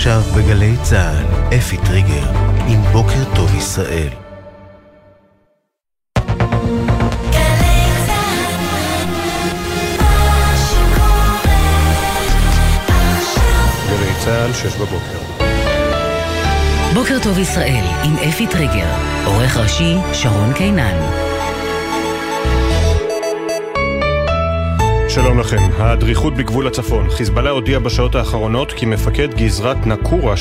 עכשיו בגלי צהל, אפי טריגר, עם בוקר טוב ישראל. גלי צהל, 6 בבוקר. בוקר טוב ישראל, עם אפי טריגר, עורך ראשי שרון קינן. שלום לכם. הדריכות בגבול הצפון. חיזבאללה הודיע בשעות האחרונות כי מפקד גזרת נקורה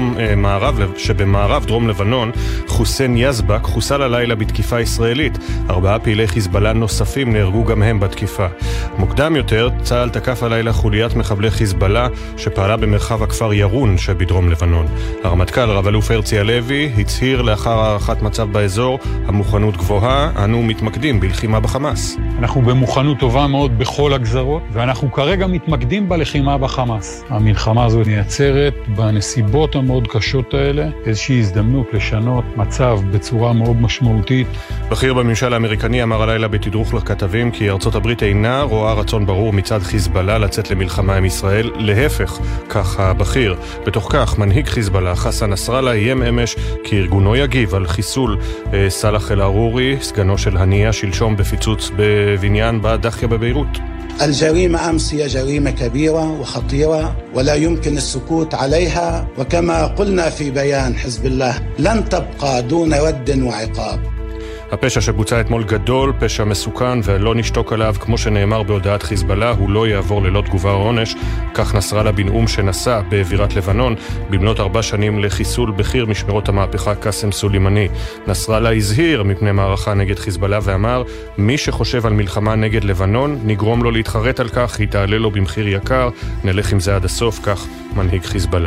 שבמערב דרום לבנון, חוסיין יזבק, חוסל הלילה בתקיפה ישראלית. 4 פעילי חיזבאללה נוספים נהרגו גם הם בתקיפה. מוקדם יותר, צה"ל תקף הלילה חוליית מחבלי חיזבאללה שפעלה במרחב הכפר ירון שבדרום לבנון. הרמטכ"ל רב-אלוף הרצי הלוי הצהיר לאחר הערכת מצב באזור, המוכנות גבוהה, אנו מתמקדים בלחימה בחמאס. אנחנו במוכנות טובה מאוד בכל הגזרות, ואנחנו כרגע מתמקדים בלחימה בחמאס. המלחמה הזאת מייצרת בנסיבות המאוד קשות האלה איזושהי הזדמנות לשנות מצב בצורה מאוד משמעותית. בכיר בממשל האמריקני אמר הלילה בתדרוך לכתבים כי ארצות הברית אינה רואה רצון ברור מצד חיזבאללה לצאת למלחמה עם ישראל, להפך, כך הבכיר. בתוך כך, מנהיג חיזבאללה חסן נסראללה איים אמש כי ארגונו יגיב על חיסול סלאח אל-ערורי, סגנו של הנייה, שלשום בפיצוץ בבניין בדחיה בביירות. الجريمة أمس هي جريمة كبيرة وخطيرة ولا يمكن السكوت عليها، وكما قلنا في بيان حزب الله لن تبقى دون رد وعقاب. הפשע שבוצע אתמול גדול, פשע מסוכן ולא נשתוק עליו, כמו שנאמר בהודעת חיזבאללה, הוא לא יעבור ללא תגובה או עונש. כך נסראללה בנאום שנשא בבירת לבנון במלאת 4 שנים לחיסול בכיר משמרות המהפכה קאסם סולימני. נסראללה הזהיר מפני מערכה נגד חיזבאללה ואמר, מי שחושב על מלחמה נגד לבנון נגרום לו להתחרט על כך, היא תעלה לו במחיר יקר, נלך עם זה עד הסוף, כך מנהיג חיזבאללה.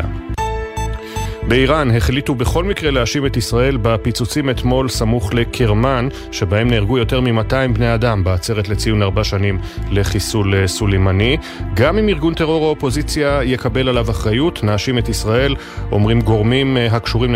באיראן החליטו בכל מקרה להאשים את ישראל בפיצוצים אתמול סמוך לקרמן, שבהם נהרגו יותר מ-200 בני אדם בעצרת לציון 4 שנים לחיסול סולימני. גם אם ארגון טרור או אופוזיציה יקבל עליו אחריות, נאשים את ישראל, אומרים גורמים הקשורים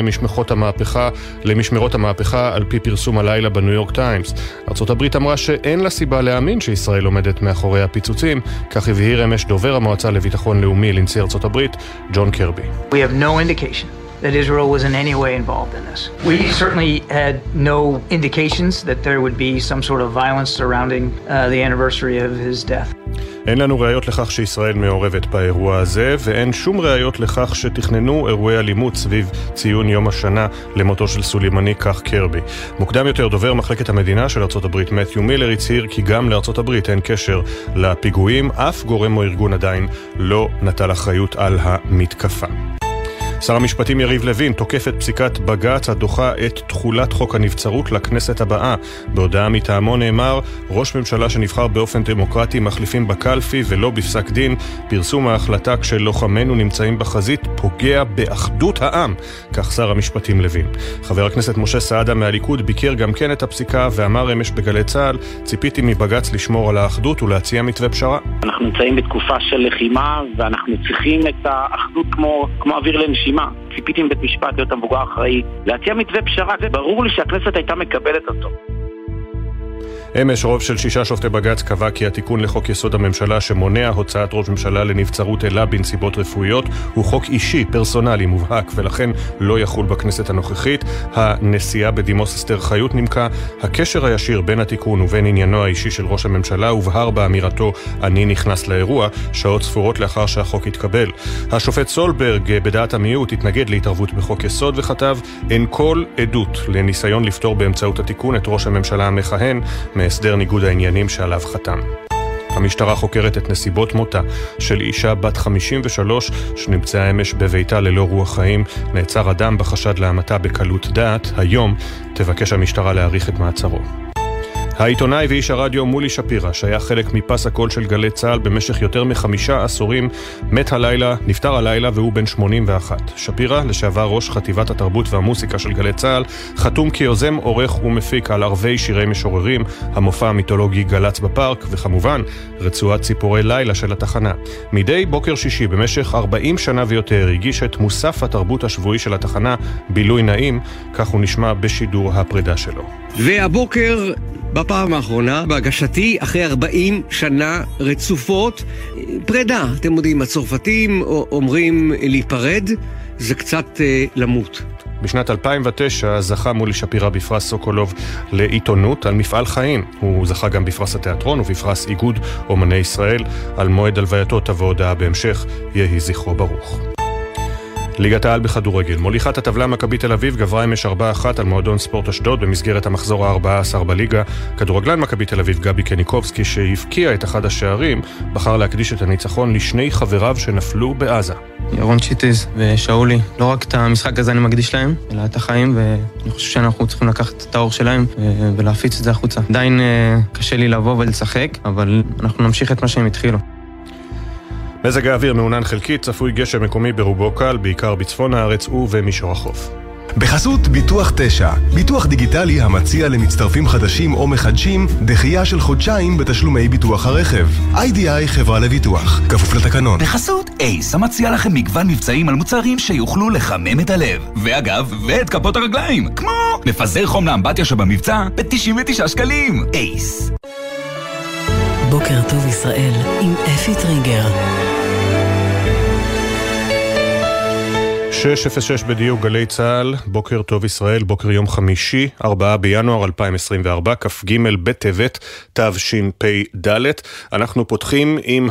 למשמרות המהפכה על פי פרסום הלילה בניו יורק טיימס. ארצות הברית אמרה שאין לה סיבה להאמין שישראל עומדת מאחורי הפיצוצים, כך הבהיר אמש דובר המועצה לביטחון לאומי לנשיא ארצות הברית, ג'ון קרבי. We have no indication that Israel was in any way involved in this. We certainly had no indications that there would be some sort of violence surrounding the anniversary of his death. אין לנו ראיות לכך שישראל מעורבת באירוע הזה, ואין שום ראיות לכך שתכננו אירועי אלימות סביב ציון יום השנה למותו של סולימני, כך קרבי. מוקדם יותר דובר מחלקת המדינה של ארצות הברית מתיו מילר הצהיר כי גם לארצות הברית אין קשר לפיגועים, אף גורם או ארגון עדיין לא נטל אחריות על המתקפה. שר המשפטים יריב לוין תוקף את פסיקת בג"ץ הדוחה את תחולת חוק הנבצרות לכנסת הבאה. בהודעה מטעמו נאמר, ראש ממשלה שנבחר באופן דמוקרטי מחליפים בקלפי ולא בפסק דין. פרסום ההחלטה כשלוחמנו נמצאים בחזית פוגע באחדות העם, כך שר המשפטים לוין. חבר הכנסת משה סעדה מהליכוד ביקר גם כן את הפסיקה ואמר אמש בגלי צהל, ציפיתי מבג"ץ לשמור על האחדות ולהציע מתווה פשרה. אנחנו נמצאים בתקופה של לחימה ואנחנו צריכים את האחדות כמו אוויר לנשימה. ציפיתי מבית משפט להיות המבוגר אחראי להציע מתווה פשרה, זה ברור לי שהכנסת הייתה מקבלת אותו. אמש רוב של 6 שופטי בג"ץ קבע כי התיקון לחוק יסוד הממשלה שמונע הוצאת ראש ממשלה לנבצרות אלא בנסיבות רפואיות הוא חוק אישי, פרסונלי, מובהק, ולכן לא יחול בכנסת הנוכחית. הנשיאה בדימוס אסתר חיות נימקה, הקשר הישיר בין התיקון ובין עניינו האישי של ראש הממשלה הובהר באמירתו אני נכנס לאירוע, שעות ספורות לאחר שהחוק התקבל. השופט סולברג בדעת המיעוט התנגד להתערבות בחוק יסוד וכתב, אין כל עדות לניסיון לפתור באמצעות התיקון את ראש הממשלה המכהן מהסדר ניגוד העניינים שעליו חתם. המשטרה חוקרת את נסיבות מותה של אישה בת 53 שנמצאה אמש בביתה ללא רוח חיים. נעצר אדם בחשד להמתה בקלות דעת. היום תבקש המשטרה להאריך את מעצרו. העיתונאי ואיש הרדיו מולי שפירא, שהיה חלק מפס הקול של גלי צהל במשך יותר מ5 עשורים, נפטר הלילה והוא בן 81. שפירא, לשעבר ראש חטיבת התרבות והמוסיקה של גלי צהל, חתום כיוזם, עורך ומפיק על ערבי שירי משוררים, המופע המיתולוגי גלץ בפארק, וכמובן, רצועת ציפורי לילה של התחנה. מדי בוקר שישי במשך 40 שנה ויותר הגיש את מוסף התרבות השבועי של התחנה, בילוי נעים, כך הוא נשמע בשידור הפרידה שלו. והבוקר בפעם האחרונה, בהגשתי, אחרי 40 שנה רצופות, פרידה. אתם יודעים, הצרפתים אומרים להיפרד, זה קצת למות. בשנת 2009 זכה מולי שפירא בפרס סוקולוב לעיתונות על מפעל חיים. הוא זכה גם בפרס התיאטרון ובפרס איגוד אומני ישראל. על מועד הלווייתו תבוא הודעה בהמשך, יהי זכרו ברוך. ליגת העל בכדורגל. מוליכת הטבלה מכבי תל אביב גברה אמש 4-1 על מועדון ספורט אשדוד במסגרת המחזור ה-14 בליגה. כדורגלן מכבי תל אביב גבי קניקובסקי, שהבקיע את אחד השערים, בחר להקדיש את הניצחון לשני חבריו שנפלו בעזה. ירון צ'יטיז ושאולי, לא רק את המשחק הזה אני מקדיש להם, אלא את החיים, ואני חושב שאנחנו צריכים לקחת את האור שלהם ולהפיץ את זה החוצה. עדיין קשה לי לבוא ולשחק, אבל אנחנו נמשיך את מה שהם התחילו. מזג האוויר מעונן חלקית, צפוי גשם מקומי ברובו קל, בעיקר בצפון הארץ ובמישור החוף. בחסות ביטוח 9, ביטוח דיגיטלי המציע למצטרפים חדשים או מחדשים דחייה של חודשיים בתשלומי ביטוח הרכב. איי-די-איי חברה לביטוח, כפוף לתקנון. בחסות אייס המציע לכם מגוון מבצעים על מוצרים שיוכלו לחמם את הלב. ואגב, ואת כפות הרגליים, כמו מפזר חום לאמבטיה שבמבצע ב-99 שקלים. אייס. בוקר טוב ישראל עם אפי טריגר. 6:06 בדיוק, גלי צהל, בוקר טוב ישראל, בוקר יום חמישי, 4 בינואר 2024, כ"ג בטבת תשפ"ד. אנחנו פותחים עם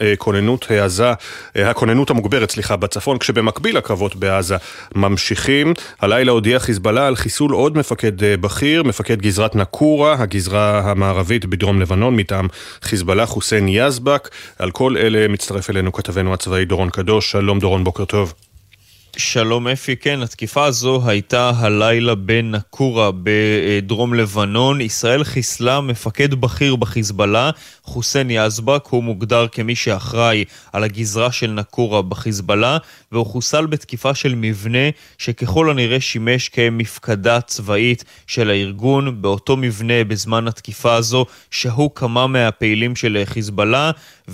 הכוננות המוגברת, בצפון, כשבמקביל הקרבות בעזה ממשיכים. הלילה הודיע חיזבאללה על חיסול עוד מפקד בכיר, מפקד גזרת נקורה, הגזרה המערבית בדרום לבנון, מטעם חיזבאללה, חוסיין יזבק. על כל אלה מצטרף אלינו כתבנו הצבאי דורון קדוש. שלום דורון, בוקר טוב. שלום אפי, כן, התקיפה הזו הייתה הלילה בנקורה בדרום לבנון. ישראל חיסלה מפקד בכיר בחיזבאללה, חוסיין יזבק, הוא מוגדר כמי שאחראי על הגזרה של נקורה בחיזבאללה, והוא חוסל בתקיפה של מבנה שככל הנראה שימש כמפקדה צבאית של הארגון. באותו מבנה בזמן התקיפה הזו שהו כמה מהפעילים של חיזבאללה,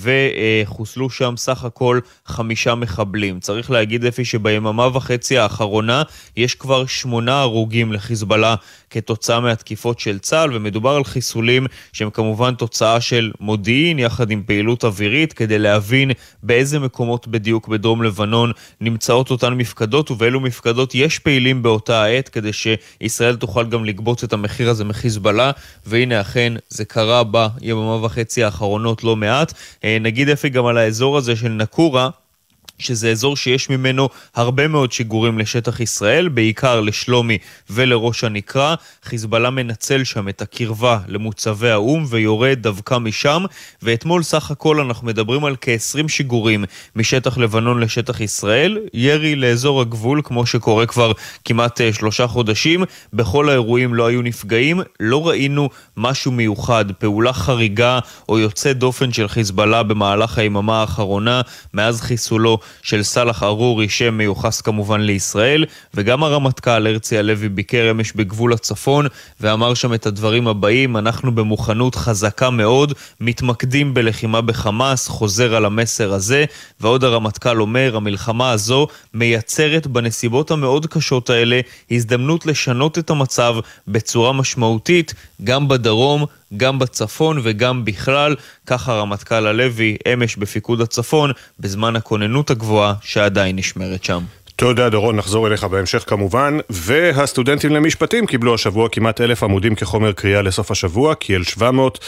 וחוסלו שם סך הכל 5 מחבלים. צריך להגיד אפי שביממה וחצי האחרונה יש כבר 8 הרוגים לחיזבאללה כתוצאה מהתקיפות של צה"ל, ומדובר על חיסולים שהם כמובן תוצאה של מודיעין יחד עם פעילות אווירית, כדי להבין באיזה מקומות בדיוק בדרום לבנון נמצאות אותן מפקדות ובאילו מפקדות יש פעילים באותה העת, כדי שישראל תוכל גם לגבות את המחיר הזה מחיזבאללה. והנה אכן זה קרה ביממה וחצי האחרונות לא מעט. נגיד אפי גם על האזור הזה של נקורה, שזה אזור שיש ממנו הרבה מאוד שיגורים לשטח ישראל, בעיקר לשלומי ולראש הנקרה. חיזבאללה מנצל שם את הקרבה למוצבי האום ויורד דווקא משם, ואתמול סך הכל אנחנו מדברים על כ-20 שיגורים משטח לבנון לשטח ישראל, ירי לאזור הגבול כמו שקורה כבר כמעט 3 חודשים. בכל האירועים לא היו נפגעים, לא ראינו משהו מיוחד, פעולה חריגה או יוצא דופן של חיזבאללה במהלך היממה האחרונה מאז חיסולו של סלח ארורי, שמיוחס כמובן לישראל. וגם הרמטכ"ל הרצי הלוי ביקר אמש בגבול הצפון ואמר שם את הדברים הבאים: אנחנו במוכנות חזקה מאוד, מתמקדים בלחימה בחמאס, חוזר על המסר הזה. ועוד הרמטכ"ל אומר, המלחמה הזו מייצרת בנסיבות המאוד קשות האלה הזדמנות לשנות את המצב בצורה משמעותית, גם בדרום, גם בצפון וגם בכלל. ככה הרמטכ"ל הלוי אמש בפיקוד הצפון בזמן הכוננות הגבוהה שעדיין נשמרת שם. תודה דורון, נחזור אליך בהמשך כמובן. והסטודנטים למשפטים קיבלו השבוע כמעט 1,000 עמודים כחומר קריאה לסוף השבוע, כי אל 700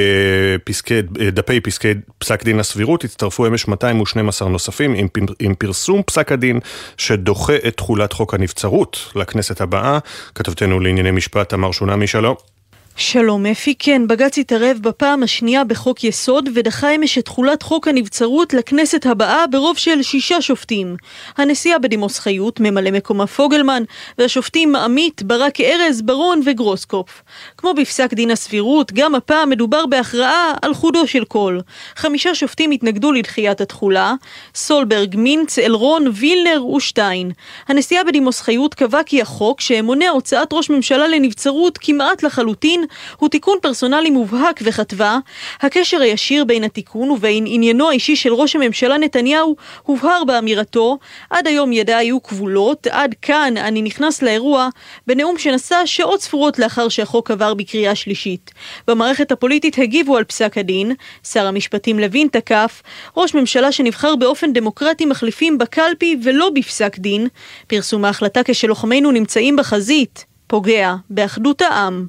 דפי פסקי פסק דין הסבירות הצטרפו אמש 212 נוספים עם פרסום פסק הדין שדוחה את תחולת חוק הנבצרות לכנסת הבאה. כתבתנו לענייני משפט תמר שונמי, שלום. שלום אפי, כן, בג"ץ התערב בפעם השנייה בחוק יסוד ודחה אמש את תחולת חוק הנבצרות לכנסת הבאה ברוב של 6 שופטים. הנשיאה בדימוס חיות, ממלא מקומה פוגלמן, והשופטים עמית, ברק ארז, ברון וגרוסקופף. כמו בפסק דין הסבירות, גם הפעם מדובר בהכרעה על חודו של כל. 5 שופטים התנגדו לדחיית התחולה: סולברג, מינץ, אלרון, וילנר ושטיין. הנשיאה בדימוס חיות קבע כי החוק שמונע הוצאת ראש ממשלה לנבצרות כמעט לחלוטין הוא תיקון פרסונלי מובהק וכתבה, הקשר הישיר בין התיקון ובין עניינו האישי של ראש הממשלה נתניהו הובהר באמירתו, עד היום ידעה היו כבולות, עד כאן אני נכנס לאירוע, בנאום שנשא שעות ספורות לאחר שהחוק עבר בקריאה שלישית. במערכת הפוליטית הגיבו על פסק הדין, שר המשפטים לוין תקף, ראש ממשלה שנבחר באופן דמוקרטי מחליפים בקלפי ולא בפסק דין, פרסום ההחלטה כשלוחמינו נמצאים בחזית, פוגע באחדות העם.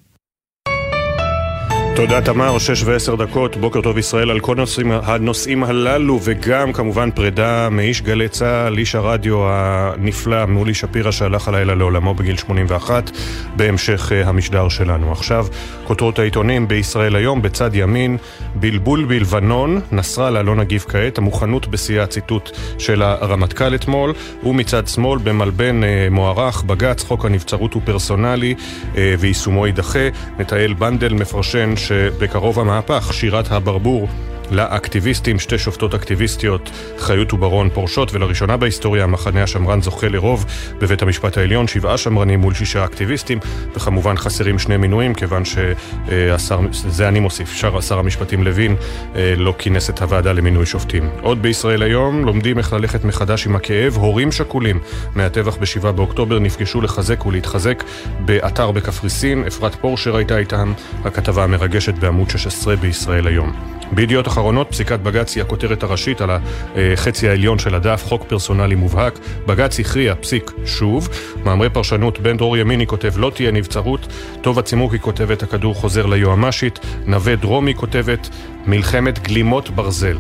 תודה תמר, 6:10, בוקר טוב ישראל על כל הנושאים הללו, וגם כמובן פרידה מאיש גלי צה"ל, איש הרדיו הנפלא מולי שפירא שהלך הלילה לעולמו בגיל 81, בהמשך המשדר שלנו. עכשיו כותרות העיתונים בישראל היום, בצד ימין, בלבול בלבנון, נסראללה לא נגיב כעת, המוכנות בשיאי הציטוט של הרמטכ"ל אתמול, ומצד שמאל במלבן מוערך, בג"ץ, חוק הנבצרות הוא פרסונלי ויישומו יידחה. נתאל בנדל מפרשן שבקרוב המהפך, שירת הברבור לאקטיביסטים, שתי שופטות אקטיביסטיות, חיות וברון פורשות, ולראשונה בהיסטוריה המחנה השמרן זוכה לרוב בבית המשפט העליון, 7 שמרנים מול 6 אקטיביסטים, וכמובן חסרים 2 מינויים, כיוון שהשר, זה אני מוסיף, שר המשפטים לוין לא כינס את הוועדה למינוי שופטים. עוד בישראל היום, לומדים איך ללכת מחדש עם הכאב, הורים שכולים מהטבח ב7 באוקטובר נפגשו לחזק ולהתחזק באתר בקפריסין, אפרת פורשר הייתה איתם, הכתבה המרגשת בעמוד 16 בישראל היום. בידיעות אחרונות, פסיקת בג"ץ היא הכותרת הראשית על החצי העליון של הדף, חוק פרסונלי מובהק. בג"ץ הכריע, פסיק שוב. מאמרי פרשנות, בן דרור ימיני כותב לא תהיה נבצרות, טוב הצימוקי כותבת הכדור חוזר ליועמשית, נווה דרומי כותבת מלחמת גלימות ברזל.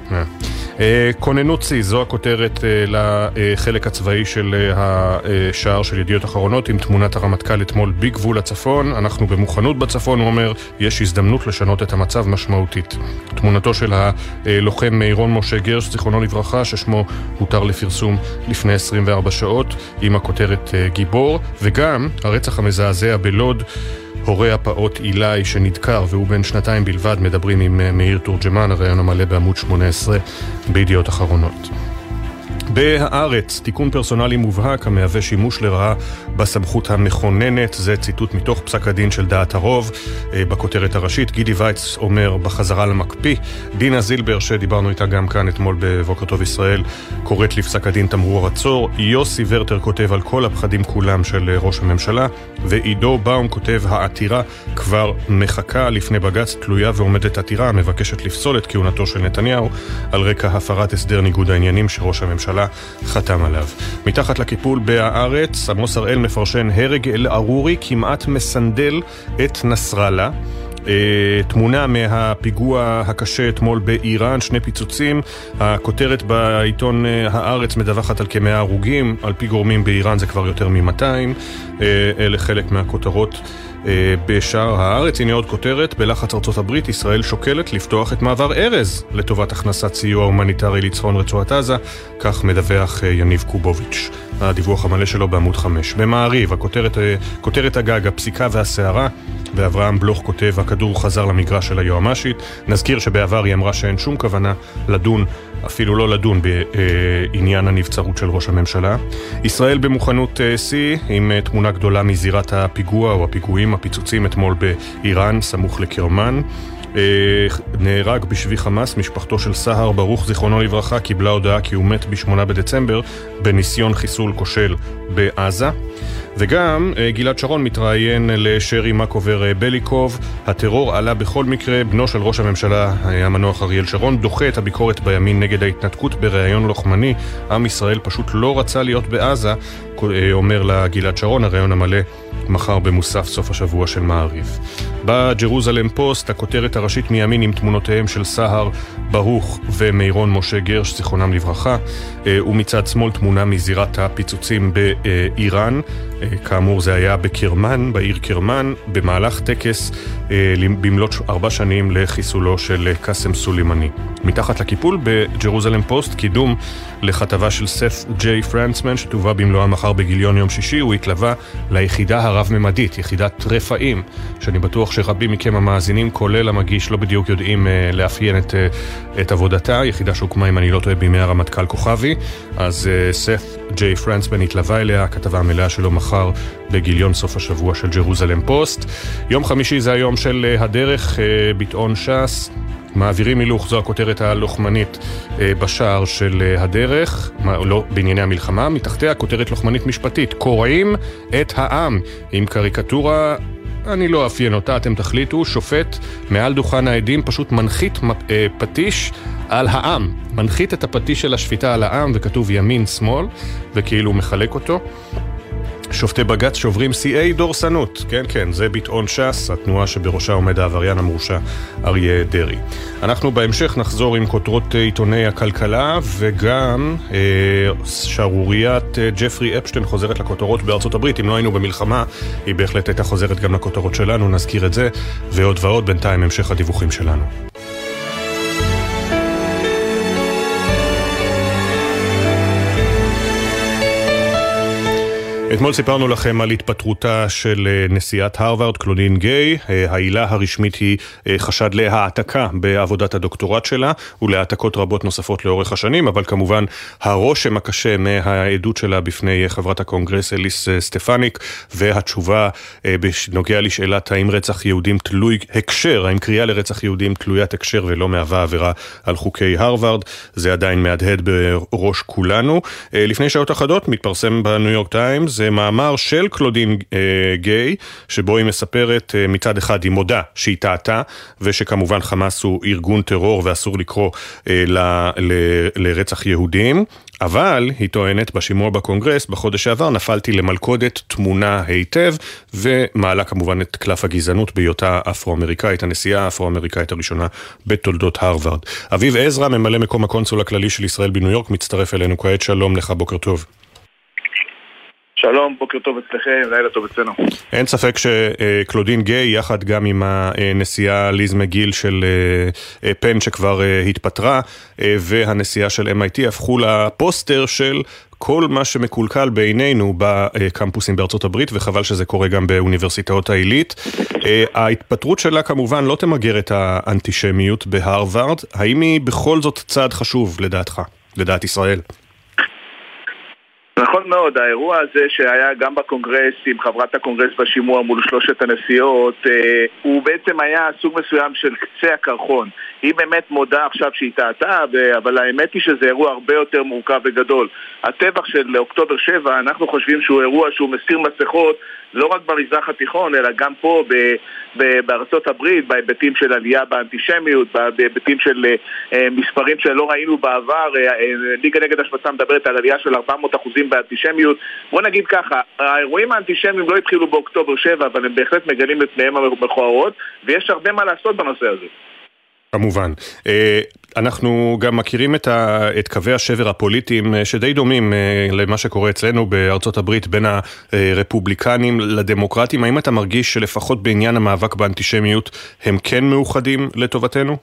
כוננות צי, זו הכותרת לחלק הצבאי של השער של ידיעות אחרונות, עם תמונת הרמטכ"ל אתמול בגבול הצפון. אנחנו במוכנות בצפון, הוא אומר, יש הזדמנות לשנות את המצב משמעותית. תמונתו של הלוחם מירון משה גרש, זיכרונו לברכה, ששמו הותר לפרסום לפני 24 שעות, עם הכותרת גיבור, וגם הרצח המזעזע בלוד, הורי הפעות אילי שנדקר והוא בן 2 בלבד, מדברים עם מאיר תורג'מן, הרעיון המלא בעמוד 18 בידיעות אחרונות. בהארץ, תיקון פרסונלי מובהק המהווה שימוש לרעה בסמכות המכוננת, זה ציטוט מתוך פסק הדין של דעת הרוב. בכותרת הראשית, גידי וייץ אומר בחזרה למקפיא, דינה זילבר שדיברנו איתה גם כאן אתמול בבוקר טוב ישראל, קוראת לפסק הדין תמרור עצור, יוסי ורטר כותב על כל הפחדים כולם של ראש הממשלה, ועידו באום כותב העתירה כבר מחכה לפני בג"ץ, תלויה ועומדת עתירה המבקשת לפסול את כהונתו של נתניהו על רקע הפרת הסדר ניגוד העניינים שראש הממשלה חתם עליו. מתחת לקיפול בהארץ, עמוס הראל מפרשן הרג אל-ערורי כמעט מסנדל את נסראללה. תמונה מהפיגוע הקשה אתמול באיראן, 2 פיצוצים. הכותרת בעיתון הארץ מדווחת על כ100 הרוגים, על פי גורמים באיראן זה כבר יותר מ200. אלה חלק מהכותרות בשאר הארץ. הנה עוד כותרת, בלחץ ארצות הברית ישראל שוקלת לפתוח את מעבר ארז לטובת הכנסת סיוע הומניטרי לצפון רצועת עזה, כך מדווח יניב קובוביץ'. הדיווח המלא שלו בעמוד 5. במעריב, כותרת הגג, הפסיקה והסערה, ואברהם בלוך כותב, הכדור חזר למגרש של היועמשית. נזכיר שבעבר היא אמרה שאין שום כוונה לדון, אפילו לא לדון בעניין הנבצרות של ראש הממשלה. ישראל במוכנות C, עם תמונה גדולה מזירת הפיגוע או הפיגועים, הפיצוצים אתמול באיראן, סמוך לקרמן. נהרג בשבי חמאס, משפחתו של סהר ברוך זיכרונו לברכה קיבלה הודעה כי הוא מת ב8 בדצמבר בניסיון חיסול כושל בעזה. וגם גלעד שרון מתראיין לשרי מקובר בליקוב, הטרור עלה בכל מקרה, בנו של ראש הממשלה המנוח אריאל שרון דוחה את הביקורת בימין נגד ההתנתקות בראיון לוחמני, עם ישראל פשוט לא רצה להיות בעזה, אומר לה גלעד שרון, הראיון המלא מחר במוסף סוף השבוע של מעריב. בג'רוזלם פוסט, הכותרת הראשית מימין עם תמונותיהם של סהר ברוך ומירון משה גרש זיכרונם לברכה, ומצד שמאל תמונה מזירת הפיצוצים באיראן, כאמור זה היה בקרמן, בעיר קרמן, במהלך טקס במלאת 4 שנים לחיסולו של קאסם סולימני. מתחת לקיפול בג'רוזלם פוסט קידום לכתבה של סף ג'יי פרנסמן שתובא במלואה מחר בגיליון יום שישי. הוא התלווה ליחידה הרב-ממדית, יחידת רפאים, שאני בטוח שרבים מכם המאזינים כולל המגיש לא בדיוק יודעים לאפיין את עבודתה, יחידה שהוקמה אם אני לא טועה בימי הרמטכ"ל כוכבי. אז סף ג'יי פרנסמן התלווה אליה, הכתבה המלאה שלו מחר בגיליון סוף השבוע של ג'רוזלם פוסט. יום חמישי זה היום של הדרך, ביטאון ש"ס מעבירים הילוך, זו הכותרת הלוחמנית בשער של הדרך, לא בענייני המלחמה, מתחתיה כותרת לוחמנית משפטית, קוראים את העם, עם קריקטורה, אני לא אפיין אותה, אתם תחליטו, שופט מעל דוכן העדים פשוט מנחית פטיש על העם, מנחית את הפטיש של השפיטה על העם וכתוב ימין שמאל וכאילו מחלק אותו. שופטי בג"ץ שוברים שיאי דורסנות, כן, זה ביטאון ש"ס, התנועה שבראשה עומד העבריין המורשע אריה דרעי. אנחנו בהמשך נחזור עם כותרות עיתוני הכלכלה, וגם שערוריית ג'פרי אפשטיין חוזרת לכותרות בארצות הברית. אם לא היינו במלחמה, היא בהחלט הייתה חוזרת גם לכותרות שלנו, נזכיר את זה, ועוד ועוד. בינתיים המשך הדיווחים שלנו. אתמול סיפרנו לכם על התפטרותה של נשיאת הרווארד, קלודין גיי. העילה הרשמית היא חשד להעתקה בעבודת הדוקטורט שלה ולהעתקות רבות נוספות לאורך השנים, אבל כמובן הרושם הקשה מהעדות שלה בפני חברת הקונגרס אליס סטפניק והתשובה בנוגע לשאלת האם רצח יהודים תלוי הקשר, האם קריאה לרצח יהודים תלוית הקשר ולא מהווה עבירה על חוקי הרווארד, זה עדיין מהדהד בראש כולנו. לפני שעות אחדות מתפרסם בניו יורק טיימס זה מאמר של קלודין גיי, שבו היא מספרת מצד אחד היא מודה שהיא טעתה, ושכמובן חמאס הוא ארגון טרור ואסור לקרוא לרצח יהודים, אבל היא טוענת בשימוע בקונגרס בחודש שעבר נפלתי למלכודת תמונה היטב, ומעלה כמובן את קלף הגזענות בהיותה אפרו-אמריקאית, הנשיאה האפרו-אמריקאית הראשונה בתולדות הרווארד. אביב עזרא, ממלא מקום הקונסול הכללי של ישראל בניו יורק, מצטרף אלינו כעת. שלום לך, בוקר טוב. שלום, בוקר טוב אצלכם, לילה טוב אצלנו. אין ספק שקלודין גיי, יחד גם עם הנשיאה ליז מגיל של פן שכבר התפטרה, והנשיאה של MIT, הפכו לפוסטר של כל מה שמקולקל בעינינו בקמפוסים בארצות הברית, וחבל שזה קורה גם באוניברסיטאות העילית. ההתפטרות שלה כמובן לא תמגר את האנטישמיות בהרווארד. האם היא בכל זאת צעד חשוב לדעתך, לדעת ישראל? נכון מאוד, האירוע הזה שהיה גם בקונגרס עם חברת הקונגרס בשימוע מול 3 הנשיאות, הוא בעצם היה סוג מסוים של קצה הקרחון. היא באמת מודה עכשיו שהיא טעתה, אבל האמת היא שזה אירוע הרבה יותר מורכב וגדול. הטבח של אוקטובר 7, אנחנו חושבים שהוא אירוע שהוא מסיר מסכות לא רק במזרח התיכון, אלא גם פה בארצות הברית, בהיבטים של עלייה באנטישמיות, בהיבטים של מספרים שלא ראינו בעבר. ליגה נגד השמצה מדברת על עלייה של 400% באנטישמיות. בוא נגיד ככה, האירועים האנטישמיים לא התחילו באוקטובר 7, אבל הם בהחלט מגלים את פניהם המכוערות, ויש הרבה מה לעשות בנושא הזה. כמובן. אנחנו גם מכירים את קווי השבר הפוליטיים שדי דומים למה שקורה אצלנו בארצות הברית בין הרפובליקנים לדמוקרטים. האם אתה מרגיש שלפחות בעניין המאבק באנטישמיות הם כן מאוחדים לטובתנו?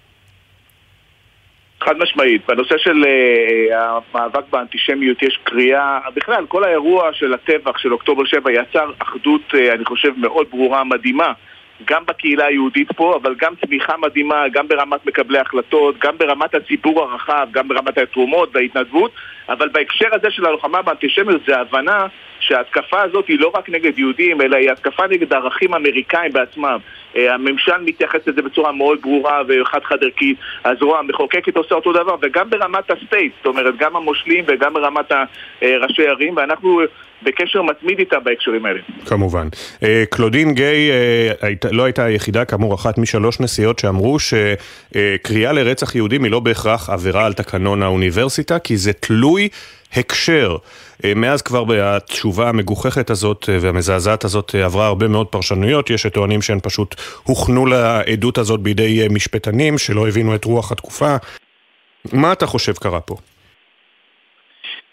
חד משמעית. בנושא של המאבק באנטישמיות יש קריאה, בכלל כל האירוע של הטבח של אוקטובר 7 יצר אחדות, אני חושב, מאוד ברורה, מדהימה. גם בקהילה היהודית פה, אבל גם תמיכה מדהימה, גם ברמת מקבלי החלטות, גם ברמת הציבור הרחב, גם ברמת התרומות וההתנדבות, אבל בהקשר הזה של הלוחמה באנטישמיות זה הבנה שההתקפה הזאת היא לא רק נגד יהודים, אלא היא התקפה נגד ערכים אמריקאים בעצמם. הממשל מתייחס לזה בצורה מאוד ברורה וחד ערכית, הזרוע המחוקקת עושה אותו דבר, וגם ברמת הסטייט, זאת אומרת, גם המושלים וגם ברמת ראשי ערים, ואנחנו בקשר מתמיד איתה בהקשרים האלה. כמובן. קלודין גיי לא הייתה היחידה, כאמור, אחת משלוש נשיאות שאמרו שקריאה לרצח יהודים היא לא בהכרח עבירה על תקנון האוניברסיטה, כי זה תלוי הקשר. מאז כבר התשובה המגוחכת הזאת והמזעזעת הזאת עברה הרבה מאוד פרשנויות. יש שטוענים שהן פשוט הוכנו לעדות הזאת בידי משפטנים שלא הבינו את רוח התקופה. מה אתה חושב קרה פה?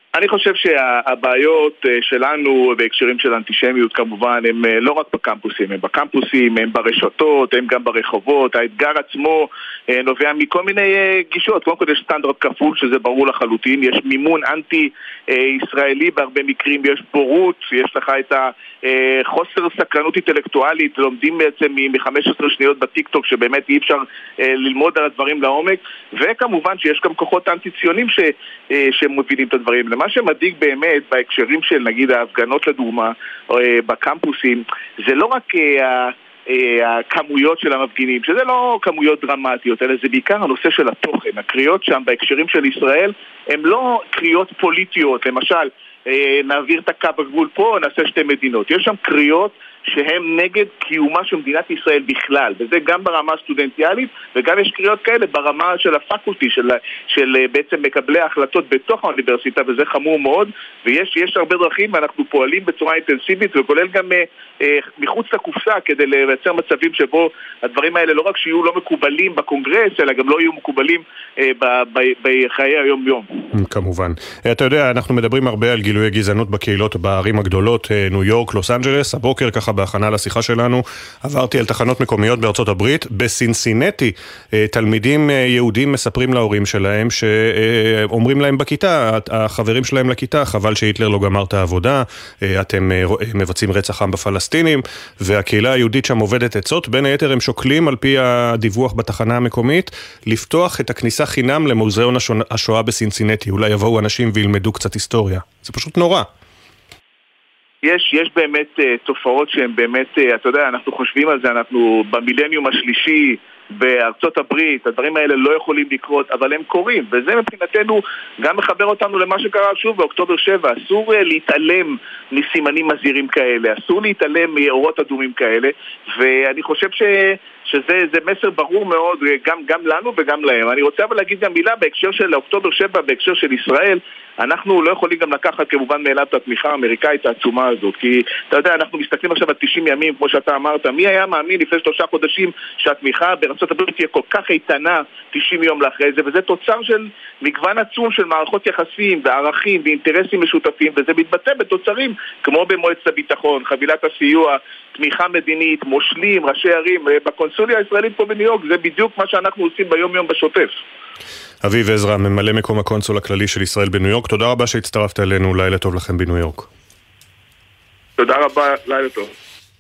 אני חושב שהבעיות שלנו בהקשרים של אנטישמיות כמובן הם לא רק בקמפוסים, הם בקמפוסים, הם ברשתות, הם גם ברחובות. האתגר עצמו נובע מכל מיני גישות. קודם כל יש סטנדרט כפול שזה ברור לחלוטין, יש מימון אנטי-ישראלי בהרבה מקרים, יש בורות, יש לך את חוסר סקרנות אינטלקטואלית, לומדים בעצם מ-15 שניות בטיקטוק שבאמת אי אפשר ללמוד על הדברים לעומק, וכמובן שיש גם כוחות אנטי-ציונים שמובילים את הדברים. מה שמדאיג באמת בהקשרים של נגיד ההפגנות לדוגמה בקמפוסים זה לא רק הכמויות של המפגינים, שזה לא כמויות דרמטיות, אלא זה בעיקר הנושא של התוכן. הקריאות שם בהקשרים של ישראל הם לא קריאות פוליטיות, למשל נעביר את הקו הגבול פה, נעשה שתי מדינות. יש שם קריאות שהם נגד קיומה של מדינת ישראל בכלל, וזה גם ברמה הסטודנטיאלית, וגם יש קריאות כאלה ברמה של הפקולטי, של בעצם מקבלי ההחלטות בתוך האוניברסיטה, וזה חמור מאוד, ויש הרבה דרכים, ואנחנו פועלים בצורה אינטנסיבית, וכולל גם מחוץ לקופסה, כדי לייצר מצבים שבו הדברים האלה לא רק שיהיו לא מקובלים בקונגרס, אלא גם לא יהיו מקובלים בחיי היום-יום. כמובן. אתה יודע, אנחנו מדברים הרבה על גילויי גזענות בקהילות בערים הגדולות, ניו יורק, לוס אנג'לס. הבוקר ככה בהכנה לשיחה שלנו עברתי על תחנות מקומיות בארצות הברית. בסינסינטי תלמידים יהודים מספרים להורים שלהם שאומרים להם בכיתה, החברים שלהם לכיתה, חבל שהיטלר לא גמר את העבודה, אתם מבצעים רצח עם בפלסטינים, והקהילה היהודית שם עובדת עצות. בין היתר הם שוקלים על פי הדיווח בתחנה המקומית לפתוח את הכניסה חינם למוזיאון השואה בסינסינטי. אולי יבואו אנשים וילמדו קצת היסטוריה. זה פשוט נורא. יש באמת תופעות שהן באמת, אתה יודע, אנחנו חושבים על זה, אנחנו במילניום השלישי בארצות הברית, הדברים האלה לא יכולים לקרות, אבל הם קורים, וזה מבחינתנו גם מחבר אותנו למה שקרה שוב באוקטובר 7. אסור להתעלם מסימנים מזהירים כאלה, אסור להתעלם מאורות אדומים כאלה, ואני חושב שזה מסר ברור מאוד גם לנו וגם להם. אני רוצה אבל להגיד גם מילה בהקשר של אוקטובר 7, בהקשר של ישראל. אנחנו לא יכולים גם לקחת כמובן מאליו את התמיכה האמריקאית העצומה הזאת, כי אתה יודע, אנחנו מסתכלים עכשיו על 90 ימים, כמו שאתה אמרת. מי היה מאמין לפני 3 חודשים שהתמיכה בארצות הברית תהיה כל כך איתנה 90 יום לאחרי זה, וזה תוצר של מגוון עצום של מערכות יחסים וערכים ואינטרסים משותפים, וזה מתבטא בתוצרים כמו במועצת הביטחון, חבילת הסיוע, תמיכה מדינית, מושלים, ראשי ערים, בקונסוליה הישראלית פה בניו יורק. זה בדיוק מה שאנחנו עושים ביום יום בשוטף. אביב עזרא, ממלא מקום הקונסול הכללי של ישראל בניו יורק, תודה רבה שהצטרפת אלינו, לילה טוב לכם בניו יורק. תודה רבה, לילה טוב.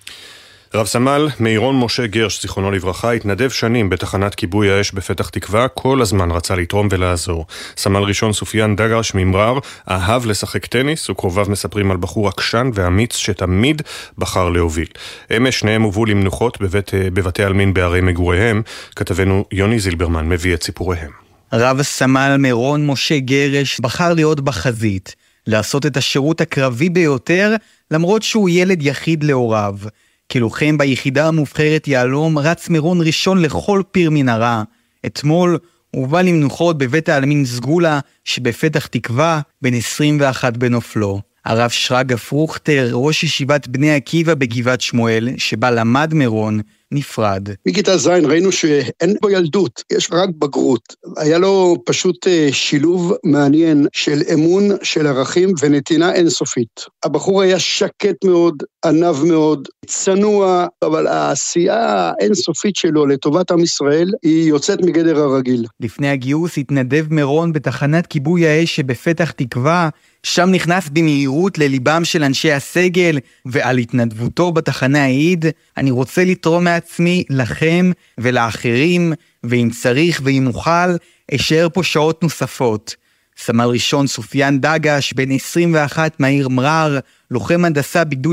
רב סמל מירון משה גרש, זיכרונו לברכה, התנדב שנים בתחנת כיבוי האש בפתח תקווה, כל הזמן רצה לתרום ולעזור. סמל ראשון סופיאן דגש ממרר אהב לשחק טניס, וקרוביו מספרים על בחור עקשן ואמיץ שתמיד בחר להוביל. אמש שניהם הובאו למנוחות בבתי אלמין בערי מגוריהם. כתבנו יוני זילברמן מביא את סיפוריהם. רב סמל מירון משה גרש בחר להיות בחזית, לעשות את השירות הקרבי ביותר, למרות שהוא ילד יחיד להוריו. כלוחם ביחידה המובחרת יעלום רץ מירון ראשון לכל פיר מנהרה. אתמול הוא בא למנוחות בבית העלמין סגולה שבפתח תקווה, בן 21 בנופלו. הרב שרגא פרוכטר, ראש ישיבת בני עקיבא בגבעת שמואל, שבה למד מירון, נפרד. מכיתה זין ראינו שאין בו ילדות, יש רק בגרות. היה לו פשוט שילוב מעניין של אמון, של ערכים ונתינה אינסופית. הבחור היה שקט מאוד, ענב מאוד, צנוע, אבל העשייה האינסופית שלו לטובת עם ישראל היא יוצאת מגדר הרגיל. לפני הגיוס התנדב מירון בתחנת כיבוי האש שבפתח תקווה, שם נכנס במהירות לליבם של אנשי הסגל, ועל התנדבותו בתחנה העיד, אני רוצה לתרום מעצמי לכם ולאחרים, ואם צריך ואם אוכל, אשאר פה שעות נוספות. סמל ראשון סופיאן דגש, בן 21 מהעיר מרר, לוחם הנדסה בגדוד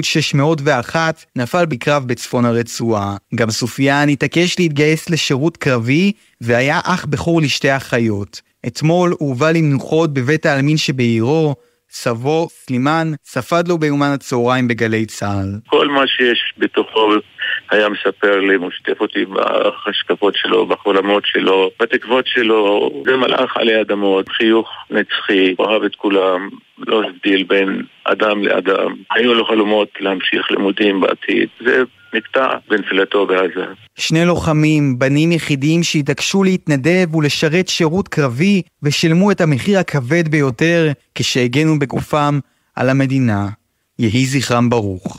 601, נפל בקרב בצפון הרצועה. גם סופיאן התעקש להתגייס לשירות קרבי, והיה אח בכור לשתי אחיות. אתמול הוא הובא למנוחות בבית העלמין שבעירו, סבו, סלימן, ספד לו ביומן הצהריים בגלי צהל. כל מה שיש בתוכו היה מספר לי, משתף אותי בהשקפות שלו, בחולמות שלו, בתקוות שלו. זה מלאך עלי אדמות, חיוך נצחי, אוהב את כולם, לא הבדיל בין אדם לאדם. היו לו חלומות להמשיך לימודים בעתיד. זה נקטע בנפילתו בעזה. שני לוחמים, בנים יחידים שהתעקשו להתנדב ולשרת שירות קרבי ושילמו את המחיר הכבד ביותר כשהגנו בגופם על המדינה. יהי זכרם ברוך.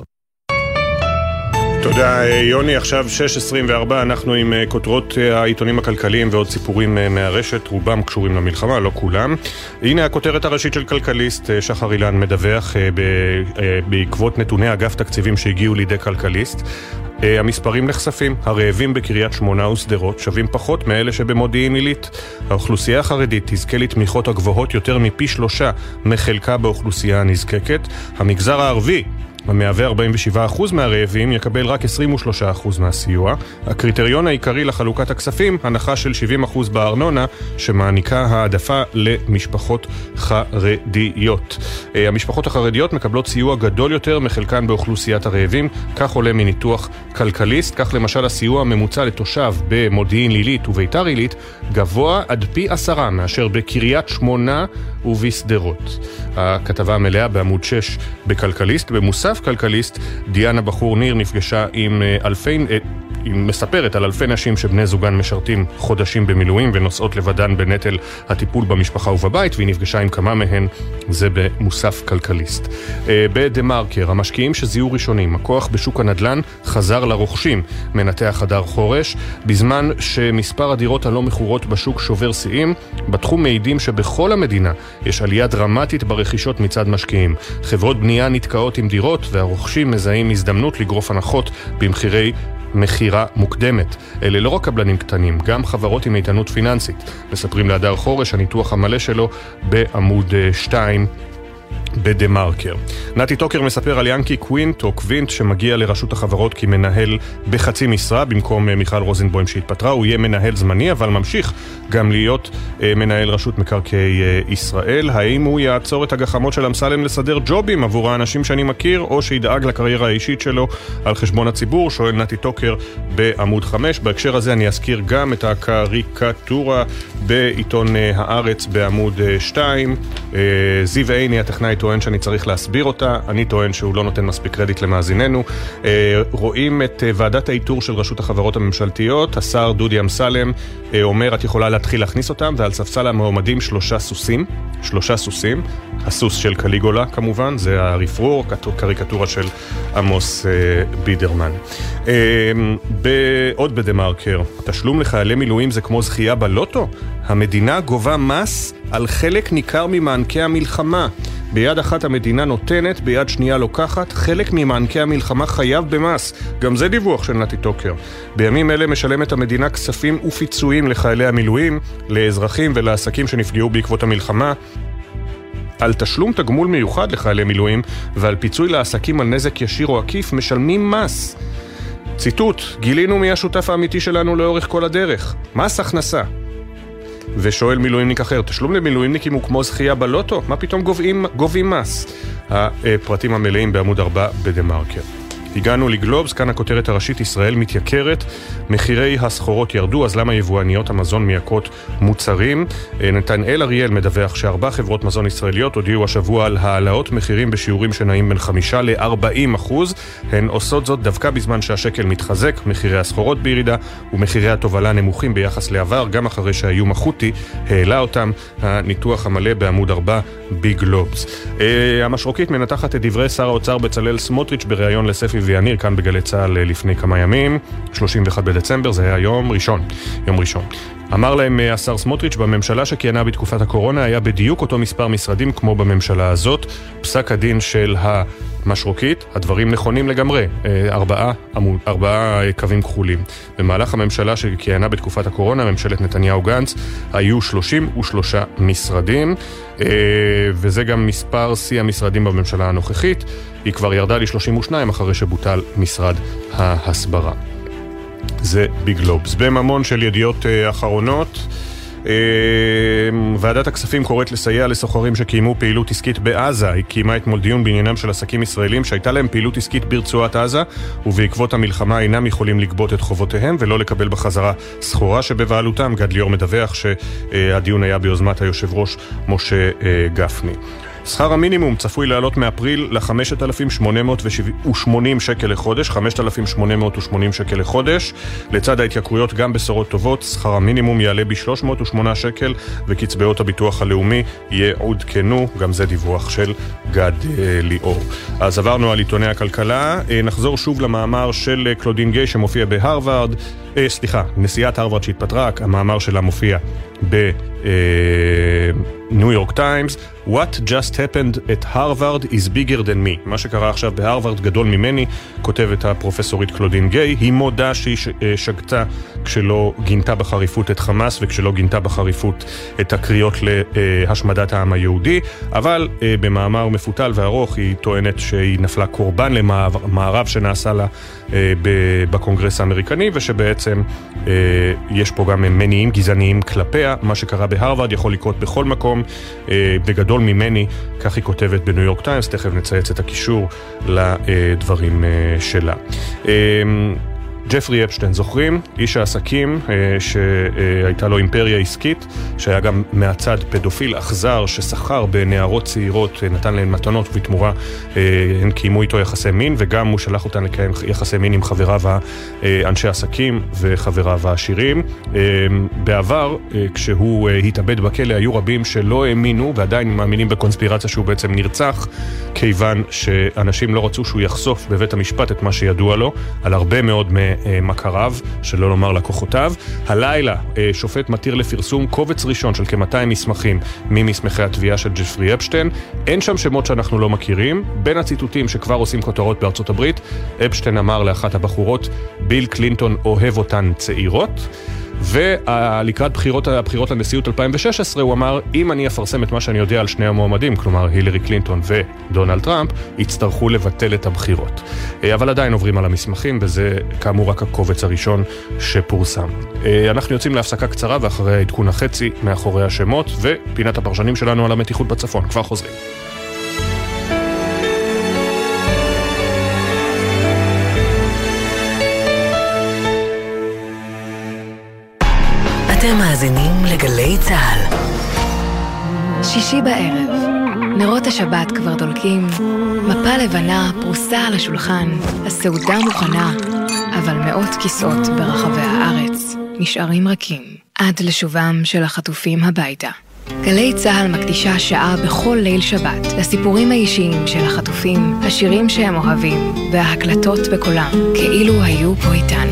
תודה יוני, עכשיו 6:24, אנחנו עם כותרות העיתונים הכלכליים ועוד סיפורים מהרשת, רובם קשורים למלחמה, לא כולם. הנה הכותרת הראשית של כלכליסט, שחר אילן מדווח בעקבות נתוני אגף תקציבים שהגיעו לידי כלכליסט. המספרים נחשפים, הרעבים בקריית שמונה ושדרות שווים פחות מאלה שבמודיעין עילית. האוכלוסייה החרדית תזכה לתמיכות הגבוהות יותר מפי 3 מחלקה באוכלוסייה הנזקקת. המגזר הערבי, המהווה 47% מהרעבים, יקבל רק 23% מהסיוע. הקריטריון העיקרי לחלוקת הכספים, הנחה של 70% בארנונה, שמעניקה העדפה למשפחות חרדיות. המשפחות החרדיות מקבלות סיוע גדול יותר מחלקן באוכלוסיית הרעבים, כך עולה מניתוח כלכליסט. כך למשל הסיוע הממוצע לתושב במודיעין עילית וביתר עילית גבוה עד פי 10 מאשר בקריית שמונה ובשדרות. הכתבה המלאה בעמוד 6 בכלכליסט. במוסף כלכליסט, דיאנה בחור ניר נפגשה עם היא מספרת על אלפי נשים שבני זוגן משרתים חודשים במילואים ונוסעות לבדן בנטל הטיפול במשפחה ובבית, והיא נפגשה עם כמה מהן, זה במוסף כלכליסט. בדה-מרקר, המשקיעים שזיהו ראשונים, הכוח בשוק הנדל"ן חזר לרוכשים, מנתח חדר חורש, בזמן שמספר הדירות הלא מכורות בשוק שובר שיאים. בתחום מעידים שבכל המדינה יש עלייה דרמטית ברכישות מצד משקיעים. חברות בנייה נתקעות עם דירות והרוכשים מזהים הזדמנות לגרוף הנחות במחירי מחירה מוקדמת. אלה לא רק קבלנים קטנים, גם חברות עם איתנות פיננסית. מספרים להדר חורש, הניתוח המלא שלו בעמוד 2 בדה-מרקר. נתי טוקר מספר על ינקי קווינט או קווינט שמגיע לרשות החברות כמנהל בחצי משרה במקום מיכל רוזנבוים שהתפטרה. הוא יהיה מנהל זמני אבל ממשיך גם להיות מנהל רשות מקרקעי ישראל. האם הוא יעצור את הגחמות של אמסלם לסדר ג'ובים עבור האנשים שאני מכיר או שידאג לקריירה האישית שלו על חשבון הציבור? שואל נתי טוקר בעמוד 5. בהקשר הזה אני אזכיר גם את הקריקטורה בעיתון הארץ בעמוד 2. זיו עיני הטכנאי טוען שאני צריך להסביר אותה, אני טוען שהוא לא נותן מספיק קרדיט למאזיננו. רואים את ועדת האיתור של רשות החברות הממשלתיות, השר דודי אמסלם אומר את יכולה להתחיל להכניס אותם, ועל ספסל המועמדים 3 סוסים, הסוס של קליגולה כמובן, זה הרפרור, קריקטורה של עמוס בידרמן. עוד בדה-מרקר, תשלום לחיילי מילואים זה כמו זכייה בלוטו? המדינה גובה מס על חלק ניכר ממענקי המלחמה. ביד אחת המדינה נותנת, ביד שנייה לוקחת, חלק ממענקי המלחמה חייב במס. גם זה דיווח של נתי טוקר. בימים אלה משלמת המדינה כספים ופיצויים לחיילי המילואים, לאזרחים ולעסקים שנפגעו בעקבות המלחמה. על תשלום תגמול מיוחד לחיילי מילואים ועל פיצוי לעסקים על נזק ישיר או עקיף משלמים מס. ציטוט, גילינו מי השותף האמיתי שלנו לאורך כל הדרך. מס הכנסה. ושואל מילואימניק אחר, תשלום למילואימניקים הוא כמו זכייה בלוטו? מה פתאום גובים מס? הפרטים המלאים בעמוד 4 בדה-מרקר. הגענו לגלובס, כאן הכותרת הראשית, ישראל מתייקרת, מחירי הסחורות ירדו, אז למה יבואניות המזון מייקרות מוצרים? נתנאל אריאל מדווח ש4 חברות מזון ישראליות הודיעו השבוע על העלאות מחירים בשיעורים שנעים בין 5% ל-40%. הן עושות זאת דווקא בזמן שהשקל מתחזק, מחירי הסחורות בירידה ומחירי התובלה נמוכים ביחס לעבר, גם אחרי שהאיום החותי העלה אותם. הניתוח המלא בעמוד 4 בגלובס. המשרוקית מנתחת את דברי שר האוצר בצלאל סמוטריץ' בריאיון לספי ויניר כאן בגלי צהל לפני כמה ימים, 31 בדצמבר, זה היה יום ראשון. אמר להם השר סמוטריץ', בממשלה שכיהנה בתקופת הקורונה היה בדיוק אותו מספר משרדים כמו בממשלה הזאת. פסק הדין של המשרוקית, הדברים נכונים לגמרי, 4 קווים כחולים. במהלך הממשלה שכיהנה בתקופת הקורונה, ממשלת נתניהו גנץ, היו 33 משרדים, וזה גם מספר שיא המשרדים בממשלה הנוכחית. היא כבר ירדה ל-32 אחרי שבוטל משרד ההסברה. זה בגלובס. בממון של ידיעות אחרונות, ועדת הכספים קוראת לסייע לסוחרים שקיימו פעילות עסקית בעזה. היא קיימה אתמול דיון בעניינם של עסקים ישראלים שהייתה להם פעילות עסקית ברצועת עזה, ובעקבות המלחמה אינם יכולים לגבות את חובותיהם ולא לקבל בחזרה סחורה שבבעלותם. גד ליאור מדווח שהדיון היה ביוזמת היושב ראש משה גפני. שכר המינימום צפוי לעלות מאפריל ל-5,880 שקל לחודש, 5,880 שקל לחודש. לצד ההתייקרויות גם בשורות טובות, שכר המינימום יעלה ב-308 שקל וקצבאות הביטוח הלאומי יעודכנו, גם זה דיווח של גד ליאור. אז עברנו על עיתוני הכלכלה, נחזור שוב למאמר של קלודין גיי שמופיע בהרווארד, נשיאת הרווארד שהתפטרה, המאמר שלה מופיע בניו יורק טיימס. What just happened at Harvard is bigger than me. מה שקרה עכשיו בהרווארד גדול ממני, כותבת הפרופסורית קלודין גיי. היא מודה שהיא שגתה כשלא גינתה בחריפות את חמאס וכשלא גינתה בחריפות את הקריאות להשמדת העם היהודי, אבל במאמר מפותל וארוך היא טוענת שהיא נפלה קורבן למערב שנעשה לה בקונגרס האמריקני, ושבעצם יש פה גם מניעים גזעניים כלפיה. מה שקרה בהרווארד יכול לקרות בכל מקום, בגדול ממני, כך היא כותבת בניו יורק טיימס. תכף נצייץ את הקישור לדברים שלה. ג'פרי אפשטיין, זוכרים? איש העסקים שהייתה לו אימפריה עסקית, שהיה גם מהצד פדופיל אכזר ששכר בנערות צעירות, נתן להן מתנות ובתמורה הן קיימו איתו יחסי מין, וגם הוא שלח אותן לקיים יחסי מין עם חבריו האנשי עסקים וחבריו העשירים. בעבר, כשהוא התאבד בכלא, היו רבים שלא האמינו ועדיין מאמינים בקונספירציה שהוא בעצם נרצח, כיוון שאנשים לא רצו שהוא יחשוף בבית המשפט את מה שידוע לו על הרבה מאוד מכריו, שלא לומר לקוחותיו. הלילה שופט מתיר לפרסום קובץ ראשון של כ-200 מסמכים ממסמכי התביעה של ג'פרי אפשטיין. אין שם שמות שאנחנו לא מכירים. בין הציטוטים שכבר עושים כותרות בארצות הברית, אפשטיין אמר לאחת הבחורות, ביל קלינטון אוהב אותן צעירות. ולקראת הבחירות לנשיאות 2016 הוא אמר, אם אני אפרסם את מה שאני יודע על שני המועמדים, כלומר הילרי קלינטון ודונלד טראמפ, יצטרכו לבטל את הבחירות. אבל עדיין עוברים על המסמכים, וזה כאמור רק הקובץ הראשון שפורסם. אנחנו יוצאים להפסקה קצרה, ואחרי העדכון החצי מאחורי השמות ופינת הפרשנים שלנו על המתיחות בצפון. כבר חוזרים. אתם מאזינים לגלי צהל. שישי בערב, נרות השבת כבר דולקים, מפה לבנה פרוסה על השולחן, הסעודה מוכנה, אבל מאות כיסאות ברחבי הארץ נשארים רכים עד לשובם של החטופים הביתה. גלי צהל מקדישה שעה בכל ליל שבת לסיפורים האישיים של החטופים, השירים שהם אוהבים וההקלטות בקולם, כאילו היו פה איתנו.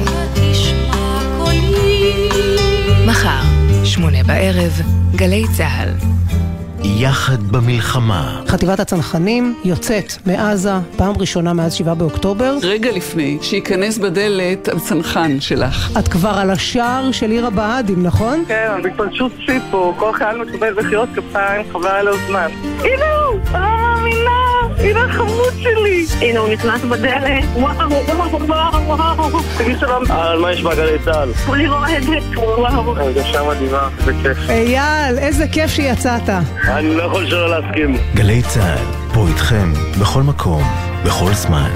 מחר, 8 בערב, גלי צהל. יחד במלחמה. חטיבת הצנחנים יוצאת מעזה פעם ראשונה מאז 7 באוקטובר. רגע לפני שיכנס בדלת הצנחן שלך. את כבר על השער של עיר הבה"דים, נכון? כן, בפרשות סיפו, כל חייל מקבל בחירות כפיים, חבל על הזמן. הנה הוא, מאמינה, הנה החמוד שלי. הנה הוא נכנס בדלת, וואו, וואו, וואו. תגיד שלום. על מה יש בגלי צהל? כולי רועדת, וואו. הרגשה מדהימה, זה כיף. אייל, איזה כיף שיצאת. אני לא יכול שלא להסכים. גלי צהל, פה איתכם, בכל מקום, בכל זמן.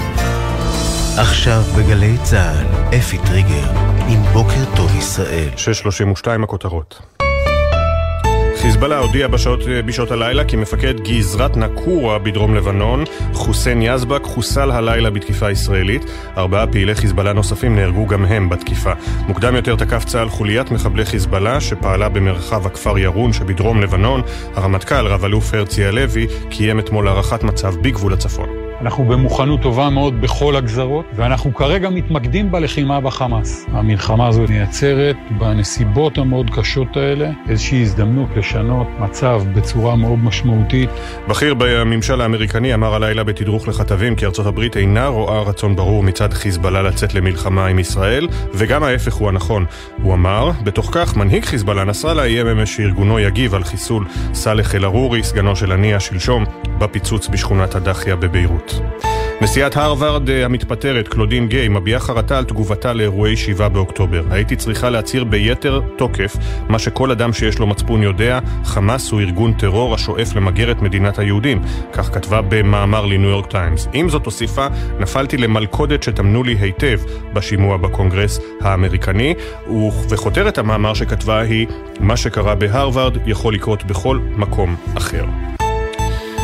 עכשיו בגלי צהל, אפי טריגר, עם בוקר טוב ישראל. 6:32 הכותרות. חיזבאללה הודיע בשעות הלילה כי מפקד גזרת נקורה בדרום לבנון, חוסן יזבק, חוסל הלילה בתקיפה ישראלית. 4 פעילי חיזבאללה נוספים נהרגו גם הם בתקיפה. מוקדם יותר תקף צה"ל חוליית מחבלי חיזבאללה שפעלה במרחב הכפר ירון שבדרום לבנון. הרמטכ"ל רב אלוף הרצי הלוי קיים אתמול הערכת מצב בגבול הצפון. אנחנו במוכנות טובה מאוד בכל הגזרות, ואנחנו כרגע מתמקדים בלחימה בחמאס. המלחמה הזאת נייצרת בנסיבות המאוד קשות האלה איזושהי הזדמנות לשנות מצב בצורה מאוד משמעותית. בכיר בממשל האמריקני אמר הלילה בתדרוך לכתבים כי ארצות הברית אינה רואה רצון ברור מצד חיזבאללה לצאת למלחמה עם ישראל, וגם ההפך הוא הנכון. הוא אמר, בתוך כך מנהיג חיזבאללה נסראללה יהיה ממש שארגונו יגיב על חיסול סאלח אל-ערורי, סגנו של הנייה שלשום, בפיצוץ בשכונת הדחיה בביירות. נשיאת הרווארד המתפטרת קלודין גיי מביעה חרטה על תגובתה לאירועי 7 באוקטובר. הייתי צריכה להצהיר ביתר תוקף מה שכל אדם שיש לו מצפון יודע, חמאס הוא ארגון טרור השואף למגר את מדינת היהודים, כך כתבה במאמר לניו יורק טיימס. עם זאת הוסיפה, נפלתי למלכודת שתמנו לי היטב בשימוע בקונגרס האמריקני, וחותרת המאמר שכתבה היא, מה שקרה בהרווארד יכול לקרות בכל מקום אחר.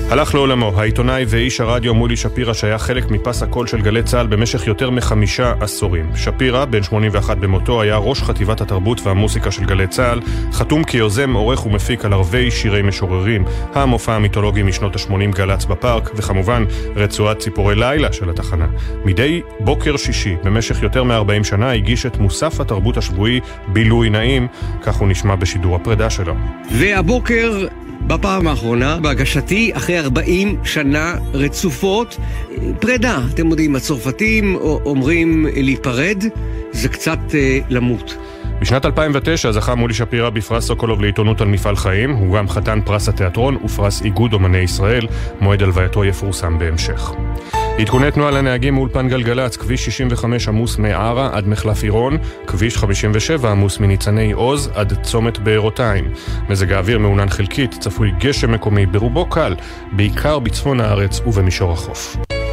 הלך לעולמו העיתונאי ואיש הרדיו מולי שפירא, שהיה חלק מפס הקול של גלי צה"ל במשך יותר מ5 עשורים. שפירא, בן 81 במותו, היה ראש חטיבת התרבות והמוסיקה של גלי צה"ל, חתום כיוזם, עורך ומפיק על ערבי שירי משוררים, המופע המיתולוגי משנות ה-80 גלץ בפארק, וכמובן רצועת ציפורי לילה של התחנה. מדי בוקר שישי, במשך יותר מ40 שנה, הגיש את מוסף התרבות השבועי בילוי נעים, כך הוא נשמע בשידור הפרידה שלו. והבוקר, בפעם האחרונה, בהגשתי, אחרי 40 שנה רצופות, פרידה. אתם יודעים, הצרפתים אומרים להיפרד, זה קצת למות. בשנת 2009 זכה מולי שפירא בפרס סוקולוב לעיתונות על מפעל חיים, הוא גם חתן פרס התיאטרון ופרס איגוד אומני ישראל, מועד הלווייתו יפורסם בהמשך. עדכוני תנועה לנהגים מאולפן גלגלץ, כביש 65 עמוס מערה עד מחלף עירון, כביש 57 עמוס מניצני עוז עד צומת בארותיים. מזג האוויר מעונן חלקית, צפוי גשם מקומי ברובו קל, בעיקר בצפון הארץ ובמישור החוף.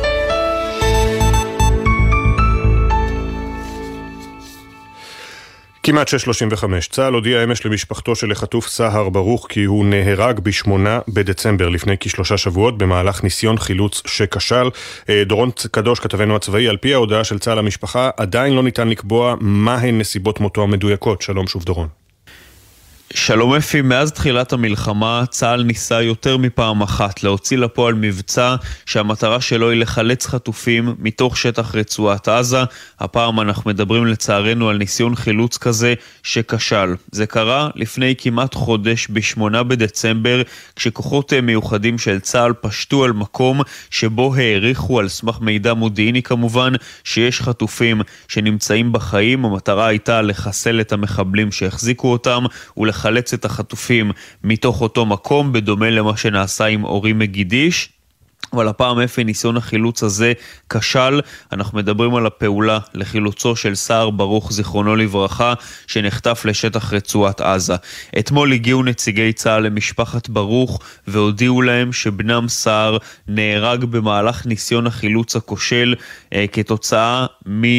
כמעט 6:35. צה"ל הודיע אמש למשפחתו של החטוף סהר ברוך כי הוא נהרג ב8 בדצמבר לפני כ3 שבועות במהלך ניסיון חילוץ שכשל. דורון קדוש, כתבנו הצבאי, על פי ההודעה של צה"ל למשפחה, עדיין לא ניתן לקבוע מהן נסיבות מותו המדויקות. שלום שוב דורון. שלום אפי, מאז תחילת המלחמה צה"ל ניסה יותר מפעם אחת להוציא לפועל מבצע שהמטרה שלו היא לחלץ חטופים מתוך שטח רצועת עזה. הפעם אנחנו מדברים לצערנו על ניסיון חילוץ כזה שכשל. זה קרה לפני כמעט חודש ב8 בדצמבר, כשכוחות מיוחדים של צה"ל פשטו על מקום שבו העריכו על סמך מידע מודיעיני כמובן שיש חטופים שנמצאים בחיים. המטרה הייתה לחסל את המחבלים שהחזיקו אותם ולחלץ את החטופים מתוך אותו מקום, בדומה למה שנעשה עם אורי מגידיש. אבל הפעם אפי ניסיון החילוץ הזה כשל. אנחנו מדברים על הפעולה לחילוצו של סהר ברוך זיכרונו לברכה, שנחטף לשטח רצועת עזה. אתמול הגיעו נציגי צה"ל למשפחת ברוך והודיעו להם שבנם סהר נהרג במהלך ניסיון החילוץ הכושל כתוצאה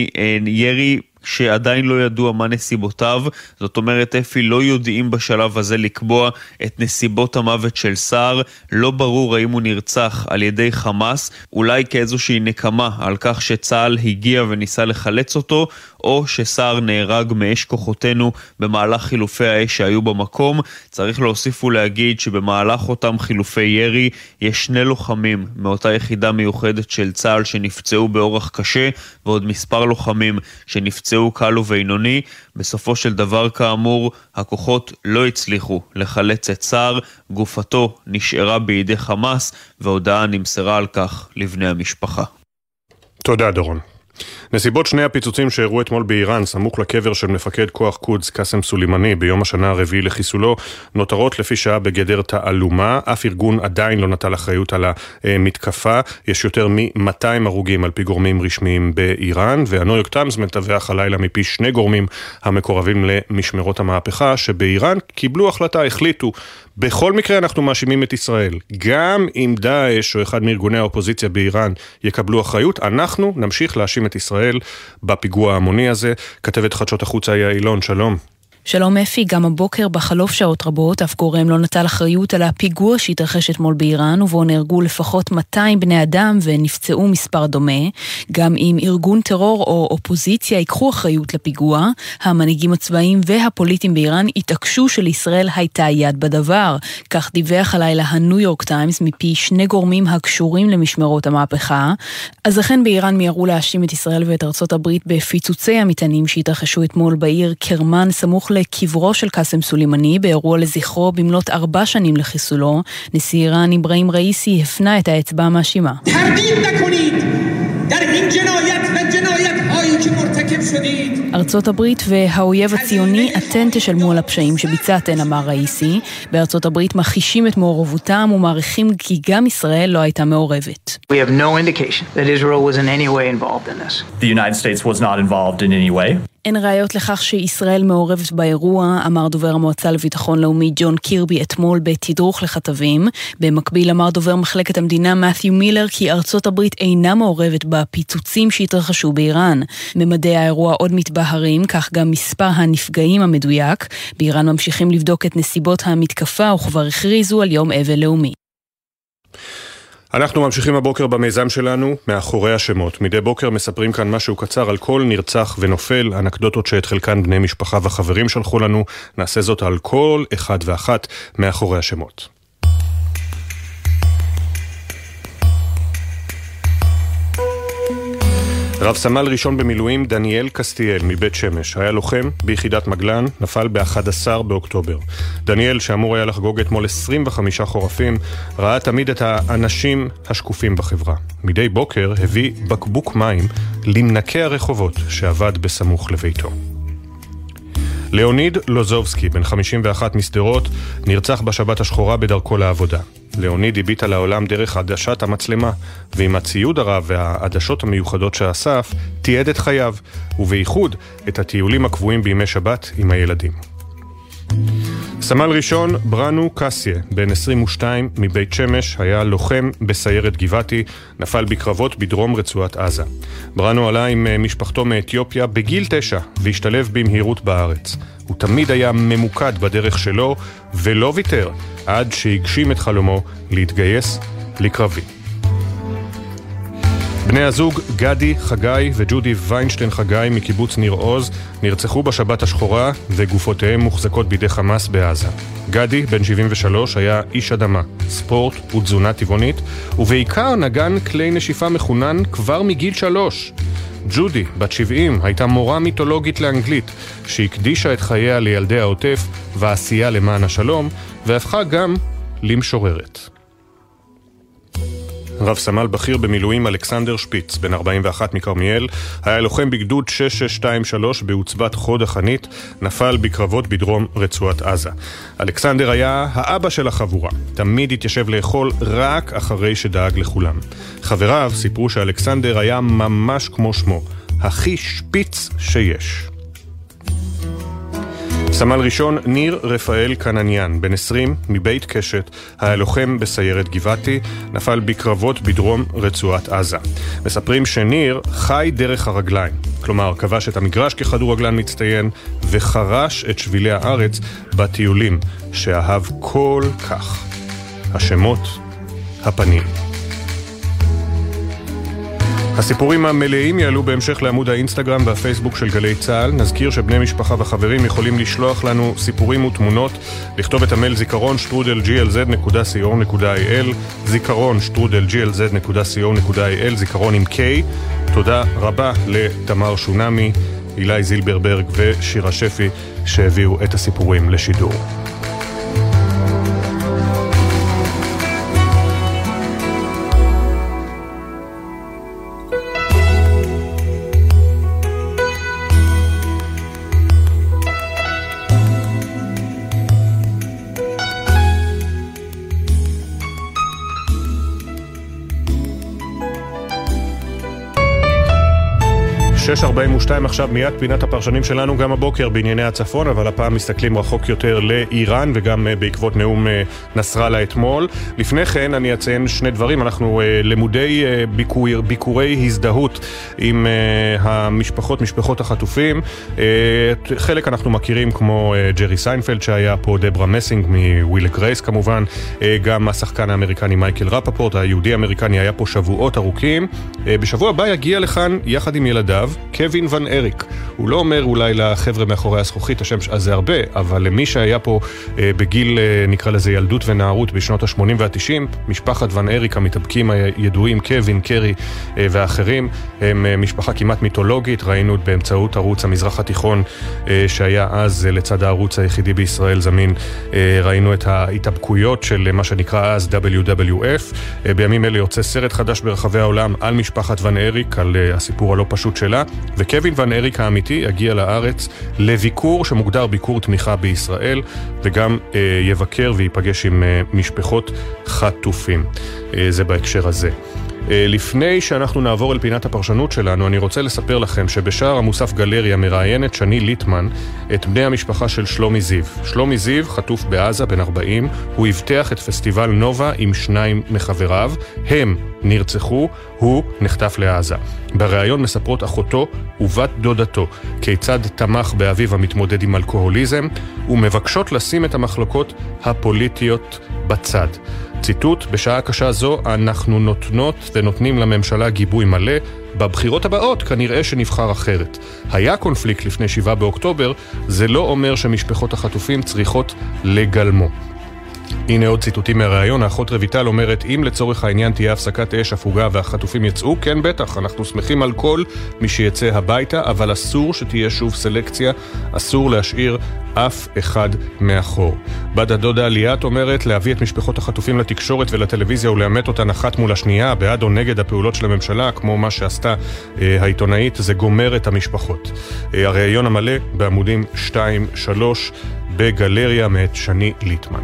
מירי שעדיין לא ידוע מה נסיבותיו. זאת אומרת, אפי, לא יודעים בשלב הזה לקבוע את נסיבות המוות של סהר. לא ברור האם הוא נרצח על ידי חמאס, אולי כאיזושהי נקמה על כך שצה"ל הגיע וניסה לחלץ אותו, או שסהר נהרג מאש כוחותינו במהלך חילופי האש שהיו במקום. צריך להוסיף ולהגיד שבמהלך אותם חילופי ירי יש 2 לוחמים מאותה יחידה מיוחדת של צה"ל שנפצעו באורח קשה, ועוד מספר לוחמים שנפצעו קל ובינוני. בסופו של דבר כאמור, הכוחות לא הצליחו לחלץ את סהר, גופתו נשארה בידי חמאס, והודעה נמסרה על כך לבני המשפחה. תודה דורון. נסיבות שני הפיצוצים שהראו אתמול באיראן, סמוך לקבר של מפקד כוח קודס קאסם סולימני ביום השנה הרביעי לחיסולו, נותרות לפי שעה בגדר תעלומה. אף ארגון עדיין לא נטל אחריות על המתקפה. יש יותר מ200 הרוגים על פי גורמים רשמיים באיראן, והניו יורק טיימס מדווח הלילה מפי 2 גורמים המקורבים למשמרות המהפכה שבאיראן קיבלו החלטה, החליטו. בכל מקרה אנחנו מאשימים את ישראל. גם אם דאעש או אחד מארגוני האופוזיציה באיראן יקבלו אחריות, אנחנו נמשיך להאשים את ישראל בפיגוע ההמוני הזה. כתבת חדשות החוץ היה אילון, שלום. שלום אפי, גם הבוקר בחלוף שעות רבות אף גורם לא נטל אחריות על הפיגוע שהתרחש אתמול באיראן, ובו נהרגו לפחות 200 בני אדם ונפצעו מספר דומה. גם אם ארגון טרור או אופוזיציה ייקחו אחריות לפיגוע, המנהיגים הצבאיים והפוליטיים באיראן התעקשו שלישראל הייתה יד בדבר. כך דיווח הלילה הניו יורק טיימס מפי 2 גורמים הקשורים למשמרות המהפכה. אז לכן באיראן מיהרו להאשים את ישראל ואת ארצות הברית בפיצוצי המטענים שהתרחשו אתמול בעיר קרמן סמוך לקברו של קאסם סולימני, באירוע לזכרו במלאת 4 שנים לחיסולו. נשיא איראן אברהים ראיסי הפנה את האצבע המאשימה. ארצות הברית והאויב הציוני, אתן תשלמו על הפשעים שביצעתן, אמר ראיסי. בארצות הברית מכחישים את מעורבותם ומעריכים כי גם ישראל לא הייתה מעורבת. We have no indication that Israel was in any way involved in this. The United States was not involved in any way. אין ראיות לכך שישראל מעורבת באירוע, אמר דובר המועצה לביטחון לאומי ג'ון קירבי אתמול בתדרוך לכתבים. במקביל אמר דובר מחלקת המדינה מת'יו מילר כי ארצות הברית אינה מעורבת בפיצוצים שהתרחשו באיראן. ממדי האירוע עוד מתבהרים, כך גם מספר הנפגעים המדויק. באיראן ממשיכים לבדוק את נסיבות המתקפה וכבר הכריזו על יום אבל לאומי. אנחנו ממשיכים הבוקר במיזם שלנו מאחורי השמות. מדי בוקר מספרים כאן משהו קצר על כל נרצח ונופל, אנקדוטות שאת חלקן בני משפחה וחברים שלחו לנו. נעשה זאת על כל אחד ואחת מאחורי השמות. רב סמל ראשון במילואים דניאל קסטיאל מבית שמש היה לוחם ביחידת מגלן, נפל ב-11 באוקטובר. דניאל, שאמור היה לחגוג אתמול 25 חורפים, ראה תמיד את האנשים השקופים בחברה. מדי בוקר הביא בקבוק מים למנקי הרחובות שעבד בסמוך לביתו. ליאוניד לוזובסקי, בן 51 מסדרות, נרצח בשבת השחורה בדרכו לעבודה. ליאוניד הביט על העולם דרך עדשת המצלמה, ועם הציוד הרב והעדשות המיוחדות שאסף, תיעד את חייו, ובייחוד את הטיולים הקבועים בימי שבת עם הילדים. סמל ראשון בראנו קסיה, בן 22 מבית שמש, היה לוחם בסיירת גבעתי, נפל בקרבות בדרום רצועת עזה. בראנו עלה עם משפחתו מאתיופיה בגיל 9 והשתלב במהירות בארץ. הוא תמיד היה ממוקד בדרך שלו ולא ויתר עד שהגשים את חלומו להתגייס לקרבי. בני הזוג גדי חגי וג'ודי ויינשטיין חגי מקיבוץ ניר עוז נרצחו בשבת השחורה וגופותיהם מוחזקות בידי חמאס בעזה. גדי, בן 73, היה איש אדמה, ספורט ותזונה טבעונית, ובעיקר נגן כלי נשיפה מחונן כבר מגיל 3. ג'ודי, בת 70, הייתה מורה מיתולוגית לאנגלית, שהקדישה את חייה לילדי העוטף ועשייה למען השלום, והפכה גם למשוררת. רב סמל בכיר במילואים אלכסנדר שפיץ, בן 41 מקרמיאל, היה לוחם בגדוד 6623 בעוצבת חוד החנית, נפל בקרבות בדרום רצועת עזה. אלכסנדר היה האבא של החבורה, תמיד התיישב לאכול רק אחרי שדאג לכולם. חבריו סיפרו שאלכסנדר היה ממש כמו שמו, הכי שפיץ שיש. סמל ראשון ניר רפאל קנניאן, בן 20 מבית קשת, היה לוחם בסיירת גבעתי, נפל בקרבות בדרום רצועת עזה. מספרים שניר חי דרך הרגליים, כלומר כבש את המגרש ככדורגלן מצטיין וחרש את שבילי הארץ בטיולים שאהב כל כך. השמות, הפנים. הסיפורים המלאים יעלו בהמשך לעמוד האינסטגרם והפייסבוק של גלי צהל. נזכיר שבני משפחה וחברים יכולים לשלוח לנו סיפורים ותמונות, לכתוב את המייל זיכרון@glz.co.il, זיכרון@glz.co.il, זיכרון עם K. תודה רבה לתמר שונמי, אילי זילברברג ושירה שפי שהביאו את הסיפורים לשידור. שש 42 עכשיו, מיד פינת הפרשנים שלנו גם הבוקר בענייני הצפון, אבל הפעם מסתכלים רחוק יותר לאיראן וגם בעקבות נאום נסראללה אתמול. לפני כן אני אציין שני דברים. אנחנו למודי ביקורי הזדהות עם משפחות החטופים. חלק אנחנו מכירים כמו ג'רי סיינפלד שהיה פה, דברה מסינג מוויל גרייס כמובן, גם השחקן האמריקני מייקל רפפורט, היהודי האמריקני, היה פה שבועות ארוכים. בשבוע הבא יגיע לכאן יחד עם ילדיו קווין ון אריק. הוא לא אומר אולי לחבר'ה מאחורי הזכוכית השם הזה הרבה, אבל למי שהיה פה בגיל, נקרא לזה ילדות ונערות בשנות ה-80 וה-90, משפחת ון אריק, המתאבקים הידועים, קווין, קרי ואחרים, הם משפחה כמעט מיתולוגית. ראינו באמצעות ערוץ המזרח התיכון שהיה אז לצד הערוץ היחידי בישראל זמין, ראינו את ההתאבקויות של מה שנקרא אז WWF. בימים אלה יוצא סרט חדש ברחבי העולם על משפחת ון אריק, על הסיפור הלא פשוט שלה, וקווין ון אריק האמיתי יגיע לארץ לביקור שמוגדר ביקור תמיכה בישראל, וגם יבקר ויפגש עם משפחות חטופים. זה בהקשר הזה. לפני שאנחנו נעבור אל פינת הפרשנות שלנו, אני רוצה לספר לכם שבשער המוסף גלריה מראיינת שני ליטמן את בני המשפחה של שלומי זיו. שלומי זיו חטוף בעזה, בן 40, הוא הבטח את פסטיבל נובה עם 2 מחבריו, הם נרצחו, הוא נחטף לעזה. בריאיון מספרות אחותו ובת דודתו כיצד תמך באביו המתמודד עם אלכוהוליזם, ומבקשות לשים את המחלוקות הפוליטיות בצד. ציטוט, בשעה קשה זו אנחנו נותנות ונותנים לממשלה גיבוי מלא, בבחירות הבאות כנראה שנבחר אחרת. היה קונפליקט לפני 7 באוקטובר, זה לא אומר שמשפחות החטופים צריכות לגלמו. הנה עוד ציטוטים מהרעיון. האחות רויטל אומרת, אם לצורך העניין תהיה הפסקת אש, הפוגה והחטופים יצאו, כן בטח, אנחנו שמחים על כל מי שיצא הביתה, אבל אסור שתהיה שוב סלקציה, אסור להשאיר אף אחד מאחור. בת הדודה ליאת אומרת, להביא את משפחות החטופים לתקשורת ולטלוויזיה ולאמת אותן אחת מול השנייה, בעד או נגד הפעולות של הממשלה, כמו מה שעשתה העיתונאית, זה גומר את המשפחות. הרעיון המלא בעמודים 2-3 בגלריה מאת שני ליטמן.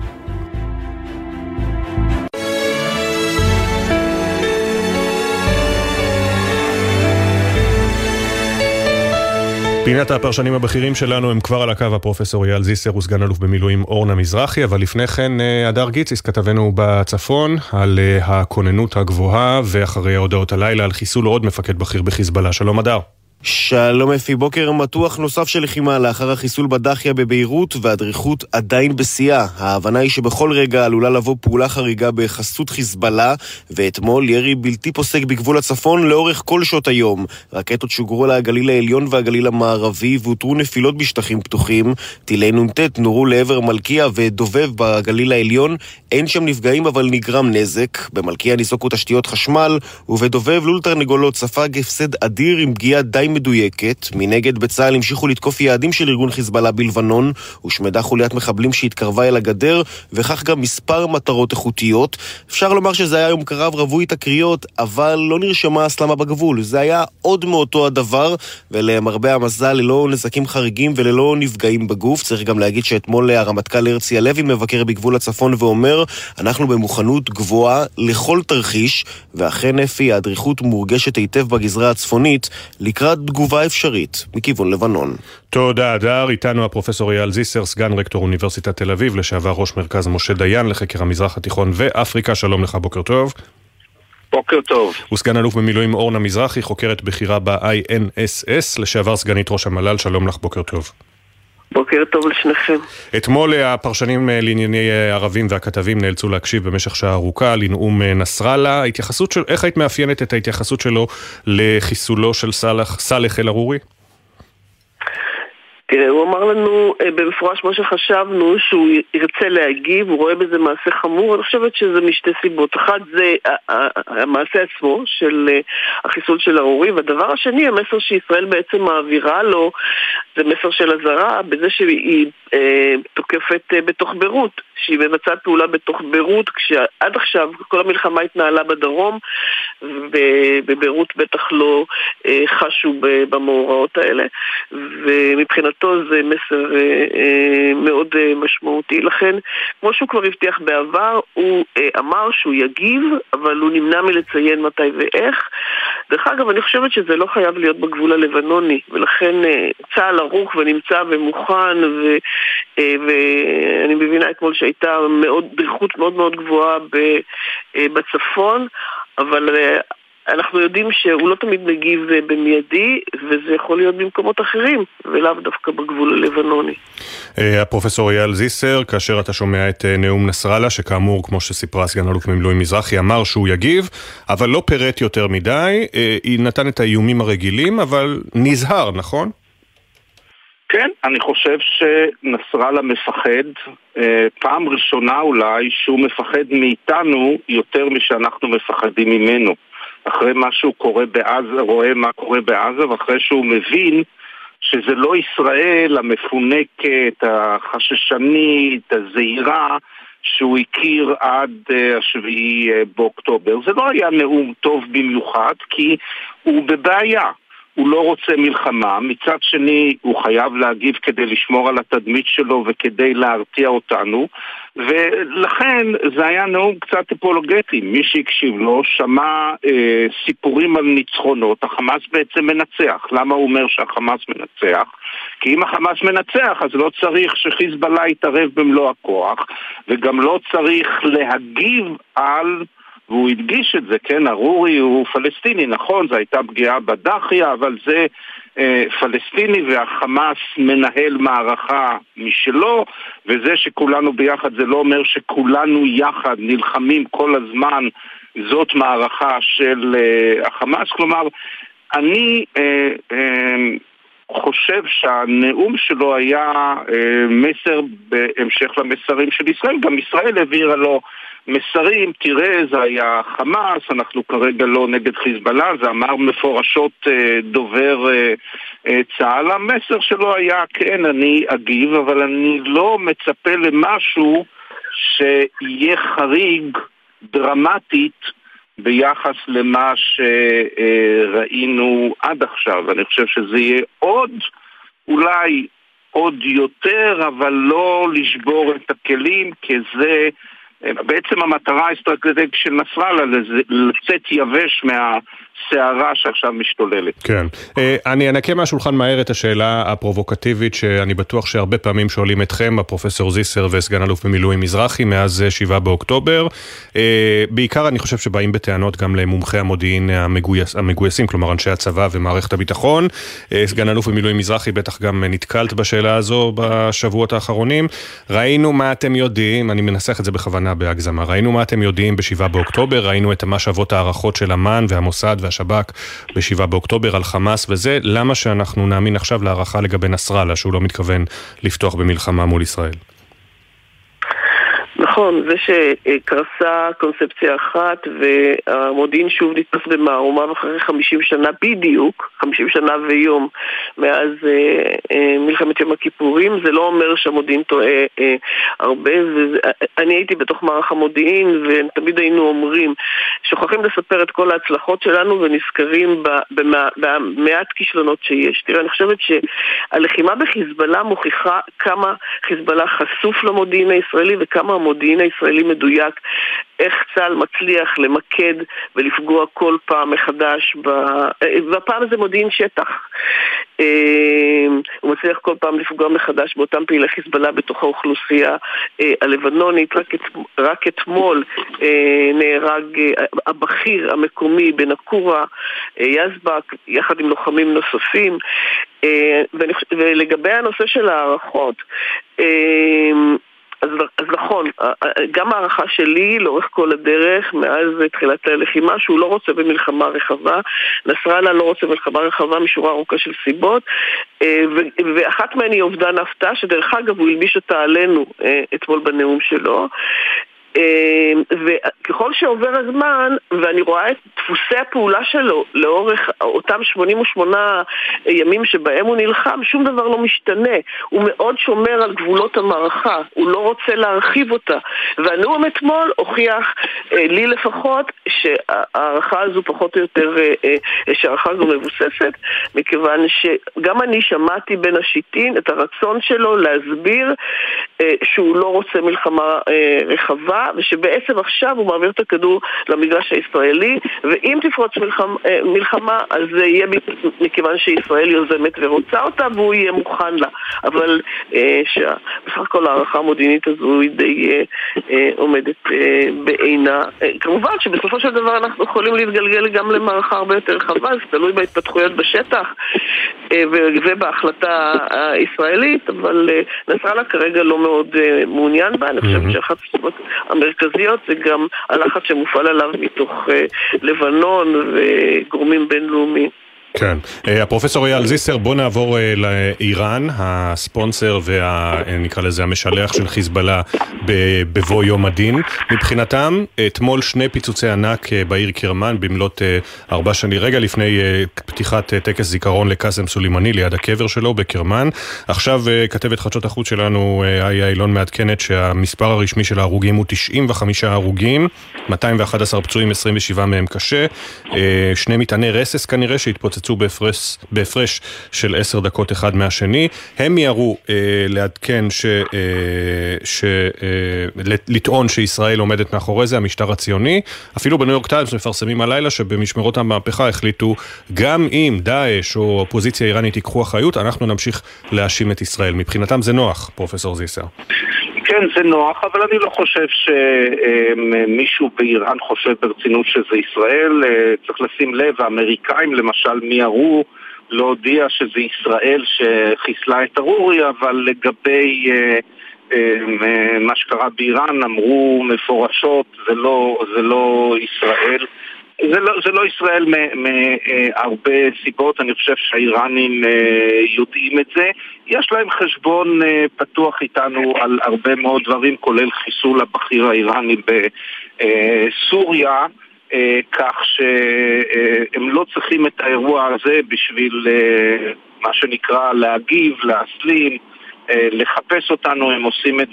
פינת הפרשנים הבכירים שלנו הם כבר על הקו, הפרופסור אייל זיסר וסגן אלוף במילואים אורנה מזרחי, אבל לפני כן הדר גיציס כתבנו בצפון על הכוננות הגבוהה ואחרי ההודעות הלילה על חיסול עוד מפקד בכיר בחיזבאללה. שלום הדר. שלום אפי, בוקר מתוח נוסף של לחימה לאחר החיסול בדחיה בביירות והדריכות עדיין בשיאה. ההבנה היא שבכל רגע עלולה לבוא פעולה חריגה בחסות חיזבאללה, ואתמול ירי בלתי פוסק בגבול הצפון לאורך כל שעות היום. רקטות שוגרו לגליל העליון והגליל המערבי והותרו נפילות בשטחים פתוחים. טילי נ"ט נורו לעבר מלכיה ודובב בגליל העליון. אין שם נפגעים אבל נגרם נזק. במלכיה ניסוקו תשתיות חשמל, ובדובב לול תרנגולות ספג הפסד אדיר עם פגיעה די מדויקת. מנגד בצה"ל המשיכו לתקוף יעדים של ארגון חיזבאללה בלבנון, ושמדה חוליית מחבלים שהתקרבה אל הגדר, וכך גם מספר מטרות איכותיות. אפשר לומר שזה היה יום קרב רווי תקריות, אבל לא נרשמה הסלמה בגבול. זה היה עוד מאותו הדבר, ולמרבה המזל ללא נזקים חריגים וללא נפגעים בגוף. צריך גם להגיד שאתמול הרמטכ"ל הרצי הלוי מבקר בגבול הצפון ואומר, אנחנו במוכנות גבוהה לכל תרחיש, ואכן אפי הדריכות מורגשת היטב בגזרה הצפונית לקראת תגובה אפשרית מכיוון לבנון. תודה הדר. איתנו הפרופסור אייל זיסר, סגן רקטור אוניברסיטת תל אביב, לשעבר ראש מרכז משה דיין לחקר המזרח התיכון ואפריקה. שלום לך, בוקר טוב. בוקר טוב. וסגן אלוף במילואים אורנה מזרחי, חוקרת בכירה ב-INSS, לשעבר סגנית ראש המל"ל. שלום לך, בוקר טוב. בוקר טוב לשניכם. אתמול הפרשנים לענייני ערבים והכתבים נאלצו להקשיב במשך שעה ארוכה לנאום נסראללה. איך היית מאפיינת את ההתייחסות שלו לחיסולו של סאלח אל-ערורי? תראה, הוא אמר לנו במפורש מה שחשבנו, שהוא ירצה להגיב, הוא רואה בזה מעשה חמור. אני חושבת שזה משתי סיבות. אחד זה המעשה עצמו של החיסול של אל-ערורי, והדבר השני, המסר שישראל בעצם מעבירה לו, זה מסר של הזרה, בזה שהיא תוקפת בתוך ביירות, שהיא מבצעת פעולה בתוך ביירות, כשעד עכשיו כל המלחמה התנהלה בדרום, ובביירות בטח לא חשו במאורעות האלה, ומבחינתו זה מסר מאוד משמעותי. לכן, כמו שהוא כבר הבטיח בעבר, הוא אמר שהוא יגיב, אבל הוא נמנע מלציין מתי ואיך. דרך אגב, אני חושבת שזה לא חייב להיות בגבול הלבנוני, ולכן צה"ל ערוך ונמצא ומוכן, ואני מבינה אתמול שהייתה דריכות מאוד מאוד גבוהה בצפון, אבל אנחנו יודעים שהוא לא תמיד מגיב במיידי, וזה יכול להיות במקומות אחרים, ולאו דווקא בגבול הלבנוני. הפרופסור אייל זיסר, כאשר אתה שומע את נאום נסראללה, שכאמור, כמו שסיפרה סגן אלוף במילואים מזרחי, אמר שהוא יגיב, אבל לא פירט יותר מדי, היא נתן את האיומים הרגילים, אבל נזהר, נכון? כן, אני חושב שנסראללה מפחד, פעם ראשונה אולי שהוא מפחד מאיתנו יותר משאנחנו מפחדים ממנו. אחרי מה שהוא קורא בעזה, רואה מה קורה בעזה, ואחרי שהוא מבין שזה לא ישראל המפונקת, החששנית, הזהירה, שהוא הכיר עד 7 באוקטובר. זה לא היה נאום טוב במיוחד, כי הוא בבעיה. הוא לא רוצה מלחמה, מצד שני הוא חייב להגיב כדי לשמור על התדמית שלו וכדי להרתיע אותנו, ולכן זה היה נאום קצת אפולוגטי. מי שהקשיב לו שמע סיפורים על ניצחונות. החמאס בעצם מנצח. למה הוא אומר שהחמאס מנצח? כי אם החמאס מנצח אז לא צריך שחיזבאללה יתערב במלוא הכוח, וגם לא צריך להגיב על והוא הדגיש את זה, כן, ארורי הוא פלסטיני, נכון, זו הייתה פגיעה בדחיה, אבל זה פלסטיני והחמאס מנהל מערכה משלו, וזה שכולנו ביחד זה לא אומר שכולנו יחד נלחמים כל הזמן, זאת מערכה של החמאס. כלומר, אני חושב שהנאום שלו היה מסר בהמשך למסרים של ישראל. גם ישראל העבירה לו מסרים, תראה, זה היה חמאס, אנחנו כרגע לא נגד חיזבאללה, זה אמר מפורשות דובר צה"ל. המסר שלו היה, כן, אני אגיב, אבל אני לא מצפה למשהו שיהיה חריג דרמטית ביחס למה שראינו עד עכשיו. אני חושב שזה יהיה אולי עוד יותר, אבל לא לשבור את הכלים, כי זה בעצם המטרה האסטרטגית של נסראללה, לצאת יבש מהסערה שעכשיו משתוללת. כן. אני אנקה מהשולחן מהר את השאלה הפרובוקטיבית שאני בטוח שהרבה פעמים שואלים אתכם, הפרופסור זיסר וסגן אלוף במילואים מזרחי, מאז 7 באוקטובר. בעיקר אני חושב שבאים בטענות גם למומחי המודיעין המגויסים, כלומר אנשי הצבא ומערכת הביטחון. סגן אלוף במילואים מזרחי בטח גם נתקלת בשאלה הזו בשבועות האחרונים. ראינו מה אתם יודעים, אני מנסח את זה בכוונה בהגזמה, ראינו מה אתם יודעים ב7 באוקטובר, ראינו את מה שוות הערכות של אמ"ן והמוסד והשב"כ ב7 באוקטובר על חמאס וזה, למה שאנחנו נאמין עכשיו להערכה לגבי נסראללה, שהוא לא מתכוון לפתוח במלחמה מול ישראל? נכון, זה שקרסה קונספציה אחת והמודיעין שוב נתפס במערומיו אחרי 50 שנה בדיוק, 50 שנה ויום מאז מלחמת יום הכיפורים, זה לא אומר שהמודיעין טועה הרבה. אני הייתי בתוך מערך המודיעין ותמיד היינו אומרים, שוכחים לספר את כל ההצלחות שלנו ונזכרים במעט כישלונות שיש. תראה, אני חושבת שהלחימה בחיזבאללה מוכיחה כמה חיזבאללה חשוף למודיעין הישראלי וכמה המודיעין הישראלי מדויק, איך צה"ל מצליח למקד ולפגוע כל פעם מחדש, והפעם זה מודיעין שטח. הוא מצליח כל פעם לפגוע מחדש באותם פעילי חיזבאללה בתוך האוכלוסייה הלבנונית. רק אתמול נהרג הבכיר המקומי בנקורה, יזבק, יחד עם לוחמים נוספים. ולגבי הנושא של הערכות, אז נכון, גם הערכה שלי לאורך כל הדרך, מאז תחילת הלחימה, שהוא לא רוצה במלחמה רחבה, נסראללה לא רוצה במלחמה רחבה משורה ארוכה של סיבות, ואחת מהן היא אובדן ההפתעה, שדרך אגב הוא הלביש אותה עלינו אתמול בנאום שלו, וככל שעובר הזמן ואני רואה את דפוסי הפעולה שלו לאורך אותם 88 ימים שבהם הוא נלחם, שום דבר לא משתנה. הוא מאוד שומר על גבולות המערכה, הוא לא רוצה להרחיב אותה, והנאום אתמול הוכיח לי לפחות שהערכה הזו פחות או יותר, שהערכה הזו מבוססת, מכיוון שגם אני שמעתי בין השיטין את הרצון שלו להסביר שהוא לא רוצה מלחמה רחבה, ושבעצם עכשיו הוא מעביר את הכדור למגרש הישראלי, ואם תפרוץ מלחמה, אז זה יהיה מכיוון שישראל יוזמת ורוצה אותה, והוא יהיה מוכן לה. אבל בסך הכל הערכה המודיעינית הזו היא די עומדת בעינה. כמובן שבסופו של דבר אנחנו יכולים להתגלגל גם למערכה הרבה יותר רחבה, זה תלוי בהתפתחויות בשטח ובהחלטה הישראלית, אבל נסראללה כרגע לא מאוד מעוניין בה. אני חושבת שאחת הסיבות המרכזיות זה גם הלחץ שמופעל עליו מתוך לבנון וגורמים בינלאומיים. כן. הפרופסור אייל זיסר, בוא נעבור לאיראן, הספונסר נקרא לזה המשלח של חיזבאללה בבוא יום הדין. מבחינתם, אתמול 2 פיצוצי ענק בעיר קרמן, במלאת 4 שנים, רגע לפני פתיחת טקס זיכרון לקאסם סולימני, ליד הקבר שלו בקרמן. עכשיו כתבת חדשות החוץ שלנו, איה אילון, מעדכנת שהמספר הרשמי של ההרוגים הוא 95 הרוגים, 211 פצועים, 27 מהם קשה, 2 מטעני רסס כנראה שהתפוצצו בהפרש של 10 דקות אחד מהשני. הם יראו לעדכן לטעון שישראל עומדת מאחורי זה, המשטר הציוני. אפילו בניו יורק טיימס מפרסמים הלילה שבמשמרות המהפכה החליטו, גם אם דאעש או אופוזיציה איראנית ייקחו אחריות, אנחנו נמשיך להאשים את ישראל. מבחינתם זה נוח, פרופסור זיסר. כן, זה נוח, אבל אני לא חושב שמישהו באיראן חושב ברצינות שזה ישראל. צריך לשים לב, האמריקאים למשל מיהרו להודיע שזה ישראל שחיסלה את ארורי, אבל לגבי מה שקרה באיראן אמרו מפורשות, זה לא ישראל. זה לא ישראל מהרבה סיבות, אני חושב שהאיראנים יודעים את זה. יש להם חשבון פתוח איתנו על הרבה מאוד דברים, כולל חיסול הבכיר האיראני בסוריה, כך שהם לא צריכים את האירוע הזה בשביל מה שנקרא להגיב, להסלים, לחפש אותנו. הם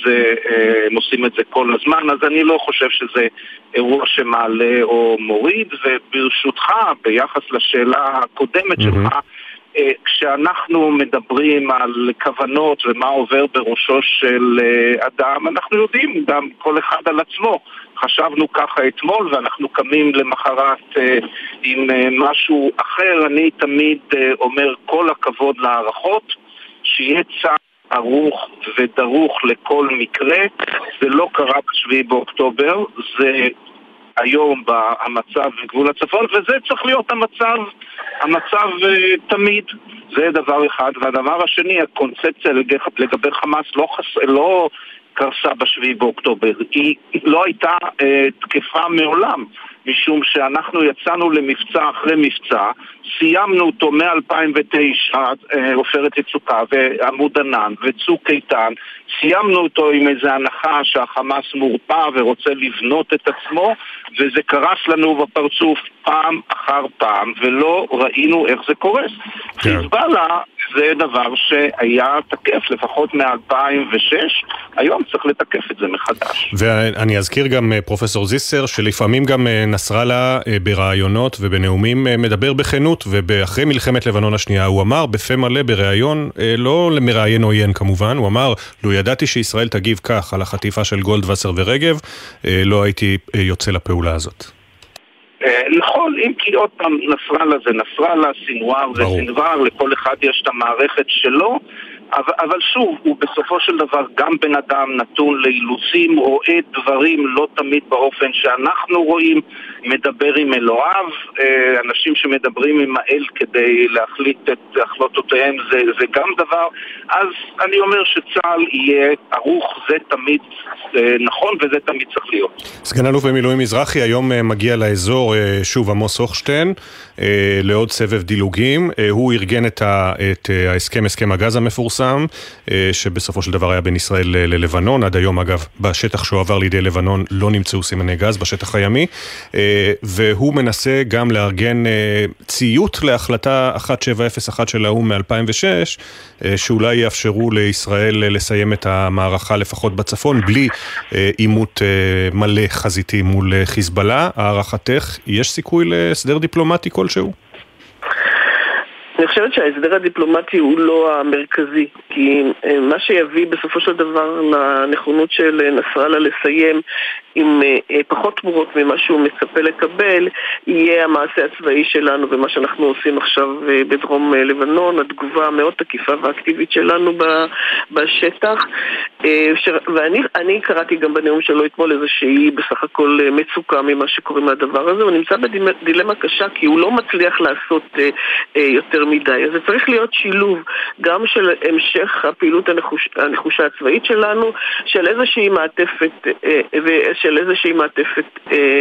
עושים את זה כל הזמן, אז אני לא חושב שזה אירוע שמעלה או מוריד. וברשותך, ביחס לשאלה הקודמת שלך, כשאנחנו מדברים על כוונות ומה עובר בראשו של אדם, אנחנו יודעים גם כל אחד על עצמו. חשבנו ככה אתמול ואנחנו קמים למחרת עם משהו אחר. אני תמיד אומר כל הכבוד להערכות, שיהיה צער ערוך ודרוך לכל מקרה. זה לא קרה ב7 באוקטובר, זה היום במצב בגבול הצפון, וזה צריך להיות המצב תמיד. זה דבר אחד. והדבר השני, הקונספציה לגבי חמאס לא קרסה ב7 באוקטובר. היא לא הייתה תקפה מעולם, משום שאנחנו יצאנו למבצע אחרי מבצע, סיימנו אותו מ-2009, עופרת יצוקה ועמוד ענן וצוק איתן, סיימנו אותו עם איזו הנחה שהחמאס מורפא ורוצה לבנות את עצמו, וזה קרס לנו בפרצוף פעם אחר פעם, ולא ראינו איך זה קורס. חיזבאללה זה דבר שהיה תקף לפחות מ-2006, היום צריך לתקף את זה מחדש. ואני אזכיר גם פרופסור זיסר, שלפעמים גם נסראללה ברעיונות ובנאומים מדבר בכנות, ואחרי מלחמת לבנון השנייה הוא אמר בפה מלא בראיון, לא למראיין עוין כמובן, הוא אמר, לו ידעתי שישראל תגיב כך על החטיפה של גולדווסר ורגב, לא הייתי יוצא לפעולה הזאת. נכון, אם כי עוד פעם נסראללה זה נסראללה, סינואר זה סינואר, לכל אחד יש את המערכת שלו, אבל שוב, הוא בסופו של דבר גם בן אדם נתון לאילוצים, רואה דברים לא תמיד באופן שאנחנו רואים, מדבר עם אלוהיו, אנשים שמדברים עם האל כדי להחליט את החלטותיהם, זה גם דבר. אז אני אומר שצה"ל יהיה ערוך, זה תמיד נכון וזה תמיד צריך להיות. סגן אלוף במילואים מזרחי, היום מגיע לאזור שוב עמוס הוכשטיין לעוד סבב דילוגים. הוא ארגן את הסכם הגז המפורסם, שבסופו של דבר היה בין ישראל ללבנון. עד היום אגב בשטח שהוא עבר לידי לבנון לא נמצאו סימני גז בשטח הימי, והוא מנסה גם לארגן ציות להחלטה 1701 של האו"ם מ-2006, שאולי יאפשרו לישראל לסיים את המערכה לפחות בצפון בלי עימות מלא חזיתי מול חיזבאללה. הערכתך, יש סיכוי להסדר דיפלומטי כלשהו? אני חושבת שההסדר הדיפלומטי הוא לא המרכזי, כי מה שיביא בסופו של דבר לנכונות של נסראללה לסיים עם פחות תמורות ממה שהוא מצפה לקבל, יהיה המעשה הצבאי שלנו ומה שאנחנו עושים עכשיו בדרום לבנון, התגובה המאוד תקיפה ואקטיבית שלנו בשטח. ואני קראתי גם בנאום שלו אתמול איזושהי בסך הכל מצוקה ממה שקורה מהדבר הזה. הוא נמצא בדילמה קשה כי הוא לא מצליח לעשות יותר מדי. אז זה צריך להיות שילוב גם של המשך הפעילות הנחושה הצבאית שלנו, של איזושהי מעטפת של איזושהי מעטפת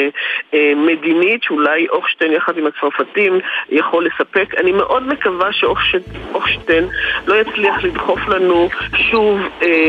מדינית, שאולי הוכשטיין יחד עם הצרפתים יכול לספק. אני מאוד מקווה שהוכשטיין לא יצליח לדחוף לנו שוב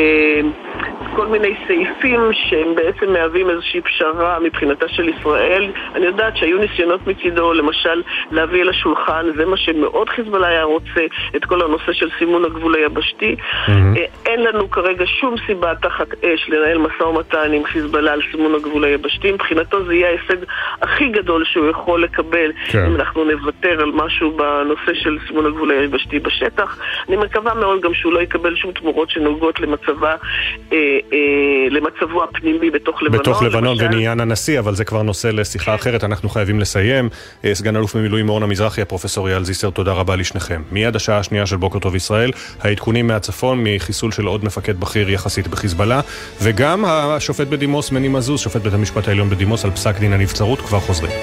כל מיני סעיפים שהם בעצם מהווים איזושהי פשרה מבחינתה של ישראל. אני יודעת שהיו ניסיונות מצידו, למשל להביא לשולחן, זה מה שמאוד חיזבאללה היה רוצה, את כל הנושא של סימון הגבול היבשתי. אין לנו כרגע שום סיבה תחת אש לנהל משא ומתן עם חיזבאללה על סימון הגבול היבשתי. מבחינתו זה יהיה ההישג הכי גדול שהוא יכול לקבל אם אנחנו נוותר על משהו בנושא של סימון הגבול היבשתי בשטח. אני מקווה מאוד גם שהוא לא יקבל שום תמורות שנוגעות למצבה למצבו הפנימי בתוך לבנון. בתוך לבנון ונעיין הנשיא, אבל זה כבר נושא לשיחה אחרת, אנחנו חייבים לסיים. סגן אלוף במילואים אורנה מזרחי, הפרופסור אייל זיסר, תודה רבה לשניכם. מיד השעה השנייה של בוקר טוב ישראל, העדכונים מהצפון מחיסול של עוד מפקד בכיר יחסית בחיזבאללה, וגם השופט בדימוס מני מזוז, שופט בית המשפט העליון בדימוס, על פסק דין הנבצרות, כבר חוזרים.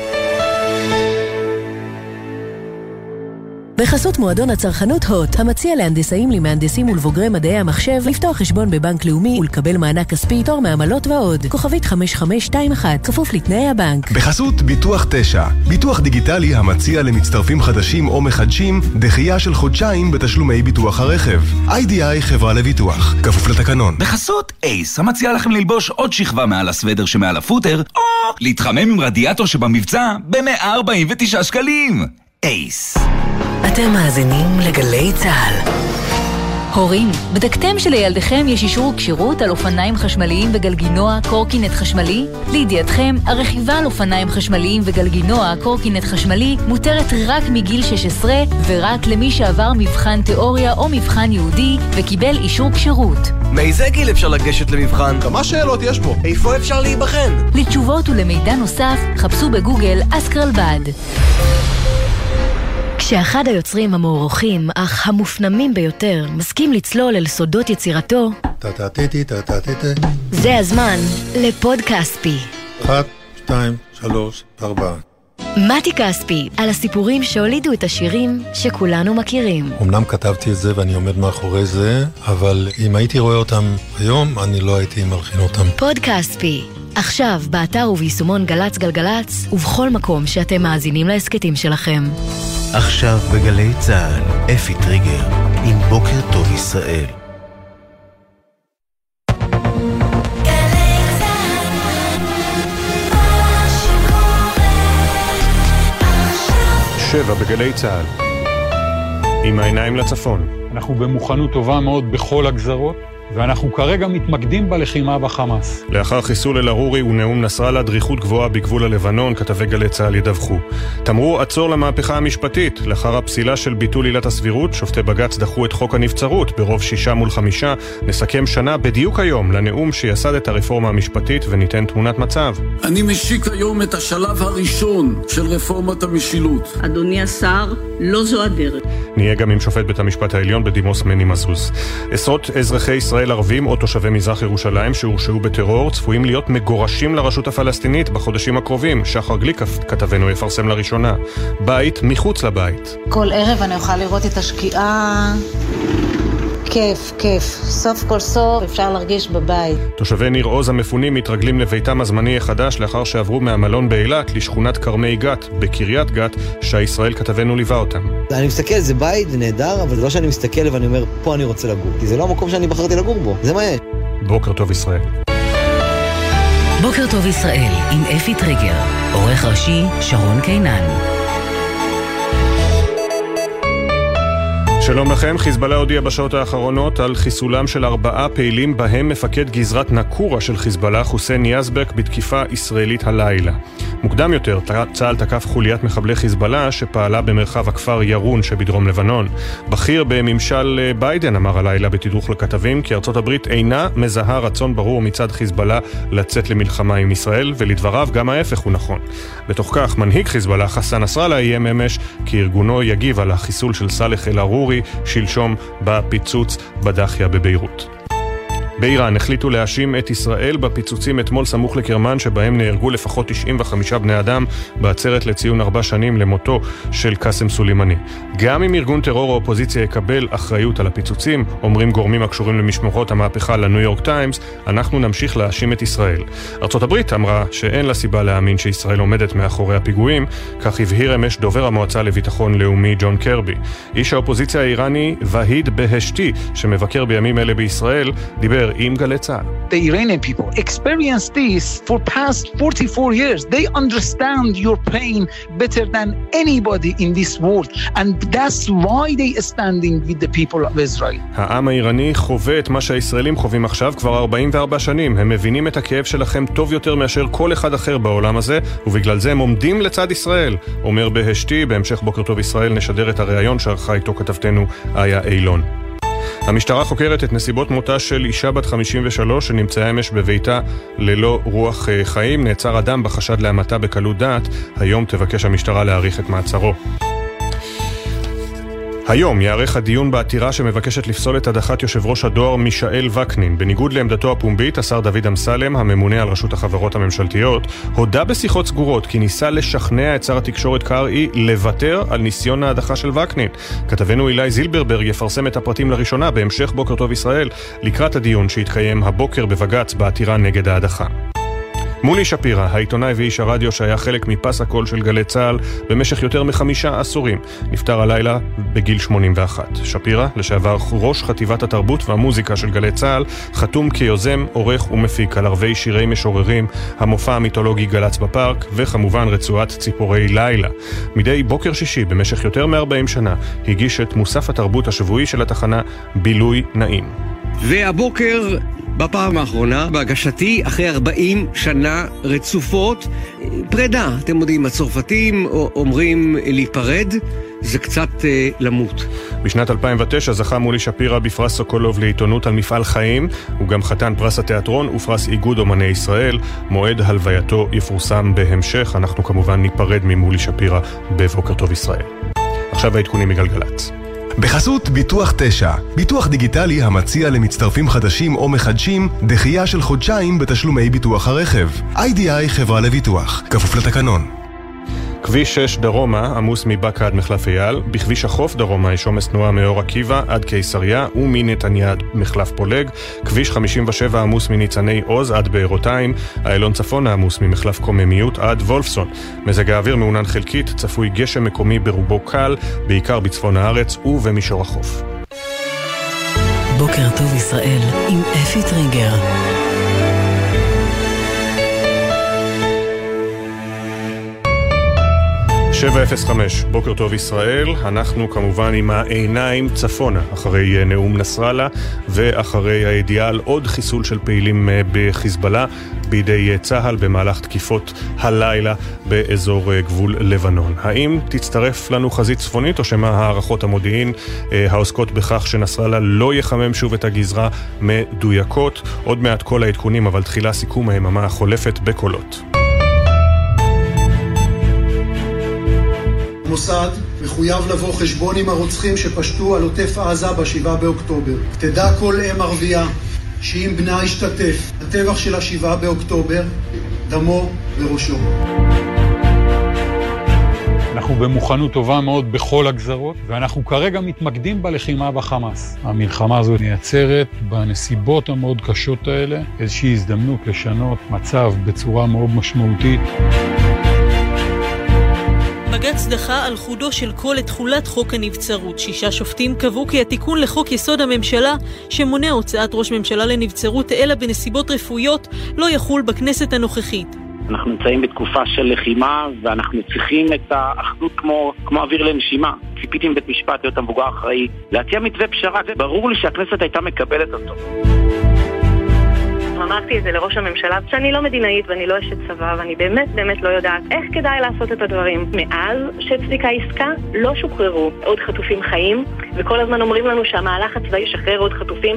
בחסות מועדון הצרכנות הוט, המציע להנדסאים, למהנדסים ולבוגרי מדעי המחשב לפתוח חשבון בבנק לאומי ולקבל מענק כספי, תור מעמלות ועוד. כוכבית 5521, כפוף לתנאי הבנק. בחסות ביטוח 9, ביטוח דיגיטלי המציע למצטרפים חדשים או מחדשים דחייה של חודשיים בתשלומי ביטוח הרכב. IDI חברה לביטוח, כפוף לתקנון. בחסות אייס, המציע לכם ללבוש עוד שכבה מעל הסוודר שמעל הפוטר, או להתחמם עם רדיאטור שבמבצע ב-149 שקלים. אייס. אתם מאזינים לגלי צהל. הורים, בדקתם שלילדיכם יש אישור כשירות על אופניים חשמליים וגלגינוע קורקינט חשמלי? לידיעתכם, הרכיבה על אופניים חשמליים וגלגינוע קורקינט חשמלי מותרת רק מגיל 16 ורק למי שעבר מבחן תיאוריה או מבחן יהודי וקיבל אישור כשירות. מאיזה גיל אפשר לגשת למבחן? כמה שאלות יש בו? איפה אפשר להיבחן? לתשובות ולמידע נוסף, חפשו בגוגל אסקרלבד. כשאחד היוצרים המוערוכים, אך המופנמים ביותר, מסכים לצלול אל סודות יצירתו, זה הזמן לפוד כספי. 1, 2, 3, 4. מתי כספי, על הסיפורים שהולידו את השירים שכולנו מכירים. אמנם כתבתי את זה ואני עומד מאחורי זה, אבל אם הייתי רואה אותם היום, אני לא הייתי מלחין אותם. פוד כספי, עכשיו באתר וביישומון גלץ גלגלץ, ובכל מקום שאתם מאזינים להסקטים שלכם. עכשיו בגלי צהל, אפי טריגר, עם בוקר טוב ישראל. שבע בגלי צהל, עם העיניים לצפון. אנחנו במוכנות טובה מאוד בכל הגזרות, ואנחנו כרגע מתמקדים בלחימה בחמאס. לאחר חיסול אל-ערורי ונאום נסראללה, דריכות גבוהה בגבול הלבנון, כתבי גלי צהל ידווחו. תמרו עצור למהפכה המשפטית. לאחר הפסילה של ביטול עילת הסבירות, שופטי בג"ץ דחו את חוק הנבצרות ברוב 6-5. נסכם שנה בדיוק היום לנאום שיסד את הרפורמה המשפטית וניתן תמונת מצב. אני משיק היום את השלב הראשון של רפורמת המשילות. אדוני השר, לא זו הדרך. נהיה גם עם שופט בית המשפט העליון בדימוס מני מזוז. עשרות אזרחי ישראל ערבים או תושבי מזרח ירושלים שהורשעו בטרור צפויים להיות מגורשים לרשות הפלסטינית בחודשים הקרובים. שחר גליק כתבנו יפרסם לראשונה. בית מחוץ לבית. כל ערב אני אוכל לראות את השקיעה. כיף. סוף כל סוף אפשר להרגיש בבית. תושבי ניר עוז המפונים מתרגלים לביתם הזמני החדש לאחר שעברו מהמלון באילת לשכונת קרמי גת בקריית גת, שהישראל כתבנו ליווה אותם. אני מסתכל, זה בית ונהדר, אבל זה לא שאני מסתכל ואני אומר, פה אני רוצה לגור. כי זה לא המקום שאני בחרתי לגור בו, זה מה יש. בוקר טוב ישראל. בוקר טוב ישראל עם אפי טריגר, עורך ראשי שרון קינן. שלום לכם, חיזבאללה הודיע בשעות האחרונות על חיסולם של 4 פעילים בהם מפקד גזרת נקורה של חיזבאללה, חוסיין יזבק, בתקיפה ישראלית הלילה. מוקדם יותר, צה"ל תקף חוליית מחבלי חיזבאללה שפעלה במרחב הכפר ירון שבדרום לבנון. בכיר בממשל ביידן אמר הלילה בתדרוך לכתבים כי ארצות הברית אינה מזהה רצון ברור מצד חיזבאללה לצאת למלחמה עם ישראל, ולדבריו גם ההפך הוא נכון. בתוך כך, מנהיג חיזבאללה חסן נסראללה איים אמש כי ארגונו יגיב על החיסול של סאלח אל-ערורי שלשום בפיצוץ בדחיה בביירות. באיראן החליטו להאשים את ישראל בפיצוצים אתמול סמוך לקרמן שבהם נהרגו לפחות 95 בני אדם בעצרת לציון 4 שנים למותו של קאסם סולימני. גם אם ארגון טרור האופוזיציה יקבל אחריות על הפיצוצים, אומרים גורמים הקשורים למשמרות המהפכה לניו יורק טיימס, אנחנו נמשיך להאשים את ישראל. ארצות הברית אמרה שאין לה סיבה להאמין שישראל עומדת מאחורי הפיגועים, כך הבהיר אמש דובר המועצה לביטחון לאומי ג'ון קרבי. איש האופוזיציה האיראני והיד בהשתי שמבקר בימים אלה בישראל דיבר עם גלי צהל. The Iranian people experienced this for past 44 years. They understand your pain better than anybody in this world. And that's why they are standing with the people of Israel. העם האיראני חווה את מה שהישראלים חווים עכשיו כבר 44 שנים. הם מבינים את הכאב שלכם טוב יותר מאשר כל אחד אחר בעולם הזה, ובגלל זה הם עומדים לצד ישראל. אומר בהשתי, בהמשך בוקר טוב ישראל נשדר את הריאיון שערכה איתו כתבתנו איה אילון. המשטרה חוקרת את נסיבות מותה של אישה בת 53 שנמצאה אמש בביתה ללא רוח חיים. נעצר אדם בחשד להמתה בקלות דעת. היום תבקש המשטרה להאריך את מעצרו. היום יערך הדיון בעתירה שמבקשת לפסול את הדחת יושב ראש הדואר מישאל וקנין. בניגוד לעמדתו הפומבית, השר דוד אמסלם, הממונה על רשות החברות הממשלתיות, הודה בשיחות סגורות כי ניסה לשכנע את שר התקשורת קרעי לוותר על ניסיון ההדחה של וקנין. כתבנו אילי זילברברג יפרסם את הפרטים לראשונה בהמשך בוקר טוב ישראל, לקראת הדיון שהתקיים הבוקר בבג"ץ בעתירה נגד ההדחה. מולי שפירא, העיתונאי ואיש הרדיו שהיה חלק מפס הקול של גלי צהל במשך יותר מ5 עשורים, נפטר הלילה בגיל 81. שפירא, לשעבר ראש חטיבת התרבות והמוזיקה של גלי צהל, חתום כיוזם, עורך ומפיק על ערבי שירי משוררים, המופע המיתולוגי גלץ בפארק, וכמובן רצועת ציפורי לילה. מדי בוקר שישי במשך יותר מ40 שנה הגיש את מוסף התרבות השבועי של התחנה בילוי נעים. והבוקר בפעם האחרונה, בהגשתי, אחרי 40 שנה רצופות, פרידה. אתם יודעים, הצרפתים אומרים להיפרד, זה קצת למות. בשנת 2009 זכה מולי שפירא בפרס סוקולוב לעיתונות על מפעל חיים. הוא גם חתן פרס התיאטרון ופרס איגוד אומני ישראל. מועד הלווייתו יפורסם בהמשך. אנחנו כמובן ניפרד ממולי שפירא בבוקר טוב ישראל. עכשיו העדכונים מגלגלץ. בחסות ביטוח 9, ביטוח דיגיטלי המציע למצטרפים חדשים או מחדשים דחייה של חודשיים בתשלומי ביטוח הרכב. IDI חברה לביטוח, כפוף לתקנון. כביש 6 דרומה עמוס מבקה עד מחלף אייל, בכביש החוף דרומה יש עומס תנועה מאור עקיבא עד קיסריה ומנתניה עד מחלף פולג, כביש 57 עמוס מניצני עוז עד בארותיים, איילון צפונה עמוס ממחלף קוממיות עד וולפסון. מזג האוויר מעונן חלקית, צפוי גשם מקומי ברובו קל, בעיקר בצפון הארץ ובמישור החוף. בוקר טוב ישראל עם אפי טריגר. 7:05, בוקר טוב ישראל. אנחנו כמובן עם העיניים צפונה, אחרי נאום נסראללה ואחרי הידיעה על עוד חיסול של פעילים בחיזבאללה בידי צהל במהלך תקיפות הלילה באזור גבול לבנון. האם תצטרף לנו חזית צפונית או שמה הערכות המודיעין העוסקות בכך שנסראללה לא יחמם שוב את הגזרה מדויקות? עוד מעט כל העדכונים, אבל תחילה סיכום היממה החולפת בקולות. מוסד מחויב לבוא חשבון עם הרוצחים שפשטו על עוטף עזה ב7 באוקטובר. תדע כל אם ערבייה שאם בנה השתתף בטבח של 7 באוקטובר, דמו בראשו. אנחנו במוכנות טובה מאוד בכל הגזרות, ואנחנו כרגע מתמקדים בלחימה בחמאס. המלחמה הזו מייצרת בנסיבות המאוד קשות האלה איזושהי הזדמנות לשנות מצב בצורה מאוד משמעותית. בג"ץ דחה על חודו של כל את תחולת חוק הנבצרות. 6 שופטים קבעו כי התיקון לחוק יסוד הממשלה, שמונע הוצאת ראש ממשלה לנבצרות אלא בנסיבות רפואיות, לא יחול בכנסת הנוכחית. אנחנו נמצאים בתקופה של לחימה, ואנחנו צריכים את האחדות כמו אוויר לנשימה. ציפיתי מבית משפט להיות המבוגר אחראי להציע מתווה פשרה. ברור לי שהכנסת הייתה מקבלת אותו. אמרתי את זה לראש הממשלה, שאני לא מדינאית ואני לא אשת צבא, ואני באמת לא יודעת איך כדאי לעשות את הדברים. מאז שהצדיקה עסקה, לא שוחררו עוד חטופים חיים, וכל הזמן אומרים לנו שהמהלך הצבאי ישחרר עוד חטופים.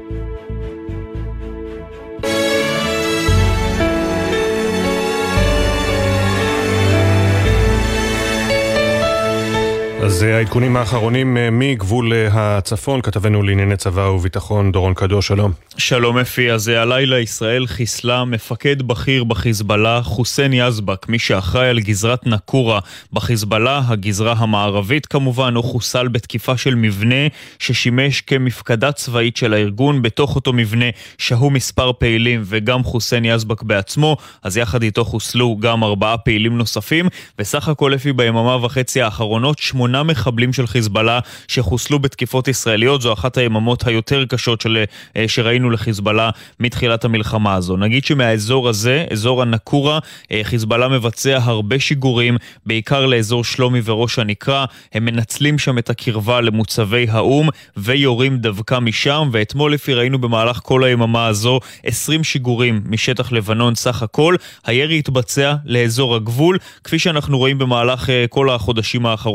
אז העדכונים האחרונים מגבול הצפון, כתבנו לענייני צבא וביטחון דורון קדוש, שלום. שלום אפי, אז הלילה ישראל חיסלה מפקד בכיר בחיזבאללה, חוסיין יזבק, מי שאחראי על גזרת נקורה בחיזבאללה, הגזרה המערבית כמובן, הוא חוסל בתקיפה של מבנה ששימש כמפקדה צבאית של הארגון. בתוך אותו מבנה שהו מספר פעילים וגם חוסיין יזבק בעצמו, אז יחד איתו חוסלו גם 4 פעילים נוספים, וסך הכל אפי ביממה וחצי האחרונות 8 מחבלים של חיזבאללה שחוסלו בתקיפות ישראליות. זו אחת היממות היותר קשות שראינו לחיזבאללה מתחילת המלחמה הזו. נגיד שמהאזור הזה, אזור הנקורה, חיזבאללה מבצע הרבה שיגורים, בעיקר לאזור שלומי וראש הנקרה. הם מנצלים שם את הקרבה למוצבי האום ויורים דווקא משם, ואתמול לפי ראינו במהלך כל היממה הזו 20 שיגורים משטח לבנון סך הכל. הירי התבצע לאזור הגבול, כפי שאנחנו רואים במהלך כל החודשים האחרונים מאז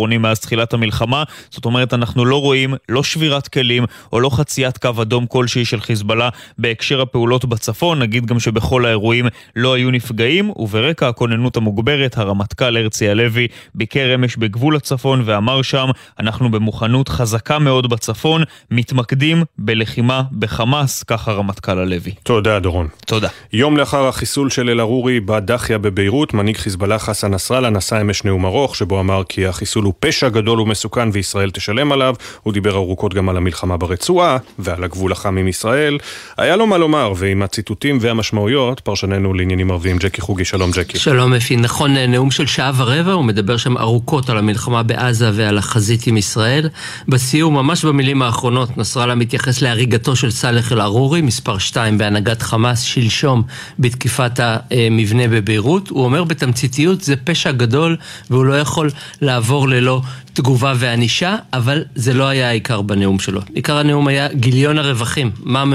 תחילת המלחמה. זאת אומרת, אנחנו לא רואים לא שבירת כלים או לא חציית קו אדום כלשהי של חיזבאללה בהקשר הפעולות בצפון. נגיד גם שבכל האירועים לא היו נפגעים, וברקע הכוננות המוגברת, הרמטכ"ל הרצי הלוי ביקר אמש בגבול הצפון ואמר שם, אנחנו במוכנות חזקה מאוד בצפון, מתמקדים בלחימה בחמאס, כך הרמטכ"ל הלוי. תודה דורון. תודה. יום לאחר החיסול של אל-ערורי בדחיה בביירות, מנהיג חיזבאללה חסן נסראללה נשא אמש נאום ארוך, שבו אמר כי החיסול הוא פשע גדול ומסוכן וישראל תשלם עליו. הוא דיבר ארוכות גם על המלחמה ברצועה ועל הגבול החם עם ישראל. היה לו מה לומר, ועם הציטוטים והמשמעויות, פרשננו לעניינים ערביים ג'קי חוגי. שלום ג'קי. שלום אפי. נכון, נאום של שעה ורבע, הוא מדבר שם ארוכות על המלחמה בעזה ועל החזית עם ישראל. בסיום, ממש במילים האחרונות, נסראללה מתייחס להריגתו של סאלח אל-ערורי, מספר 2 בהנהגת חמאס שלשום בתקיפת המבנה בביירות. הוא אומר בתמציתיות, זה פשע גדול והוא לא יכול לעבור ללא תגובה ואנישה, אבל זה לא היה העיקר בנאום שלו. עיקר הנאום היה גיליון הרווחים.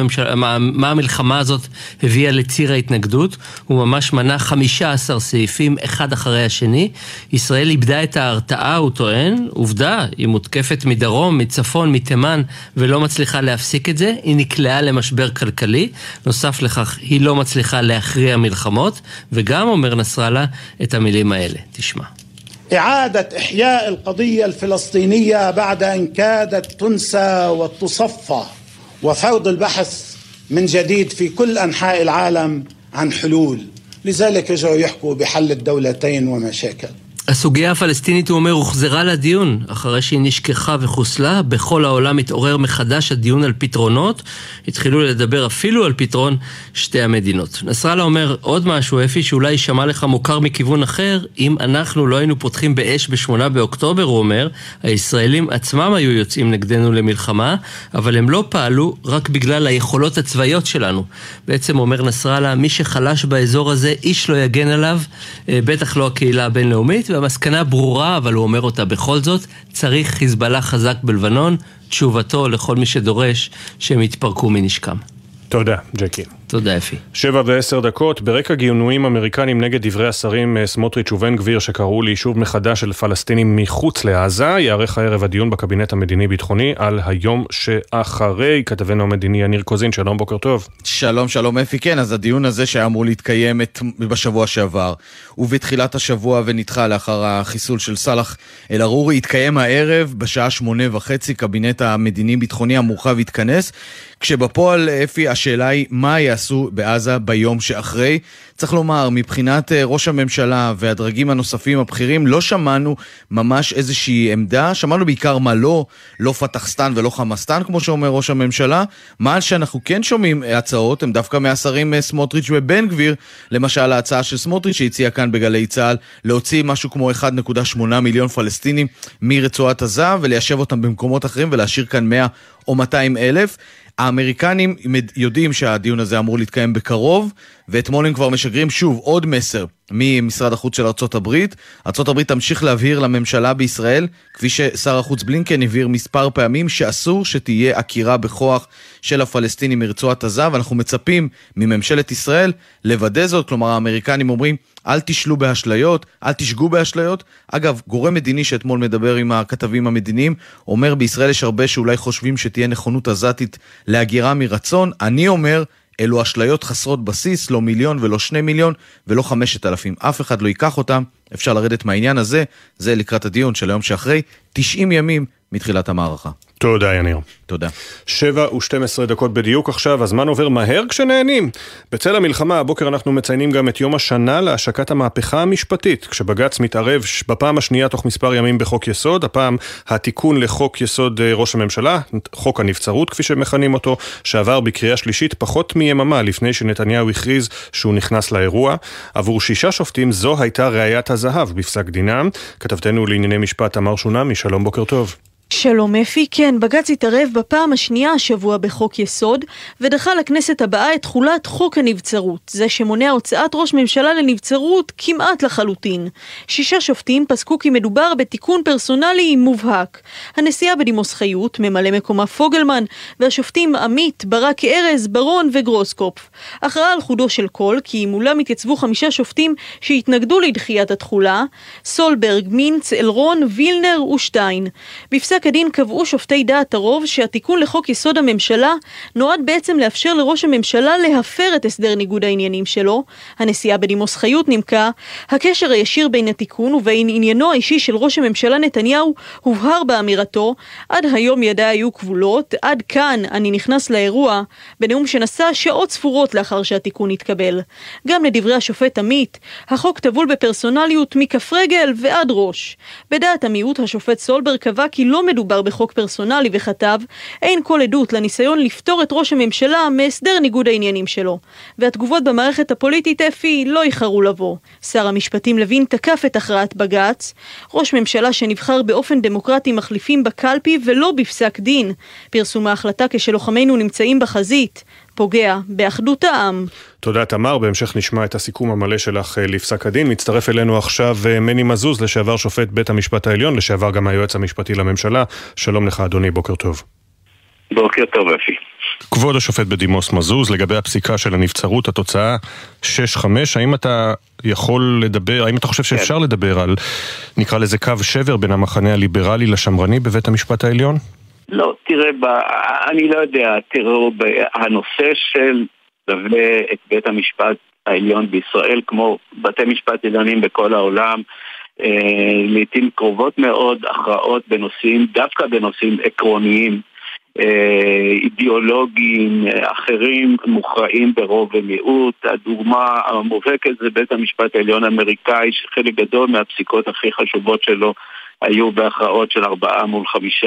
מה המלחמה הזאת הביאה לציר ההתנגדות. הוא ממש מנה 15 סעיפים אחד אחרי השני. ישראל איבדה את ההרתעה, הוא טוען. עובדה, היא מותקפת מדרום, מצפון, מתימן, ולא מצליחה להפסיק את זה. היא נקלעה למשבר כלכלי. נוסף לכך, היא לא מצליחה להכריע מלחמות, וגם אומר נסראללה את המילים האלה. תשמע. إعادة إحياء القضية الفلسطينية بعد أن كادت تنسى وتصفى وفوض البحث من جديد في كل أنحاء العالم عن حلول لذلك يجوا يحكوا بحل الدولتين ومشاكل. הסוגיה הפלסטינית, הוא אומר, הוחזרה לדיון. אחרי שהיא נשכחה וחוסלה, בכל העולם התעורר מחדש הדיון על פתרונות. התחילו לדבר אפילו על פתרון שתי המדינות. נסראללה אומר עוד משהו, אפי, שאולי שמע לך מוכר מכיוון אחר. אם אנחנו לא היינו פותחים באש ב8 באוקטובר, הוא אומר, הישראלים עצמם היו יוצאים נגדנו למלחמה, אבל הם לא פעלו רק בגלל היכולות הצבאיות שלנו. בעצם אומר נסראללה, מי שחלש באזור הזה, איש לא יגן עליו, בטח לא הקהילה הבינלאומית, והמסקנה ברורה, אבל הוא אומר אותה בכל זאת, צריך חיזבאללה חזק בלבנון, תשובתו לכל מי שדורש שהם יתפרקו מנשקם. תודה, ג'קי. תודה, אפי. 7:10, ברקע גינויים אמריקנים נגד דברי השרים סמוטריץ' ובן גביר שקראו ליישוב מחדש של פלסטינים מחוץ לעזה, יערך הערב הדיון בקבינט המדיני-ביטחוני על היום שאחרי. כתבנו המדיני יניר קוזין, שלום, בוקר טוב. שלום, שלום אפי. כן, אז הדיון הזה שהיה אמור להתקיים בשבוע שעבר ובתחילת השבוע ונדחה לאחר החיסול של סאלח אל-ערורי, התקיים הערב בשעה 8:30, קבינט המדיני-ביטחוני המורחב התכנס, כשבפועל אפי השאלה היא מה יעשו בעזה ביום שאחרי. צריך לומר, מבחינת ראש הממשלה והדרגים הנוספים הבכירים, לא שמענו ממש איזושהי עמדה, שמענו בעיקר מה לא פתחסטן ולא חמאסטן, כמו שאומר ראש הממשלה. מה שאנחנו כן שומעים הצעות, הם דווקא מהשרים סמוטריץ' ובן גביר, למשל ההצעה של סמוטריץ' שהציע כאן בגלי צהל, להוציא משהו כמו 1.8 מיליון פלסטינים מרצועת עזה, וליישב אותם במקומות אחרים ולהשאיר כאן 100 או 200 אלף. האמריקנים יודעים שהדיון הזה אמור להתקיים בקרוב, ואתמול הם כבר משגרים שוב עוד מסר ממשרד החוץ של ארצות הברית. ארצות הברית תמשיך להבהיר לממשלה בישראל, כפי ששר החוץ בלינקן הבהיר מספר פעמים, שאסור שתהיה עקירה בכוח של הפלסטינים מרצועת עזה, ואנחנו מצפים מממשלת ישראל לוודא זאת. כלומר, האמריקנים אומרים, אל תשלו באשליות, אל תשגו באשליות. אגב, גורם מדיני שאתמול מדבר עם הכתבים המדיניים, אומר בישראל יש הרבה שאולי חושבים שתהיה נכונות עזתית להגירה מרצון. אני אומר, אלו אשליות חסרות בסיס, לא 1,000,000 ולא 2 מיליון ולא 5,000. אף אחד לא ייקח אותם, אפשר לרדת מהעניין הזה. זה לקראת הדיון של היום שאחרי 90 ימים מתחילת המערכה. תודה, יניר. תודה. 7:12 בדיוק עכשיו, הזמן עובר מהר כשנהנים. בצל המלחמה, הבוקר אנחנו מציינים גם את יום השנה להשקת המהפכה המשפטית, כשבג"ץ מתערב בפעם השנייה תוך מספר ימים בחוק יסוד, הפעם התיקון לחוק יסוד ראש הממשלה, חוק הנבצרות כפי שמכנים אותו, שעבר בקריאה שלישית פחות מיממה לפני שנתניהו הכריז שהוא נכנס לאירוע. עבור 6 שופטים זו הייתה ראיית הזהב בפסק דינם. כתבתנו לענייני משפט תמר שונמי, שלום, בוקר טוב. שלום אפי, כן, בג"ץ התערב בפעם השנייה השבוע בחוק יסוד ודחה לכנסת הבאה את תחולת חוק הנבצרות, זה שמונע הוצאת ראש ממשלה לנבצרות כמעט לחלוטין. 6 שופטים פסקו כי מדובר בתיקון פרסונלי מובהק. הנשיאה בדימוס חיות, ממלא מקומה פוגלמן, והשופטים עמית, ברק ארז, ברון וגרוסקופף. הכרעה על חודו של כל, כי מולם התייצבו 5 שופטים שהתנגדו לדחיית התחולה, סולברג, מינץ, אלרון, וילנר ושטיין. בפסק הדין קבעו שופטי דעת הרוב שהתיקון לחוק יסוד הממשלה נועד בעצם לאפשר לראש הממשלה להפר את הסדר ניגוד העניינים שלו. הנשיאה בדימוס חיות נימקה, הקשר הישיר בין התיקון ובין עניינו האישי של ראש הממשלה נתניהו הובהר באמירתו, עד היום ידיי היו כבולות, עד כאן אני נכנס לאירוע, בנאום שנשא שעות ספורות לאחר שהתיקון התקבל. גם לדברי השופט עמית, החוק טבול בפרסונליות מכף רגל ועד ראש. בדעת המיעוט השופט סולברג קבע כי לא מדובר בחוק פרסונלי וכתב, אין כל עדות לניסיון לפתור את ראש הממשלה מהסדר ניגוד העניינים שלו. והתגובות במערכת הפוליטית אפי לא איחרו לבוא. שר המשפטים לוין תקף את הכרעת בג"ץ. ראש ממשלה שנבחר באופן דמוקרטי מחליפים בקלפי ולא בפסק דין. פרסום ההחלטה כשלוחמינו נמצאים בחזית. פוגע באחדות העם. תודה תמר, בהמשך נשמע את הסיכום המלא שלך לפסק הדין. מצטרף אלינו עכשיו מני מזוז, לשעבר שופט בית המשפט העליון, לשעבר גם היועץ המשפטי לממשלה. שלום לך אדוני, בוקר טוב. בוקר טוב אפי. כבוד השופט בדימוס מזוז, לגבי הפסיקה של הנבצרות, התוצאה 6-5, האם אתה יכול לדבר, האם אתה חושב שאפשר לדבר על, נקרא לזה קו שבר בין המחנה הליברלי לשמרני בבית המשפט העליון? לא, תראה, אני לא יודע, תראו, הנושא של לבוא את בית המשפט העליון בישראל, כמו בתי משפט עליונים בכל העולם, לעתים קרובות מאוד הכרעות בנושאים, דווקא בנושאים עקרוניים, אידיאולוגיים, אחרים מוכרעים ברוב ומיעוט. הדוגמה המובהקת זה בית המשפט העליון האמריקאי, שחלק גדול מהפסיקות הכי חשובות שלו היו בהכרעות של 4 מול 5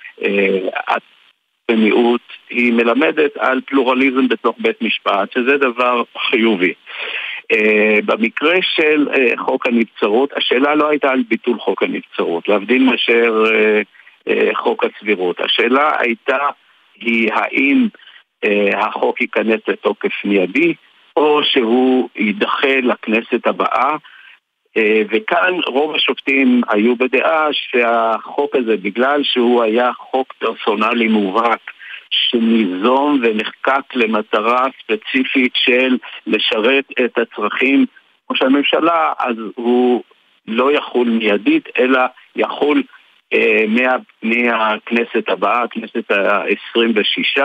במיעוט. היא מלמדת על פלורליזם בתוך בית משפט, שזה דבר חיובי. במקרה של חוק הנבצרות, השאלה לא הייתה על ביטול חוק הנבצרות, להבדיל מאשר חוק הסבירות. השאלה הייתה האם החוק ייכנס לתוקף מיידי, או שהוא יידחה לכנסת הבאה, וכאן רוב השופטים היו בדעה שהחוק הזה, בגלל שהוא היה חוק פרסונלי מובהק, שניזום ונחקק למטרה ספציפית של לשרת את הצרכים של הממשלה, אז הוא לא יחול מיידית, אלא יחול מהכנסת הבאה, הכנסת ה-26,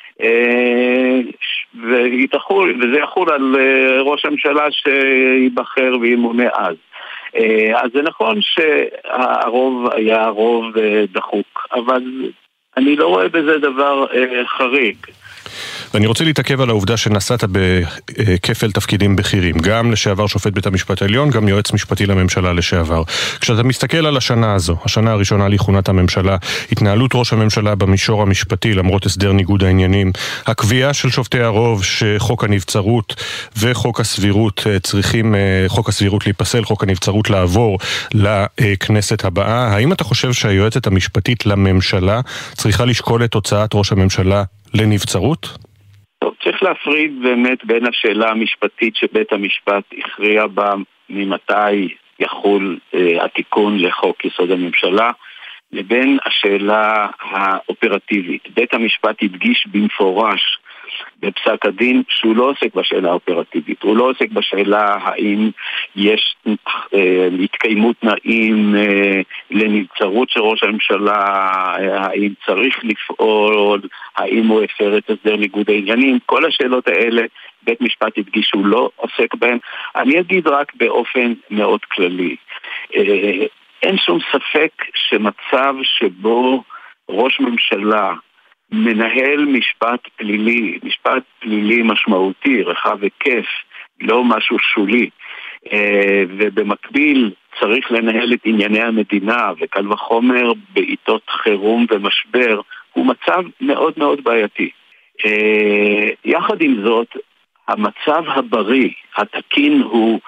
וזה יחול על ראש הממשלה שיבחר וימונה אז. אז זה נכון שהרוב היה רוב דחוק, אבל אני לא רואה בזה דבר חריג. ואני רוצה להתעכב על העובדה שנסעת בכפל תפקידים בכירים, גם לשעבר שופט בית המשפט העליון, גם יועץ משפטי לממשלה לשעבר. כשאתה מסתכל על השנה הזו, השנה הראשונה לכהונת הממשלה, התנהלות ראש הממשלה במישור המשפטי, למרות הסדר ניגוד העניינים, הקביעה של שופטי הרוב שחוק הנבצרות וחוק הסבירות צריכים, חוק הסבירות להיפסל, חוק הנבצרות לעבור לכנסת הבאה, האם אתה חושב שהיועצת המשפטית לממשלה צריכה לשקול את הוצאת ראש הממשלה לנבצרות? טוב, צריך להפריד באמת בין השאלה המשפטית שבית המשפט הכריע בה ממתי יחול התיקון לחוק יסוד הממשלה, לבין השאלה האופרטיבית. בית המשפט הדגיש במפורש בפסק הדין שהוא לא עוסק בשאלה האופרטיבית, הוא לא עוסק בשאלה האם יש התקיימות תנאים לנבצרות של ראש הממשלה, האם צריך לפעול, האם הוא הפר את הסדר ניגוד העניינים. כל השאלות האלה בית משפט הדגיש שהוא לא עוסק בהן. אני אגיד רק באופן מאוד כללי, אין שום ספק שמצב שבו ראש ממשלה מנהל משפט פלילי משמעותי, רחב היקף, לא משהו שולי, ובמקביל צריך לנהל את ענייני המדינה, וקל וחומר בעיתות חירום ומשבר, הוא מצב מאוד מאוד בעייתי. יחד עם זאת, המצב הבריא, התקין הוא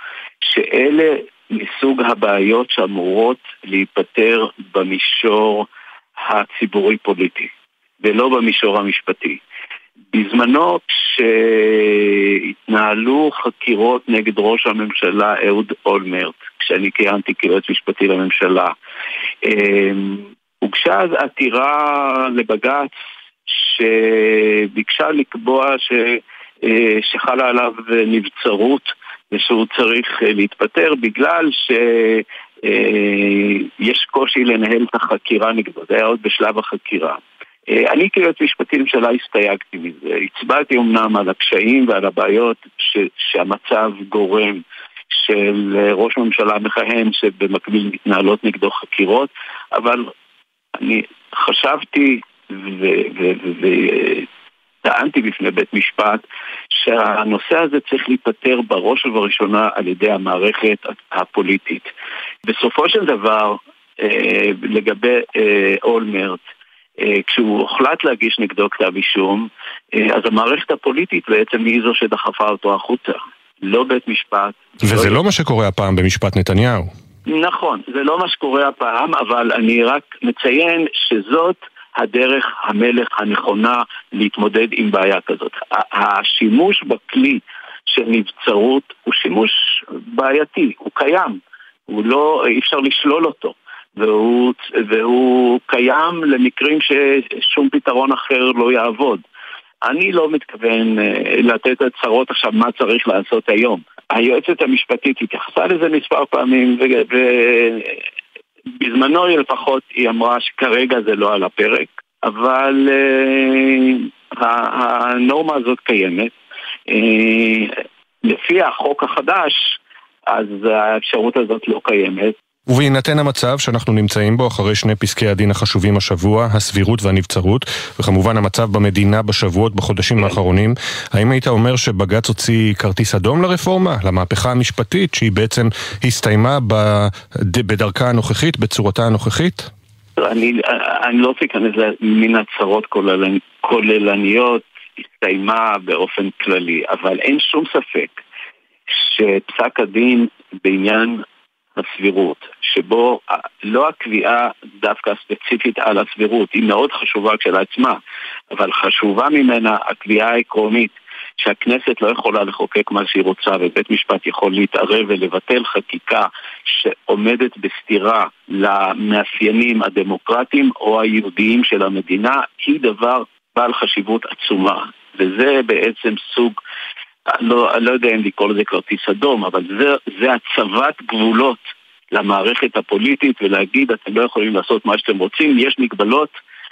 שאלה מסוג הבעיות שאמורות להיפטר במישור הציבורי-פוליטי, ולא במישור המשפטי. בזמנו כשהתנהלו חקירות נגד ראש הממשלה אהוד אולמרט, כשאני כיהנתי כיועץ משפטי לממשלה, הוגשה אז עתירה לבג"ץ שביקשה לקבוע שחלה עליו נבצרות ושהוא צריך להתפטר בגלל שיש קושי לנהל את החקירה נגדו. זה היה עוד בשלב החקירה. אני כיועץ משפטי לממשלה הסתייגתי מזה. הצבעתי אמנם על הקשיים ועל הבעיות שהמצב גורם של ראש ממשלה מכהן שבמקביל מתנהלות נגדו חקירות, אבל אני חשבתי וטענתי בפני בית משפט שהנושא הזה צריך להיפטר בראש ובראשונה על ידי המערכת הפוליטית. בסופו של דבר, לגבי אולמרט, כשהוא הוחלט להגיש נגדו כתב אישום, אז המערכת הפוליטית בעצם היא זו שדחפה אותו החוצה, לא בית משפט. וזה לא מה שקורה הפעם במשפט נתניהו. נכון, זה לא מה שקורה הפעם, אבל אני רק מציין שזאת הדרך המלך הנכונה להתמודד עם בעיה כזאת. השימוש בכלי של נבצרות הוא שימוש בעייתי, הוא קיים, אי אפשר לשלול אותו. והוא קיים למקרים ששום פתרון אחר לא יעבוד. אני לא מתכוון לתת הצהרות עכשיו מה צריך לעשות היום. היועצת המשפטית התייחסה לזה מספר פעמים, ובזמנו לפחות היא אמרה שכרגע זה לא על הפרק, אבל הנורמה הזאת קיימת. לפי החוק החדש, אז האפשרות הזאת לא קיימת. ובהינתן המצב שאנחנו נמצאים בו אחרי שני פסקי הדין החשובים השבוע, הסבירות והנבצרות, וכמובן המצב במדינה בשבועות, בחודשים האחרונים, האם היית אומר שבג"ץ הוציא כרטיס אדום לרפורמה, למהפכה המשפטית, שהיא בעצם הסתיימה בדרכה הנוכחית, בצורתה הנוכחית? אני לא רוצה להיכנס מן הצהרות כוללניות, הסתיימה באופן כללי, אבל אין שום ספק שפסק הדין בעניין הסבירות, שבו לא הקביעה דווקא ספציפית על הסבירות, היא מאוד חשובה כשלעצמה, אבל חשובה ממנה הקביעה העקרונית שהכנסת לא יכולה לחוקק מה שהיא רוצה, ובית משפט יכול להתערב ולבטל חקיקה שעומדת בסתירה למאפיינים הדמוקרטיים או היהודיים של המדינה, היא דבר בעל חשיבות עצומה, וזה בעצם סוג, אני לא יודע אם לקרוא לזה כרטיס אדום, אבל זה הצבת גבולות למערכת הפוליטית, ולהגיד אתם לא יכולים לעשות מה שאתם רוצים, יש מגבלות,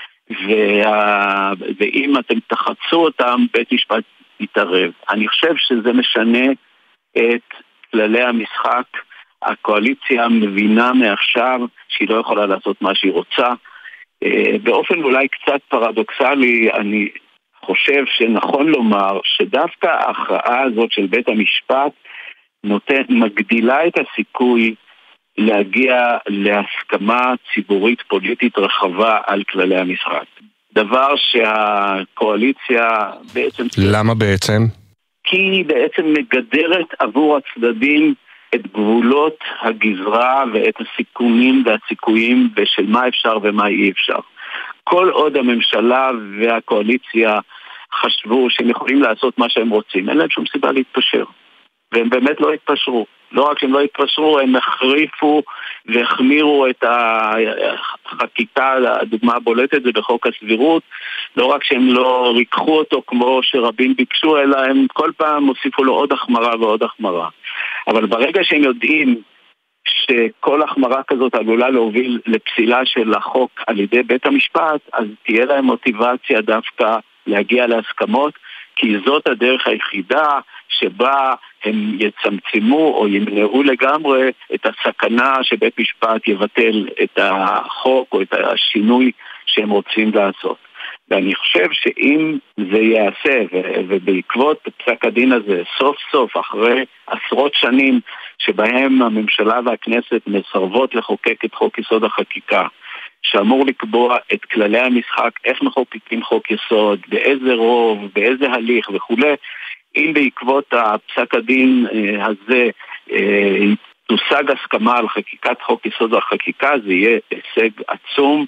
ואם אתם תחצו אותם, בית משפט יתערב. אני חושב שזה משנה את כללי המשחק. הקואליציה מבינה מעכשיו שהיא לא יכולה לעשות מה שהיא רוצה. באופן אולי קצת פרדוקסלי, אני חושב שנכון לומר שדווקא ההכרעה הזאת של בית המשפט מגדילה את הסיכוי להגיע להסכמה ציבורית פוליטית רחבה על כללי המשחק. דבר שהקואליציה בעצם... למה בעצם? כי היא בעצם מגדרת עבור הצדדים את גבולות הגזרה ואת הסיכונים והסיכויים בשל מה אפשר ומה אי אפשר. כל עוד הממשלה והקואליציה חשבו שהם יכולים לעשות מה שהם רוצים, אין להם שום סיבה להתפשר. והם באמת לא התפשרו. לא רק שהם לא התפשרו, הם החריפו והחמירו את החקיקה, הדוגמה הבולטת זה בחוק הסבירות, לא רק שהם לא ריקחו אותו כמו שרבים ביקשו, אלא הם כל פעם הוסיפו לו עוד החמרה ועוד החמרה. אבל ברגע שהם יודעים שכל החמרה כזאת עלולה להוביל לפסילה של החוק על ידי בית המשפט, אז תהיה להם מוטיבציה דווקא להגיע להסכמות, כי זאת הדרך היחידה שבה הם יצמצמו או ימנעו לגמרי את הסכנה שבית משפט יבטל את החוק או את השינוי שהם רוצים לעשות. ואני חושב שאם זה יעשה, ובעקבות פסק הדין הזה, סוף סוף, אחרי עשרות שנים שבהם הממשלה והכנסת מסרבות לחוקק את חוק יסוד החקיקה, שאמור לקבוע את כללי המשחק, איך מחוקקים חוק יסוד, באיזה רוב, באיזה הליך וכו'. אם בעקבות הפסק הדין הזה תושג הסכמה על חקיקת חוק יסוד החקיקה, זה יהיה הישג עצום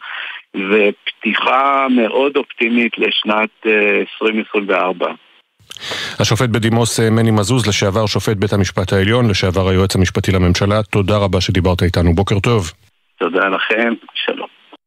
ופתיחה מאוד אופטימית לשנת 2024. השופט בדימוס מני מזוז, לשעבר שופט בית המשפט העליון, לשעבר היועץ המשפטי לממשלה, תודה רבה שדיברת איתנו. בוקר טוב. תודה לכם, שלום.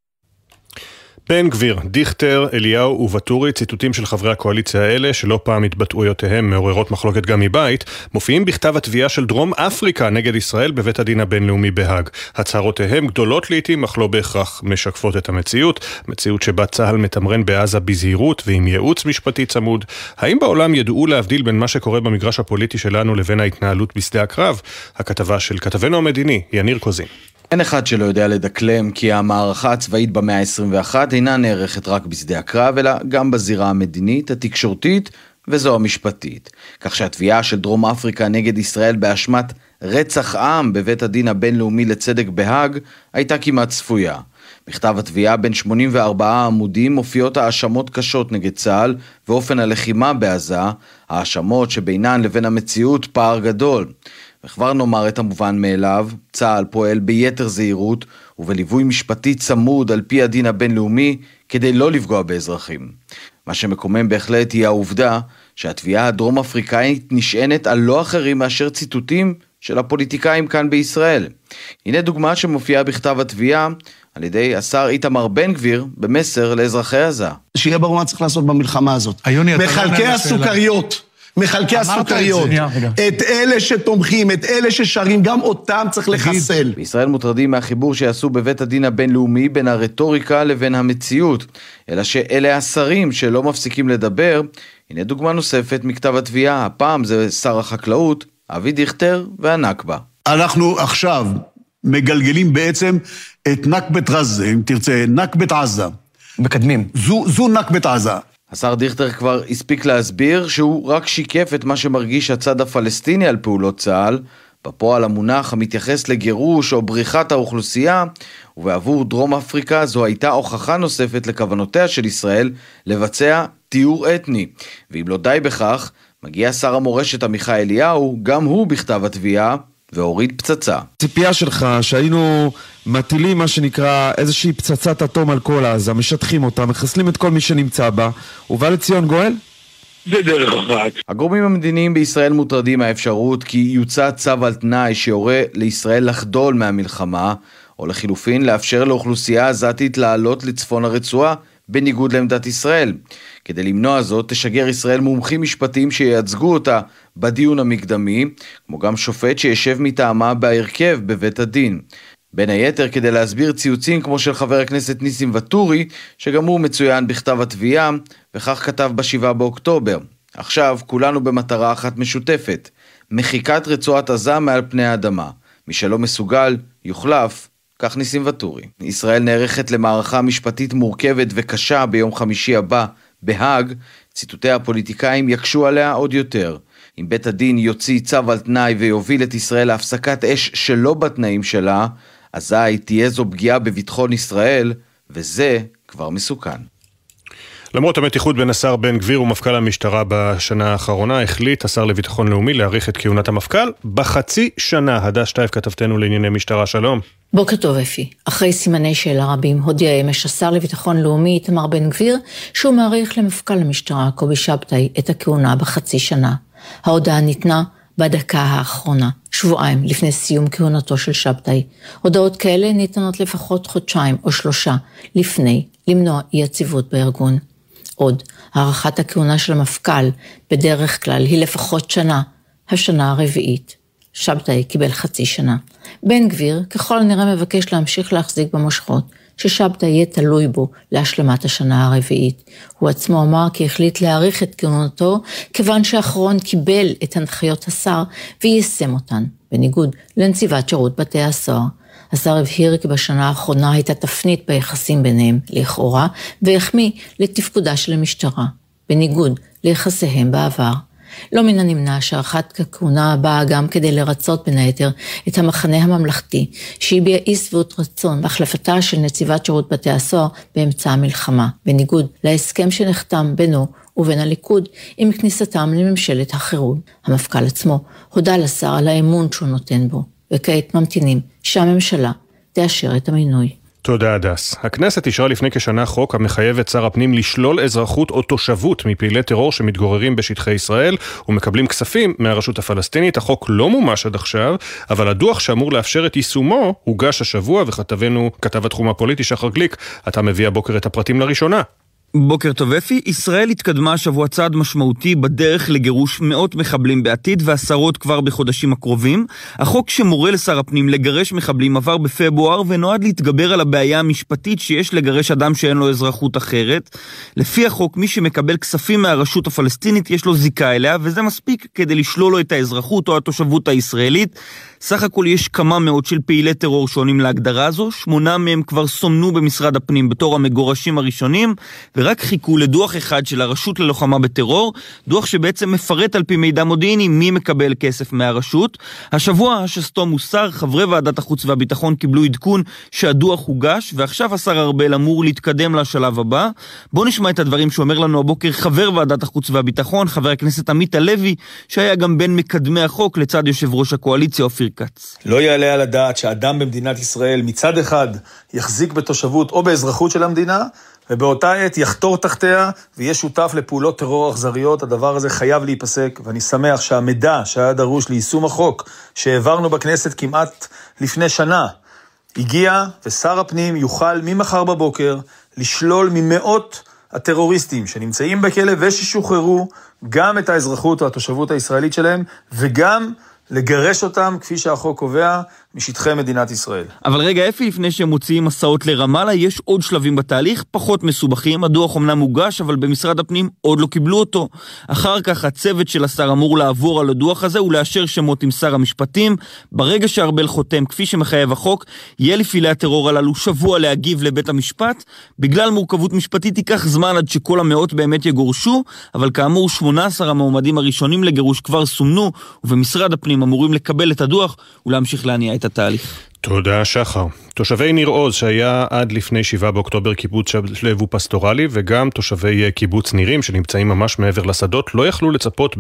בן גביר, דיכטר, אליהו ובטורי, ציטוטים של חברי הקואליציה האלה, שלא פעם התבטאויותיהם מעוררות מחלוקת גם מבית, מופיעים בכתב התביעה של דרום אפריקה נגד ישראל בבית הדין הבינלאומי בהאג. הצהרותיהם גדולות לעתים, אך לא בהכרח משקפות את המציאות, מציאות שבה צהל מתמרן בעזה בזהירות ועם ייעוץ משפטי צמוד. האם בעולם ידעו להבדיל בין מה שקורה במגרש הפוליטי שלנו לבין ההתנהלות בשדה הקרב? הכתבה של כתבנו המדיני, יניר קוזין. אין אחד שלא יודע לדקלם כי המערכה הצבאית במאה ה-21 אינה נערכת רק בשדה הקרב, אלא גם בזירה המדינית, התקשורתית וזו המשפטית. כך שהתביעה של דרום אפריקה נגד ישראל באשמת רצח עם בבית הדין הבינלאומי לצדק בהאג הייתה כמעט צפויה. בכתב התביעה בין 84 עמודים מופיעות האשמות קשות נגד צה"ל ואופן הלחימה בעזה, האשמות שבינן לבין המציאות פער גדול. וכבר נאמר את המובן מאליו, צה"ל פועל ביתר זהירות ובליווי משפטי צמוד על פי הדין הבינלאומי כדי לא לפגוע באזרחים. מה שמקומם בהחלט היא העובדה שהתביעה הדרום אפריקאית נשענת על לא אחרים מאשר ציטוטים של הפוליטיקאים כאן בישראל. הנה דוגמה שמופיעה בכתב התביעה על ידי השר איתמר בן גביר במסר לאזרחי עזה. שיהיה ברור מה צריך לעשות במלחמה הזאת. מחלקי הסוכריות. מחלקי הסוכריות, את אלה שתומכים, את אלה ששרים, גם אותם צריך לחסל. בישראל מוטרדים מהחיבור שיעשו בבית הדין הבינלאומי בין הרטוריקה לבין המציאות, אלא שאלה השרים שלא מפסיקים לדבר. הנה דוגמה נוספת מכתב התביעה, הפעם זה שר החקלאות, אבי דיכטר והנכבה. אנחנו עכשיו מגלגלים בעצם את נכבת עזה, אם תרצה, נכבת עזה. מקדמים. זו נכבת עזה. השר דיכטר כבר הספיק להסביר שהוא רק שיקף את מה שמרגיש הצד הפלסטיני על פעולות צה"ל, בפועל המונח המתייחס לגירוש או בריחת האוכלוסייה, ובעבור דרום אפריקה זו הייתה הוכחה נוספת לכוונותיה של ישראל לבצע טיהור אתני. ואם לא די בכך, מגיע שר המורשת עמיחי אליהו, גם הוא בכתב התביעה, והוריד פצצה. ציפייה שלך שהיינו מטילים מה שנקרא איזושהי פצצת אטום על כל עזה, משטחים אותה, מחסלים את כל מי שנמצא בה, ובא לציון גואל? זה דרך אחת. הגורמים המדיניים בישראל מוטרדים מהאפשרות כי יוצא צו על תנאי שיורה לישראל לחדול מהמלחמה, או לחילופין לאפשר לאוכלוסייה עזתית לעלות לצפון הרצועה בניגוד לעמדת ישראל. כדי למנוע זאת תשגר ישראל מומחים משפטיים שייצגו אותה בדיון המקדמי, כמו גם שופט שישב מטעמה בהרכב בבית הדין. בין היתר כדי להסביר ציוצים כמו של חבר הכנסת ניסים וטורי, שגם הוא מצוין בכתב התביעה, וכך כתב ב7 באוקטובר. עכשיו כולנו במטרה אחת משותפת, מחיקת רצועת עזה מעל פני האדמה. מי שלא מסוגל יוחלף, כך ניסים וטורי. ישראל נערכת למערכה משפטית מורכבת וקשה ביום חמישי הבא בהאג, ציטוטי הפוליטיקאים יקשו עליה עוד יותר. אם בית הדין יוציא צו על תנאי ויוביל את ישראל להפסקת אש שלא בתנאים שלה, אזי תהיה זו פגיעה בביטחון ישראל, וזה כבר מסוכן. למרות המתיחות בין השר בן גביר ומפכ"ל המשטרה בשנה האחרונה, החליט השר לביטחון לאומי להאריך את כהונת המפכ"ל בחצי שנה. הדס שטייף כתבתנו לענייני משטרה, שלום. בוקר טוב אפי. אחרי סימני שאלה רבים הודיע אמש השר לביטחון לאומי איתמר בן גביר שהוא מעריך למפכ"ל המשטרה קובי שבתאי את הכהונה בחצי שנה. ההודעה ניתנה בדקה האחרונה, שבועיים לפני סיום כהונתו של שבתאי. הודעות כאלה ניתנות לפחות חודשיים או 3 לפני, למנוע אי יציבות בארגון. עוד, הארכת הכהונה של המפכ"ל בדרך כלל היא לפחות שנה, השנה הרביעית. שבתאי קיבל חצי שנה. בן גביר ככל הנראה מבקש להמשיך להחזיק במושכות, ששבתאי יהיה תלוי בו להשלמת השנה הרביעית. הוא עצמו אמר כי החליט להאריך את כהונתו, כיוון שהאחרון קיבל את הנחיות השר ויישם אותן, בניגוד לנציבת שירות בתי הסוהר. השר הבהיר כי בשנה האחרונה הייתה תפנית ביחסים ביניהם לכאורה, והחמיא לתפקודה של המשטרה, בניגוד ליחסיהם בעבר. לא מן הנמנע שהארכת הכהונה באה גם כדי לרצות בין היתר את המחנה הממלכתי, שהביע אי שביעות רצון בהחלפתה של נציבת שירות בתי הסוהר באמצע המלחמה, בניגוד להסכם שנחתם בינו ובין הליכוד עם כניסתם לממשלת החירום. המפכ"ל עצמו הודה לשר על האמון שהוא נותן בו, וכעת ממתינים שהממשלה תאשר את המינוי. תודה הדס. הכנסת אישרה לפני כשנה חוק המחייב את שר הפנים לשלול אזרחות או תושבות מפעילי טרור שמתגוררים בשטחי ישראל ומקבלים כספים מהרשות הפלסטינית. החוק לא מומש עד עכשיו, אבל הדוח שאמור לאפשר את יישומו הוגש השבוע, וכתבנו, כתב התחום הפוליטי שחר גליק, אתה מביא הבוקר את הפרטים לראשונה. בוקר טוב אפי, ישראל התקדמה השבוע צעד משמעותי בדרך לגירוש מאות מחבלים בעתיד ועשרות כבר בחודשים הקרובים. החוק שמורה לשר הפנים לגרש מחבלים עבר בפברואר ונועד להתגבר על הבעיה המשפטית שיש לגרש אדם שאין לו אזרחות אחרת. לפי החוק, מי שמקבל כספים מהרשות הפלסטינית יש לו זיקה אליה, וזה מספיק כדי לשלול לו את האזרחות או התושבות הישראלית. סך הכל יש כמה מאות של פעילי טרור שעונים להגדרה הזו, 8 מהם כבר סומנו במשרד הפנים בתור המגורשים הראשונים, ורק חיכו לדוח אחד של הרשות ללוחמה בטרור, דוח שבעצם מפרט על פי מידע מודיעיני מי מקבל כסף מהרשות. השבוע השסתום מוסר, חברי ועדת החוץ והביטחון קיבלו עדכון שהדוח הוגש, ועכשיו השר ארבל אמור להתקדם לשלב הבא. בואו נשמע את הדברים שאומר לנו הבוקר חבר ועדת החוץ והביטחון, חבר הכנסת עמית הלוי, שהיה גם בין מקדמי החוק לצד יושב ראש הקואליציה אופיר כץ. לא יעלה על הדעת שאדם במדינת ישראל מצד אחד יחזיק בתושבות או באזרחות של המדינה, ובאותה עת יחתור תחתיה ויהיה שותף לפעולות טרור אכזריות. הדבר הזה חייב להיפסק, ואני שמח שהמידע שהיה דרוש ליישום החוק שהעברנו בכנסת כמעט לפני שנה הגיע, ושר הפנים יוכל ממחר בבוקר לשלול ממאות הטרוריסטים שנמצאים בכלא וששוחררו גם את האזרחות או התושבות הישראלית שלהם, וגם לגרש אותם כפי שהחוק קובע משטחי מדינת ישראל. אבל רגע אפי, לפני שהם מוציאים מסעות לרמאללה, יש עוד שלבים בתהליך, פחות מסובכים. הדוח אמנם מוגש, אבל במשרד הפנים עוד לא קיבלו אותו. אחר כך הצוות של השר אמור לעבור על הדוח הזה ולאשר שמות עם שר המשפטים. ברגע שארבל חותם, כפי שמחייב החוק, יהיה לפעילי הטרור הללו שבוע להגיב לבית המשפט. בגלל מורכבות משפטית ייקח זמן עד שכל המאות באמת יגורשו, אבל כאמור 18 המועמדים הראשונים לגירוש כבר סומנו, ובמשרד הפנים אמורים לקבל את הדוח ולהמשיך להניע את התהליך. תודה שחר. תושבי ניר עוז, שהיה עד לפני 7 באוקטובר קיבוץ שלו ופסטורלי, וגם תושבי קיבוץ נירים שנמצאים ממש מעבר לשדות, לא יכלו לצפות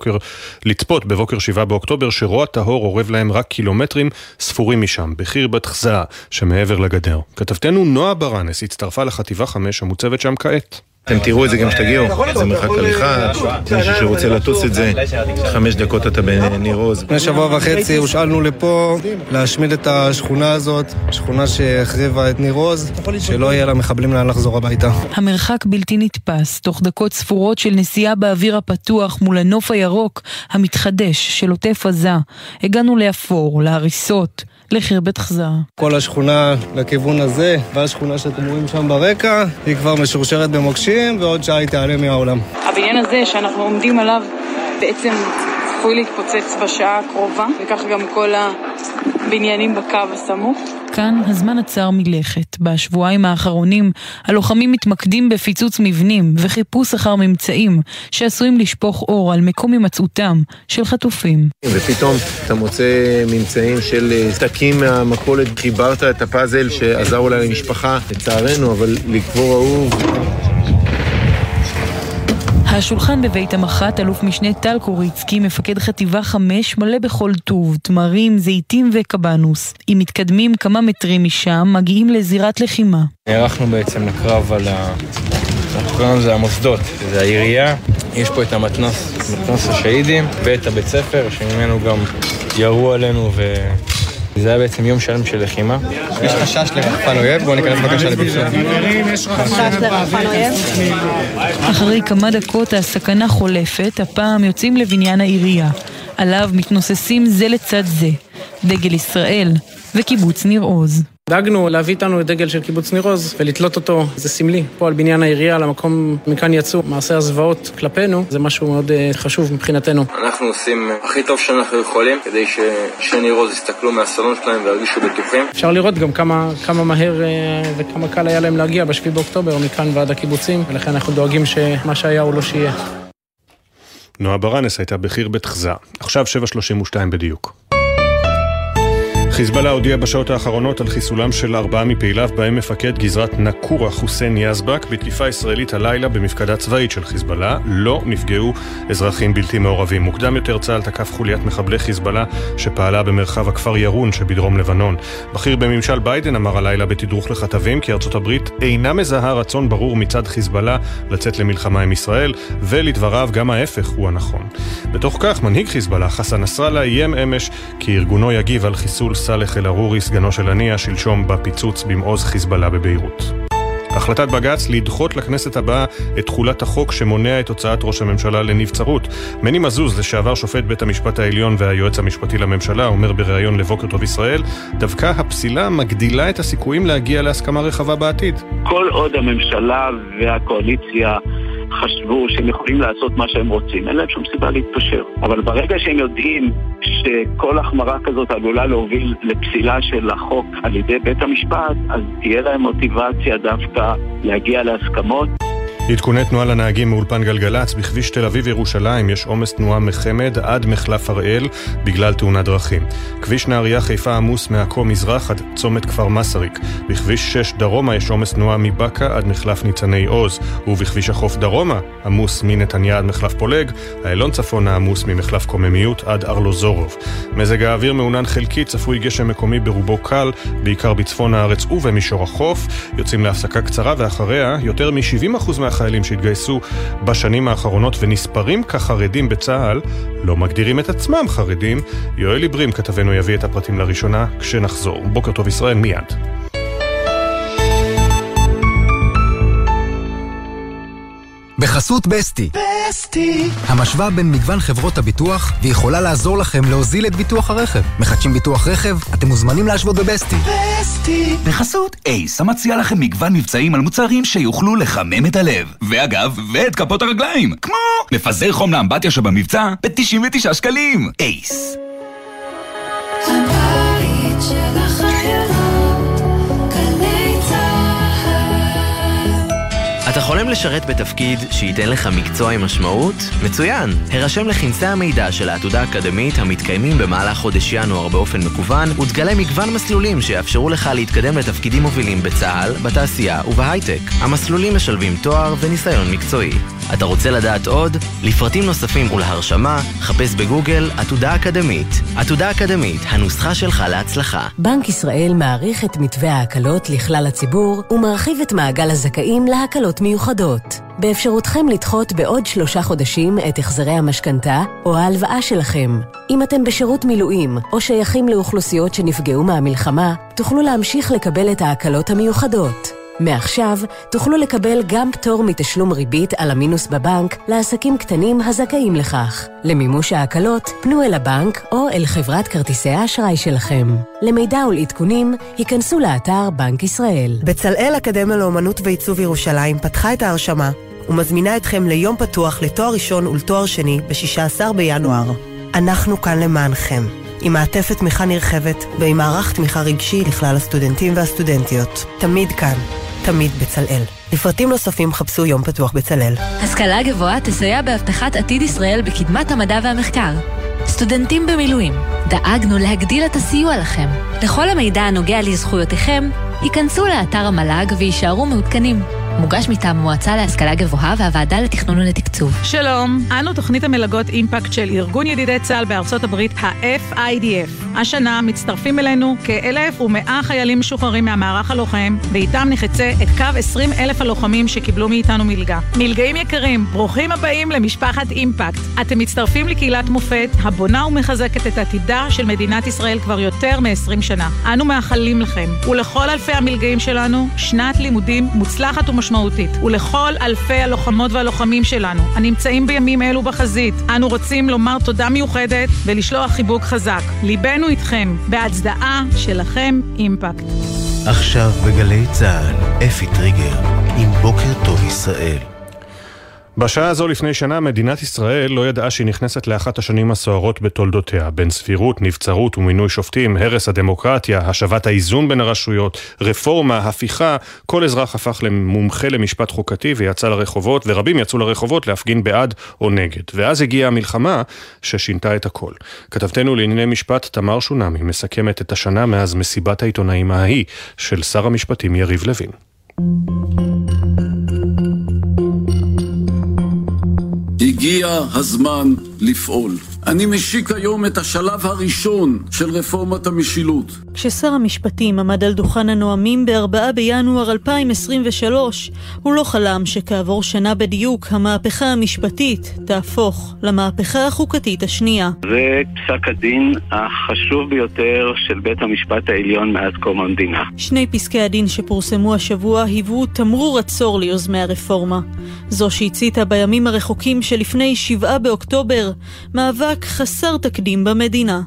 בבוקר 7 באוקטובר שרוע טהור עורב להם רק קילומטרים ספורים משם, בחיר בת חזעה שמעבר לגדר. כתבתנו נועה ברנס הצטרפה לחטיבה 5 המוצבת שם כעת. אתם תראו את זה גם שתגיעו, זה מרחק הליכה, זה מישהו שרוצה לטוס את זה, 5 דקות אתה בניר עוז. לפני שבוע וחצי הושאלנו לפה להשמיד את השכונה הזאת, שכונה שהחריבה את ניר עוז, שלא יהיה לה מחבלים לאן לחזור הביתה. המרחק בלתי נתפס, תוך דקות ספורות של נסיעה באוויר הפתוח מול הנוף הירוק המתחדש של עוטף עזה. הגענו לאפור, להריסות, לחרבת חזרה. כל השכונה לכיוון הזה, והשכונה שאתם רואים שם ברקע, היא כבר משורשרת במוקשים, ועוד שעה היא תיעלם מהעולם. הבניין הזה שאנחנו עומדים עליו בעצם צפוי להתפוצץ בשעה הקרובה, וכך גם כל הבניינים בקו הסמוך. כאן הזמן עצר מלכת. בשבועיים האחרונים הלוחמים מתמקדים בפיצוץ מבנים וחיפוש אחר ממצאים שעשויים לשפוך אור על מקום הימצאותם של חטופים. ופתאום אתה מוצא ממצאים של סתקים מהמכולת, חיברת את הפאזל שעזר אולי למשפחה, לצערנו, אבל לקבור אהוב. השולחן בבית המח"ט, אלוף משנה טל קוריצקי, מפקד חטיבה 5, מלא בכל טוב, תמרים, זיתים וקבנוס. אם מתקדמים כמה מטרים משם, מגיעים לזירת לחימה. נערכנו בעצם לקרב על הקרב זה המוסדות, זה העירייה. יש פה את מתנ"ס השהידים ואת הבית ספר, שממנו גם ירו עלינו זה היה בעצם יום שלם של לחימה. יש חשש לרחפן אויב, בואו ניכנס בבקשה לביצוע. חשש לרחפן אויב? אחרי כמה דקות הסכנה חולפת, הפעם יוצאים לבניין העירייה. עליו מתנוססים זה לצד זה, דגל ישראל וקיבוץ ניר עוז. דאגנו להביא איתנו את דגל של קיבוץ ניר עוז ולתלות אותו, זה סמלי, פה על בניין העירייה, למקום מכאן יצאו מעשי הזוועות כלפינו, זה משהו מאוד חשוב מבחינתנו. אנחנו עושים הכי טוב שאנחנו יכולים כדי שניר עוז יסתכלו מהסלון שלהם וירגישו בטוחים. אפשר לראות גם כמה מהר וכמה קל היה להם להגיע ב7 באוקטובר מכאן ועד הקיבוצים, ולכן אנחנו דואגים שמה שהיה הוא לא שיהיה. נועה ברנס הייתה בחיר בת חזעה. עכשיו 7:32 בדיוק. חיזבאללה הודיע בשעות האחרונות על חיסולם של 4 מפעיליו, בהם מפקד גזרת נקורה חוסיין יזבק. בתקיפה ישראלית הלילה במפקדה צבאית של חיזבאללה לא נפגעו אזרחים בלתי מעורבים. מוקדם יותר צה"ל תקף חוליית מחבלי חיזבאללה שפעלה במרחב הכפר ירון שבדרום לבנון. בכיר בממשל ביידן אמר הלילה בתדרוך לכתבים כי ארצות הברית אינה מזהה רצון ברור מצד חיזבאללה לצאת למלחמה עם ישראל, ולדבריו גם ההפך הוא הנכון. בתוך כך מנהיג חיזבאללה חסן נסראללה איים אמש כי ארגונו יגיב על חיסול סאלח אל-ערורי, סגנו של הנייה, שלשום בפיצוץ במעוז חיזבאללה בביירות. החלטת בג"ץ לדחות לכנסת הבאה את תחולת החוק שמונע את הוצאת ראש הממשלה לנבצרות. מני מזוז, לשעבר שופט בית המשפט העליון והיועץ המשפטי לממשלה, אומר בריאיון לבוקר טוב ישראל, דווקא הפסילה מגדילה את הסיכויים להגיע להסכמה רחבה בעתיד. כל עוד הממשלה והקואליציה חשבו שהם יכולים לעשות מה שהם רוצים, אין להם שום סיבה להתפשר. אבל ברגע שהם יודעים שכל החמרה כזאת עלולה להוביל לפסילה של החוק על ידי בית המשפט, אז תהיה להם מוטיבציה דווקא להגיע להסכמות. עדכוני תנועה לנהגים מאולפן גלגלץ. בכביש תל אביב ירושלים יש עומס תנועה מחמד עד מחלף הראל בגלל תאונת דרכים. כביש נהריה חיפה עמוס מעכו מזרח עד צומת כפר מסריק. בכביש 6 דרומה יש עומס תנועה מבקה עד מחלף ניצני עוז, ובכביש החוף דרומה עמוס מנתניה עד מחלף פולג. האלון צפונה עמוס ממחלף קוממיות עד ארלוזורוב. מזג האוויר מעונן חלקי, צפוי גשם מקומי ברובו קל, בעיקר בצפון הארץ ובמישור החוף. יוצאים להפסקה קצרה ואחריה יותר מ-70% החיילים שהתגייסו בשנים האחרונות ונספרים כחרדים בצה"ל לא מגדירים את עצמם חרדים. יואל איברים כתבנו יביא את הפרטים לראשונה כשנחזור. בוקר טוב ישראל מיד. בחסות בסטי. בסטי. המשוואה בין מגוון חברות הביטוח ויכולה לעזור לכם להוזיל את ביטוח הרכב. מחדשים ביטוח רכב? אתם מוזמנים להשוות בבסטי. בסטי. בחסות אייס, המציע לכם מגוון מבצעים על מוצרים שיוכלו לחמם את הלב. ואגב, ואת כפות הרגליים. כמו מפזר חום לאמבטיה שבמבצע ב-99 שקלים. אייס. הבית של החיילות. אתה חולם לשרת בתפקיד שייתן לך מקצוע עם משמעות? מצוין! הרשם לכנסי המידע של העתודה האקדמית המתקיימים במהלך חודש ינואר באופן מקוון, ותגלה מגוון מסלולים שיאפשרו לך להתקדם לתפקידים מובילים בצה"ל, בתעשייה ובהייטק. המסלולים משלבים תואר וניסיון מקצועי. אתה רוצה לדעת עוד? לפרטים נוספים ולהרשמה, חפש בגוגל עתודה אקדמית. עתודה אקדמית, הנוסחה שלך להצלחה. בנק ישראל מעריך את מתווה ההקלות לכלל הציבור ומרחיב את מעגל הזכאים להקלות מיוחדות. באפשרותכם לדחות בעוד 3 חודשים את החזרי המשכנתה או ההלוואה שלכם. אם אתם בשירות מילואים או שייכים לאוכלוסיות שנפגעו מהמלחמה, תוכלו להמשיך לקבל את ההקלות המיוחדות. מעכשיו תוכלו לקבל גם פטור מתשלום ריבית על המינוס בבנק לעסקים קטנים הזכאים לכך. למימוש ההקלות, פנו אל הבנק או אל חברת כרטיסי האשראי שלכם. למידע ולעדכונים, היכנסו לאתר בנק ישראל. בצלאל אקדמיה לאומנות ועיצוב ירושלים פתחה את ההרשמה ומזמינה אתכם ליום פתוח לתואר ראשון ולתואר שני ב-16 בינואר. אנחנו כאן למענכם, עם מעטפת תמיכה נרחבת ועם מערך תמיכה רגשי לכלל הסטודנטים והסטודנטיות. תמיד כאן, תמיד בצלאל. לפרטים נוספים חפשו יום פתוח בצלאל. השכלה גבוהה תסייע בהבטחת עתיד ישראל בקדמת המדע והמחקר. סטודנטים במילואים, דאגנו להגדיל את הסיוע לכם. לכל המידע הנוגע לזכויותיכם, ייכנסו לאתר המל"ג ויישארו מעודכנים. מוגש מטעם המועצה להשכלה גבוהה והוועדה לתכנון ולתקצוב. שלום, אנו תוכנית המלגות אימפקט של ארגון ידידי צה"ל בארצות הברית, ה-FIDF. השנה מצטרפים אלינו כ-1,100 חיילים משוחררים מהמערך הלוחם, ואיתם נחצה את קו 20,000 הלוחמים שקיבלו מאיתנו מלגה. מלגאים יקרים, ברוכים הבאים למשפחת אימפקט. אתם מצטרפים לקהילת מופת, הבונה ומחזקת את עתידה של מדינת ישראל כבר יותר מ-20 שנה. אנו מאחלים לכם, ולכל אלפי המלגאים שלנו, שנת לימודים מוצלחת ומשמעותית. ולכל אלפי הלוחמות והלוחמים שלנו, הנמצאים בימים אלו בחזית, אנו רוצים לומר תודה מיוחדת ולשלוח חיבוק חזק. ליבנו איתכם, בהצדעה שלכם אימפקט. עכשיו בגלי צה"ל, אפי טריגר, עם בוקר טוב ישראל. בשעה הזו לפני שנה מדינת ישראל לא ידעה שהיא נכנסת לאחת השנים הסוערות בתולדותיה, בין סבירות, נבצרות ומינוי שופטים, הרס הדמוקרטיה, השבת האיזון בין הרשויות, רפורמה, הפיכה, כל אזרח הפך למומחה למשפט חוקתי ויצא לרחובות, ורבים יצאו לרחובות להפגין בעד או נגד. ואז הגיעה המלחמה ששינתה את הכל. כתבתנו לענייני משפט תמר שונמי מסכמת את השנה מאז מסיבת העיתונאים ההיא של שר המשפטים יריב לוין. הגיע הזמן לפעול. אני משיק היום את השלב הראשון של רפורמת המשילות. כששר המשפטים עמד על דוכן הנואמים ב-4 בינואר 2023, הוא לא חלם שכעבור שנה בדיוק המהפכה המשפטית תהפוך למהפכה החוקתית השנייה. זה פסק הדין החשוב ביותר של בית המשפט העליון מאז קום המדינה. שני פסקי הדין שפורסמו השבוע היוו תמרור עצור ליוזמי הרפורמה. זו שהציתה בימים הרחוקים שלפני 7 באוקטובר, מאבק חסר תקדים במדינה.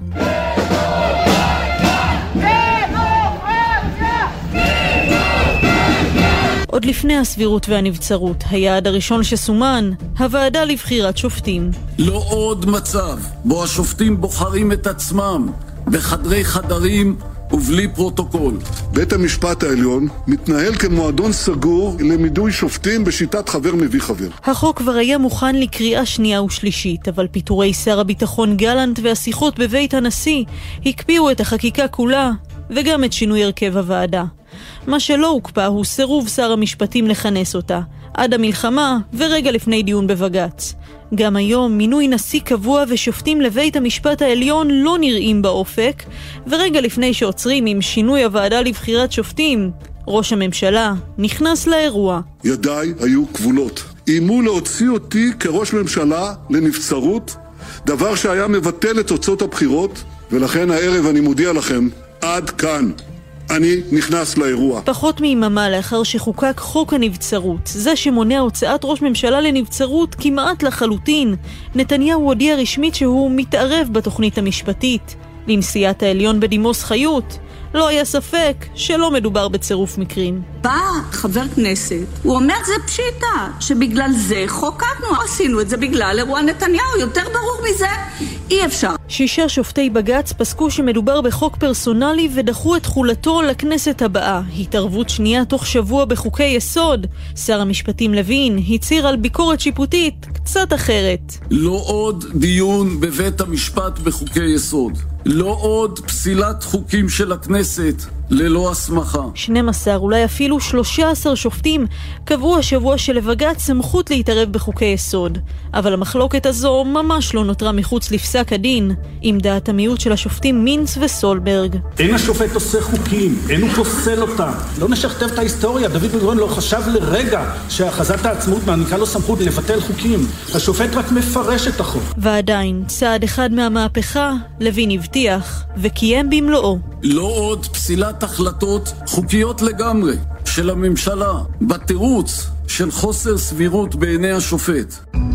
עוד לפני הסבירות והנבצרות, היעד הראשון שסומן, הוועדה לבחירת שופטים. לא עוד מצב בו השופטים בוחרים את עצמם בחדרי חדרים ובלי פרוטוקול. בית המשפט העליון מתנהל כמועדון סגור למינוי שופטים בשיטת חבר מביא חבר. החוק כבר היה מוכן לקריאה שנייה ושלישית, אבל פיטורי שר הביטחון גלנט והשיחות בבית הנשיא הקפיאו את החקיקה כולה וגם את שינוי הרכב הוועדה. מה שלא הוקפא הוא סירוב שר המשפטים לכנס אותה, עד המלחמה ורגע לפני דיון בבג"ץ. גם היום מינוי נשיא קבוע ושופטים לבית המשפט העליון לא נראים באופק, ורגע לפני שעוצרים עם שינוי הוועדה לבחירת שופטים, ראש הממשלה נכנס לאירוע. ידיי היו כבולות. איימו להוציא אותי כראש ממשלה לנבצרות, דבר שהיה מבטל את תוצאות הבחירות, ולכן הערב אני מודיע לכם, עד כאן. אני נכנס לאירוע. פחות מיממה לאחר שחוקק חוק הנבצרות, זה שמונע הוצאת ראש ממשלה לנבצרות כמעט לחלוטין, נתניהו הודיע רשמית שהוא מתערב בתוכנית המשפטית. לנשיאת העליון בדימוס חיות לא היה ספק שלא מדובר בצירוף מקרים. בא חבר כנסת, הוא אומר זה פשיטה, שבגלל זה חוקקנו, עשינו את זה בגלל אירוע נתניהו, יותר ברור מזה אי אפשר. 6 שופטי בג"ץ פסקו שמדובר בחוק פרסונלי ודחו את תחולתו לכנסת הבאה. התערבות שנייה תוך שבוע בחוקי יסוד. שר המשפטים לוין הצהיר על ביקורת שיפוטית קצת אחרת. לא עוד דיון בבית המשפט בחוקי יסוד. לא עוד פסילת חוקים של הכנסת ללא הסמכה. 12, אולי אפילו 13 שופטים קבעו השבוע שלבג"ץ סמכות להתערב בחוקי יסוד. אבל המחלוקת הזו ממש לא נותרה מחוץ לפסק הדין, עם דעת המיעוט של השופטים מינץ וסולברג. אין השופט עושה חוקים, אין הוא פוסל אותם. לא נשכתב את ההיסטוריה, דוד בן-גוריון לא חשב לרגע שהכרזת העצמאות מעניקה לו סמכות לבטל חוקים. השופט רק מפרש את החוק. ועדיין, צעד אחד מהמהפכה, לוין הבטיח וקיים במלואו. לא עוד פסילת החלטות חוקיות לגמרי של הממשלה, בתירוץ של חוסר סבירות בעיני השופט.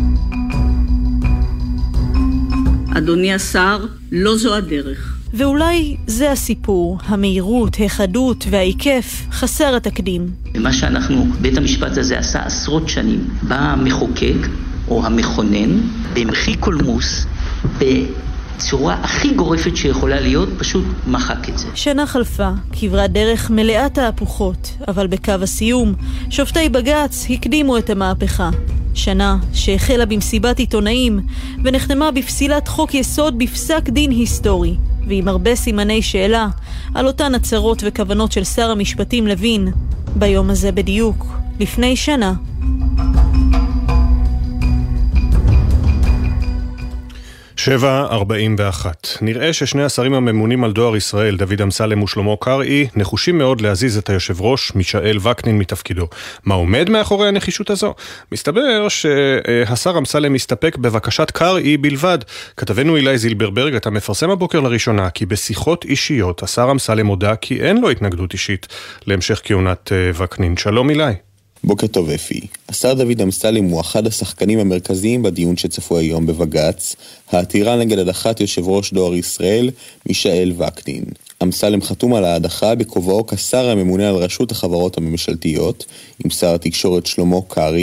אדוני השר, לא זו הדרך. ואולי זה הסיפור, המהירות, החדות וההיקף חסר התקדים. ומה שאנחנו, בית המשפט הזה עשה עשרות שנים, בא המחוקק או המכונן, במחי קולמוס, בצורה הכי גורפת שיכולה להיות, פשוט מחק את זה. שנה חלפה, כברת דרך מלאת ההפוכות, אבל בקו הסיום, שופטי בג"ץ הקדימו את המהפכה. שנה שהחלה במסיבת עיתונאים ונחתמה בפסילת חוק יסוד בפסק דין היסטורי, ועם הרבה סימני שאלה על אותן הצהרות וכוונות של שר המשפטים לוין ביום הזה בדיוק, לפני שנה. 7:41. נראה ששני השרים הממונים על דואר ישראל, דוד אמסלם ושלמה קרעי, נחושים מאוד להזיז את היושב ראש מישאל וקנין מתפקידו. מה עומד מאחורי הנחישות הזו? מסתבר שהשר אמסלם מסתפק בבקשת קרעי בלבד. כתבנו אילי זילברברג, אתה מפרסם הבוקר לראשונה כי בשיחות אישיות השר אמסלם הודע כי אין לו התנגדות אישית להמשך כהונת וקנין. שלום אילי. בוקר טוב אפי. השר דוד אמסלם הוא אחד השחקנים המרכזיים בדיון שצפו היום בבג"ץ, העתירה נגד הדחת יושב ראש דואר ישראל מישאל וקנין. אמסלם חתום על ההדחה בכובעו כשר הממונה על רשות החברות הממשלתיות, עם שר התקשורת שלמה קרעי,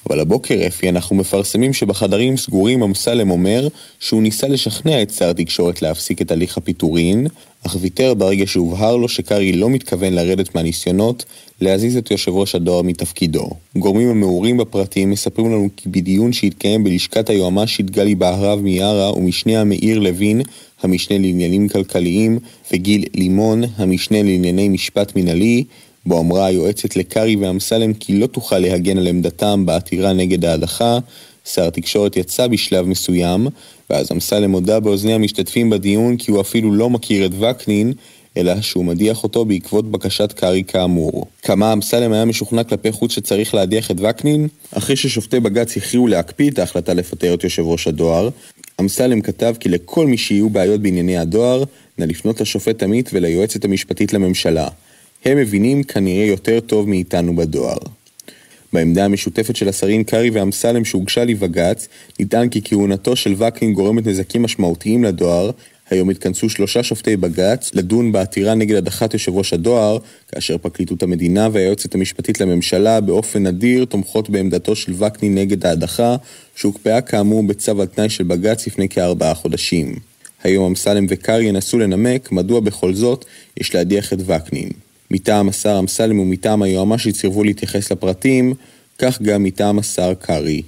אבל הבוקר אפי אנחנו מפרסמים שבחדרים סגורים אמסלם אומר שהוא ניסה לשכנע את שר התקשורת להפסיק את הליך הפיטורין, אך ויתר ברגע שהובהר לו שקרי לא מתכוון לרדת מהניסיונות להזיז את יושב ראש הדואר מתפקידו. גורמים המעורים בפרטים מספרים לנו כי בדיון שהתקיים בלשכת היועמ"שית גלי בהרב מיארה ומשניה מאיר לוין, המשנה לעניינים כלכליים, וגיל לימון, המשנה לענייני משפט מנהלי, בו אמרה היועצת לקרי ואמסלם כי לא תוכל להגן על עמדתם בעתירה נגד ההדחה. שר התקשורת יצא בשלב מסוים, ואז אמסלם הודה באוזני המשתתפים בדיון כי הוא אפילו לא מכיר את וקנין, אלא שהוא מדיח אותו בעקבות בקשת קרי כאמור. כמה אמסלם היה משוכנע כלפי חוץ שצריך להדיח את וקנין? אחרי ששופטי בג"ץ הכריעו להקפיא את ההחלטה לפטר את יושב ראש הדואר, אמסלם כתב כי לכל מי שיהיו בעיות בענייני הדואר, נא לפנות לשופט עמית וליועצת המשפטית לממשלה. הם מבינים כנראה יותר טוב מאיתנו בדואר. בעמדה המשותפת של השרים קרי ואמסלם שהוגשה לבג"ץ, נטען כי כהונתו של וקנין גורמת נזקים משמעותיים לדואר. היום התכנסו 3 שופטי בג"ץ לדון בעתירה נגד הדחת יושב ראש הדואר, כאשר פרקליטות המדינה והיועצת המשפטית לממשלה באופן נדיר תומכות בעמדתו של וקנין נגד ההדחה, שהוקפאה כאמור בצו על תנאי של בג"ץ לפני כ4 חודשים. היום אמסלם וקרי ינסו לנמק מדוע בכל זאת יש להדיח את וקנין. מטעם השר אמסלם ומטעם היועמ"שית סירבו להתייחס לפרטים, כך גם מטעם השר קרי.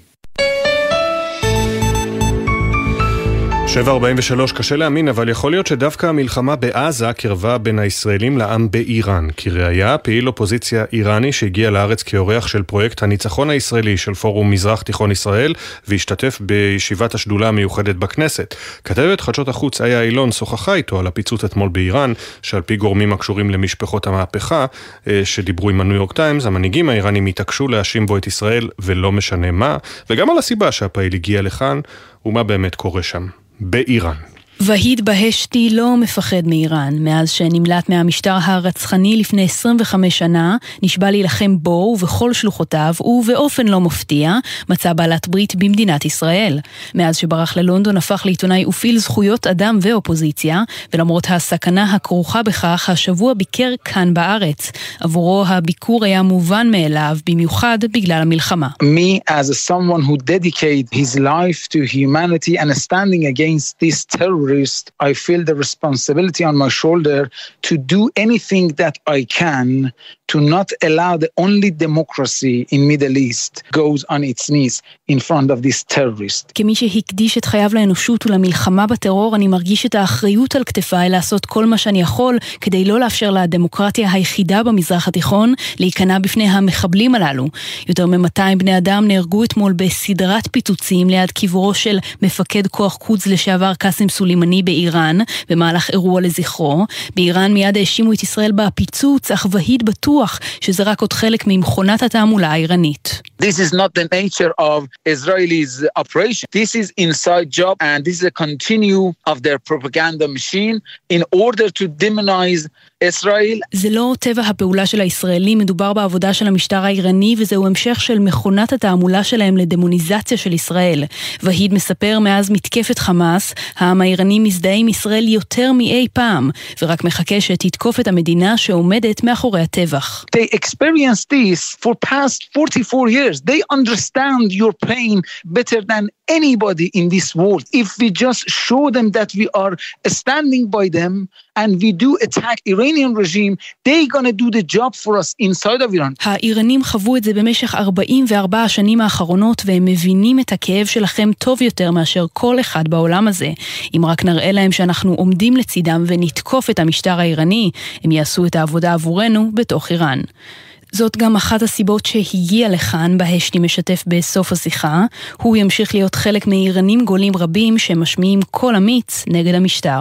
7:43, קשה להאמין, אבל יכול להיות שדווקא המלחמה בעזה קרבה בין הישראלים לעם באיראן. כראיה, פעיל אופוזיציה איראני שהגיע לארץ כאורח של פרויקט הניצחון הישראלי של פורום מזרח תיכון ישראל, והשתתף בישיבת השדולה המיוחדת בכנסת. כתבת חדשות החוץ איה אילון שוחחה איתו על הפיצוץ אתמול באיראן, שעל פי גורמים הקשורים למשפחות המהפכה, שדיברו עם הניו יורק טיימס, המנהיגים האיראנים התעקשו להאשים בו את ישראל ולא משנה מה, וגם על הסיבה שהפעיל הגיע לכאן, ומה באמת קורה שם. באיראן. והיד בהשתי לא מפחד מאיראן. מאז שנמלט מהמשטר הרצחני לפני 25 שנה, נשבע להילחם בו ובכל שלוחותיו, ובאופן לא מפתיע, מצא בעלת ברית במדינת ישראל. מאז שברח ללונדון הפך לעיתונאי ופעיל זכויות אדם ואופוזיציה, ולמרות הסכנה הכרוכה בכך, השבוע ביקר כאן בארץ. עבורו הביקור היה מובן מאליו, במיוחד בגלל המלחמה. Me as someone who dedicate his life to humanity and standing against this terror, I feel the responsibility on my shoulder to do anything that I can to not allow the only democracy in Middle East goes on its knees in front of this terrorist. כמי שהקדיש את חייו לאנושות ולמלחמה בטרור, אני מרגיש את האחריות על כתפיי לעשות כל מה שאני יכול כדי לא לאפשר לדמוקרטיה היחידה במזרח התיכון להיכנע בפני המחבלים הללו. יותר מ-200 בני אדם נהרגו אתמול בסדרת פיצוצים ליד קברו של מפקד כוח קודס לשעבר קאסם סולימני באיראן, במהלך אירוע לזכרו. באיראן מיד האשימו את ישראל בפיצוץ, אך והיד בטוח שזה רק עוד חלק ממכונת התעמולה האיראנית. This is not the nature of Israelis operation. This is inside job and this is a continue of their propaganda machine in order to demonize ישראל. זה לא טבע הפעולה של הישראלים, מדובר בעבודה של המשטר האיראני, וזהו המשך של מכונת התעמולה שלהם לדמוניזציה של ישראל. והיד מספר, מאז מתקפת חמאס, העם האיראני מזדהה עם ישראל יותר מאי פעם, ורק מחכה שתתקוף את המדינה שעומדת מאחורי הטבח. They experienced this for past 44 years. They understand your pain better than anybody in this world. If we just show them that we are standing by them and we do attack Iranian regime, they're going to do the job for us inside of Iran. האיראנים חוו את זה במשך 44 השנים האחרונות, והם מבינים את הכאב שלכם טוב יותר מאשר כל אחד בעולם הזה. אם רק נראה להם שאנחנו עומדים לצידם ונתקוף את המשטר האיראני, הם יעשו את העבודה עבורנו בתוך איראן. זאת גם אחת הסיבות שהגיע לכאן, בהשתי משתף בסוף השיחה. הוא ימשיך להיות חלק מאיראנים גולים רבים שמשמיעים קול אמיץ נגד המשטר.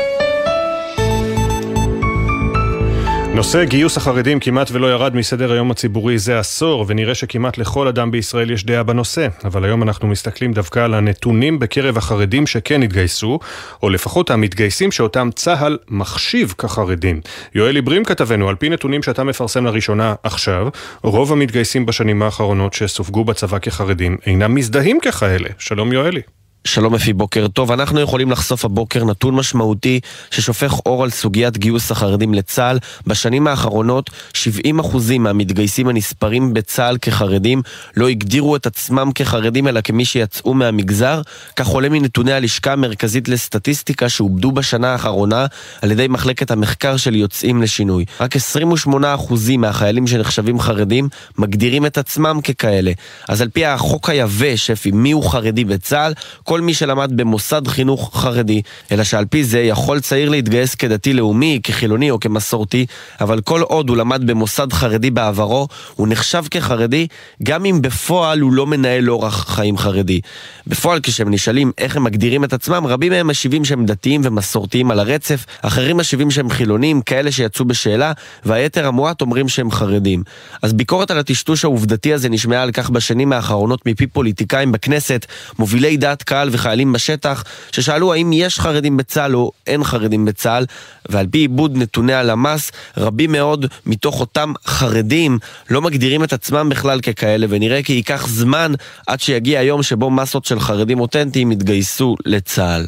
נושא גיוס החרדים כמעט ולא ירד מסדר היום הציבורי זה עשור, ונראה שכמעט לכל אדם בישראל יש דעה בנושא. אבל היום אנחנו מסתכלים דווקא על הנתונים בקרב החרדים שכן התגייסו, או לפחות המתגייסים שאותם צהל מחשיב כחרדים. יואל עיברים כתבנו, על פי נתונים שאתה מפרסם לראשונה עכשיו, רוב המתגייסים בשנים האחרונות שסופגו בצבא כחרדים אינם מזדהים ככאלה. שלום יואלי. שלום אפי, בוקר טוב. אנחנו יכולים לחשוף הבוקר נתון משמעותי ששופך אור על סוגיית גיוס החרדים לצה"ל. בשנים האחרונות 70% מהמתגייסים הנספרים בצה"ל כחרדים לא הגדירו את עצמם כחרדים אלא כמי שיצאו מהמגזר. כך עולה מנתוני הלשכה המרכזית לסטטיסטיקה שעובדו בשנה האחרונה על ידי מחלקת המחקר של יוצאים לשינוי. רק 28% מהחיילים שנחשבים חרדים מגדירים את עצמם ככאלה. אז על פי החוק היבש, אפי, מי הוא חרדי בצה"ל? כל מי שלמד במוסד חינוך חרדי, אלא שעל פי זה יכול צעיר להתגייס כדתי לאומי, כחילוני או כמסורתי, אבל כל עוד הוא למד במוסד חרדי בעברו, הוא נחשב כחרדי, גם אם בפועל הוא לא מנהל אורח חיים חרדי. בפועל כשהם נשאלים איך הם מגדירים את עצמם, רבים מהם משיבים שהם דתיים ומסורתיים על הרצף, אחרים משיבים שהם חילונים, כאלה שיצאו בשאלה, והיתר המועט אומרים שהם חרדים. אז ביקורת על הטשטוש העובדתי הזה נשמעה על כך בשנים האחרונות מפי פוליטיקאים בכנסת, מובילי דעת קהל וחיילים בשטח, ששאלו האם יש חרדים בצה"ל או אין חרדים בצה"ל, ועל פי עיבוד נתוני הלמ"ס, רבים מאוד מתוך אותם חרדים לא מגדירים את עצמם בכלל ככאלה, ונראה כי ייקח זמן עד שיגיע היום שבו מסות של חרדים אותנטיים יתגייסו לצה"ל.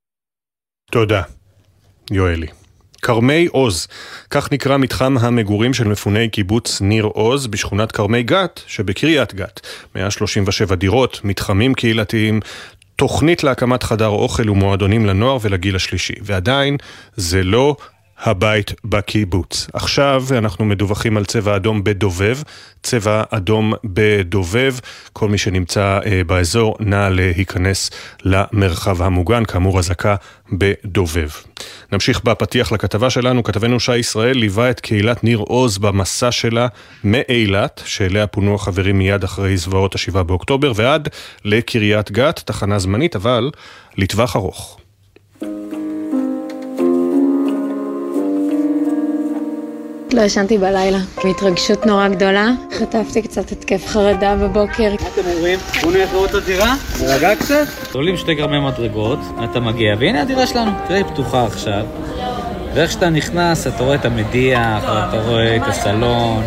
תודה, יואלי. קרמי עוז, כך נקרא מתחם המגורים של מפוני קיבוץ ניר עוז בשכונת קרמי גת שבקריית גת. 137 דירות, מתחמים קהילתיים, תוכנית להקמת חדר אוכל ומועדונים לנוער ולגיל השלישי. ועדיין זה לא הבית בקיבוץ. עכשיו אנחנו מדווחים על צבע אדום בדובב, צבע אדום בדובב. כל מי שנמצא באזור נא להיכנס למרחב המוגן, כאמור הזקה בדובב. נמשיך בפתיח לכתבה שלנו. כתבנו שי ישראל ליווה את קהילת ניר עוז במסע שלה מאילת, שאליה פונו החברים מיד אחרי זוועות ה7 באוקטובר, ועד לקריית גת, תחנה זמנית, אבל לטווח ארוך. לא ישנתי בלילה, בהתרגשות נורא גדולה. חטפתי קצת התקף חרדה בבוקר. מה אתם אומרים? בואו נלך לראות את הדירה? נרגע קצת? עולים 2 גרמי מדרגות, אתה מגיע, והנה הדירה שלנו. תראה, היא פתוחה עכשיו. ואיך שאתה נכנס, אתה רואה את המדיח, אתה רואה את הסלון.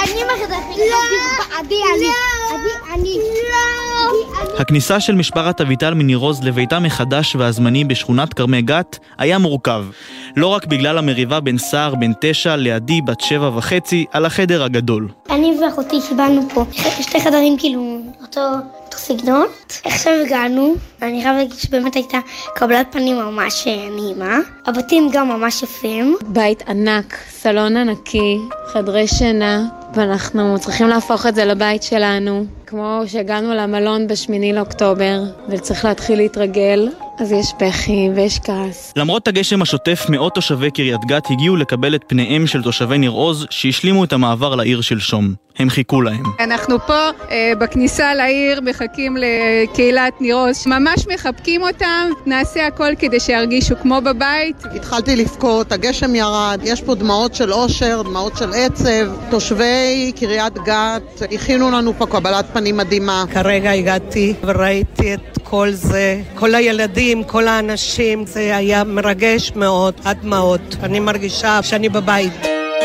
הכניסה של משפחת אביטל מניר עוז לביתם מחדש והזמני בשכונת קרמי גת היה מורכב. לא רק בגלל המריבה בין סער בן 9 לידי בת 7.5 על החדר הגדול. אני ואחותי קיבלנו פה 2 חדרים כאילו אותו סגנון. עכשיו הגענו, אני חייב להגיד שבאמת הייתה קבלת פנים ממש נעימה. הבתים גם ממש יפים. בית ענק, סלון ענקי, חדרי שינה, ואנחנו צריכים להפוך את זה לבית שלנו. כמו שהגענו למלון ב8 לאוקטובר, וצריך להתחיל להתרגל, אז יש פחי ויש כעס. למרות הגשם השוטף, מאות תושבי קריית גת הגיעו לקבל את פניהם של תושבי ניר עוז שהשלימו את המעבר לעיר שלשום. הם חיכו להם. אנחנו פה בכניסה לעיר מחכים לקהילת ניר עוז. ממש מחבקים אותם, נעשה הכל כדי שירגישו כמו בבית. התחלתי לבכות, הגשם ירד, יש פה דמעות של אושר, דמעות של עצב. תושבי קריית גת הכינו לנו פה קבלת פנים מדהימה. כרגע הגעתי וראיתי את כל זה, כל הילדים, כל האנשים, זה היה מרגש מאוד, עד דמעות. אני מרגישה שאני בבית.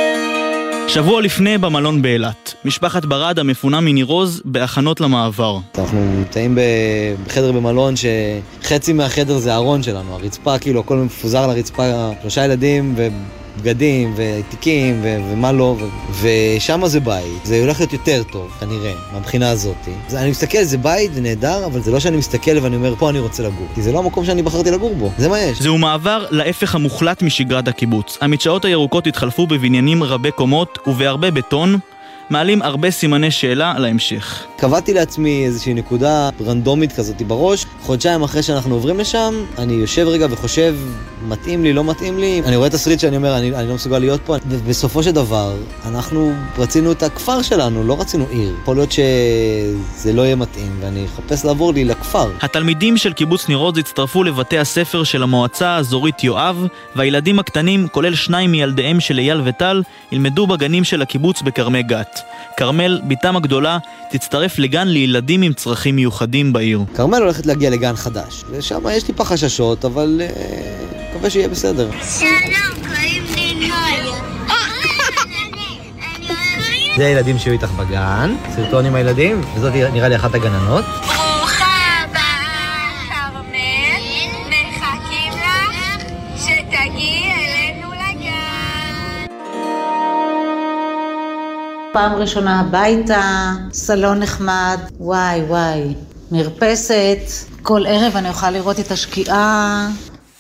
שבוע לפני במלון באילת, משפחת ברד המפונה מניר עוז בהכנות למעבר. אנחנו נמצאים בחדר במלון שחצי מהחדר זה הארון שלנו, הרצפה כאילו הכל מפוזר על הרצפה, 3 ילדים ובגדים ועתיקים ומה לא, ושם זה בית, זה הולך להיות יותר טוב כנראה, מהבחינה הזאת. אני מסתכל, זה בית, זה נהדר, אבל זה לא שאני מסתכל ואני אומר פה אני רוצה לגור, כי זה לא המקום שאני בחרתי לגור בו, זה מה יש. זהו מעבר להפך המוחלט משגרת הקיבוץ. המדשאות הירוקות התחלפו בבניינים רבי קומות ובהרבה בטון, מעלים הרבה סימני שאלה על ההמשך. קבעתי לעצמי איזושהי נקודה רנדומית כזאת בראש. חודשיים אחרי שאנחנו עוברים לשם, אני יושב רגע וחושב, מתאים לי, לא מתאים לי. אני רואה את הסריט שאני אומר, אני לא מסוגל להיות פה. ובסופו של דבר, אנחנו רצינו את הכפר שלנו, לא רצינו עיר. יכול להיות שזה לא יהיה מתאים, ואני אחפש לעבור לי לכפר. התלמידים של קיבוץ ניר עוז הצטרפו לבתי הספר של המועצה האזורית יואב, והילדים הקטנים, כולל 2 מילדיהם של אייל וטל, ילמדו בגנים של הקיבוץ בקרמי גת. קרמל, ביתם הגדולה, תצטרף לגן לילדים עם צרכים מיוחדים בעיר. קרמל הולכת להגיע לגן חדש, ושם יש טיפה חששות, אבל מקווה שיהיה בסדר. שלום, קוראים לי נוי. זה הילדים שהיו איתך בגן, סרטון עם הילדים, וזאת נראה לי אחת הגננות. ברוכה הבאה, כרמל. פעם ראשונה הביתה, סלון נחמד, וואי וואי, מרפסת, כל ערב אני אוכל לראות את השקיעה.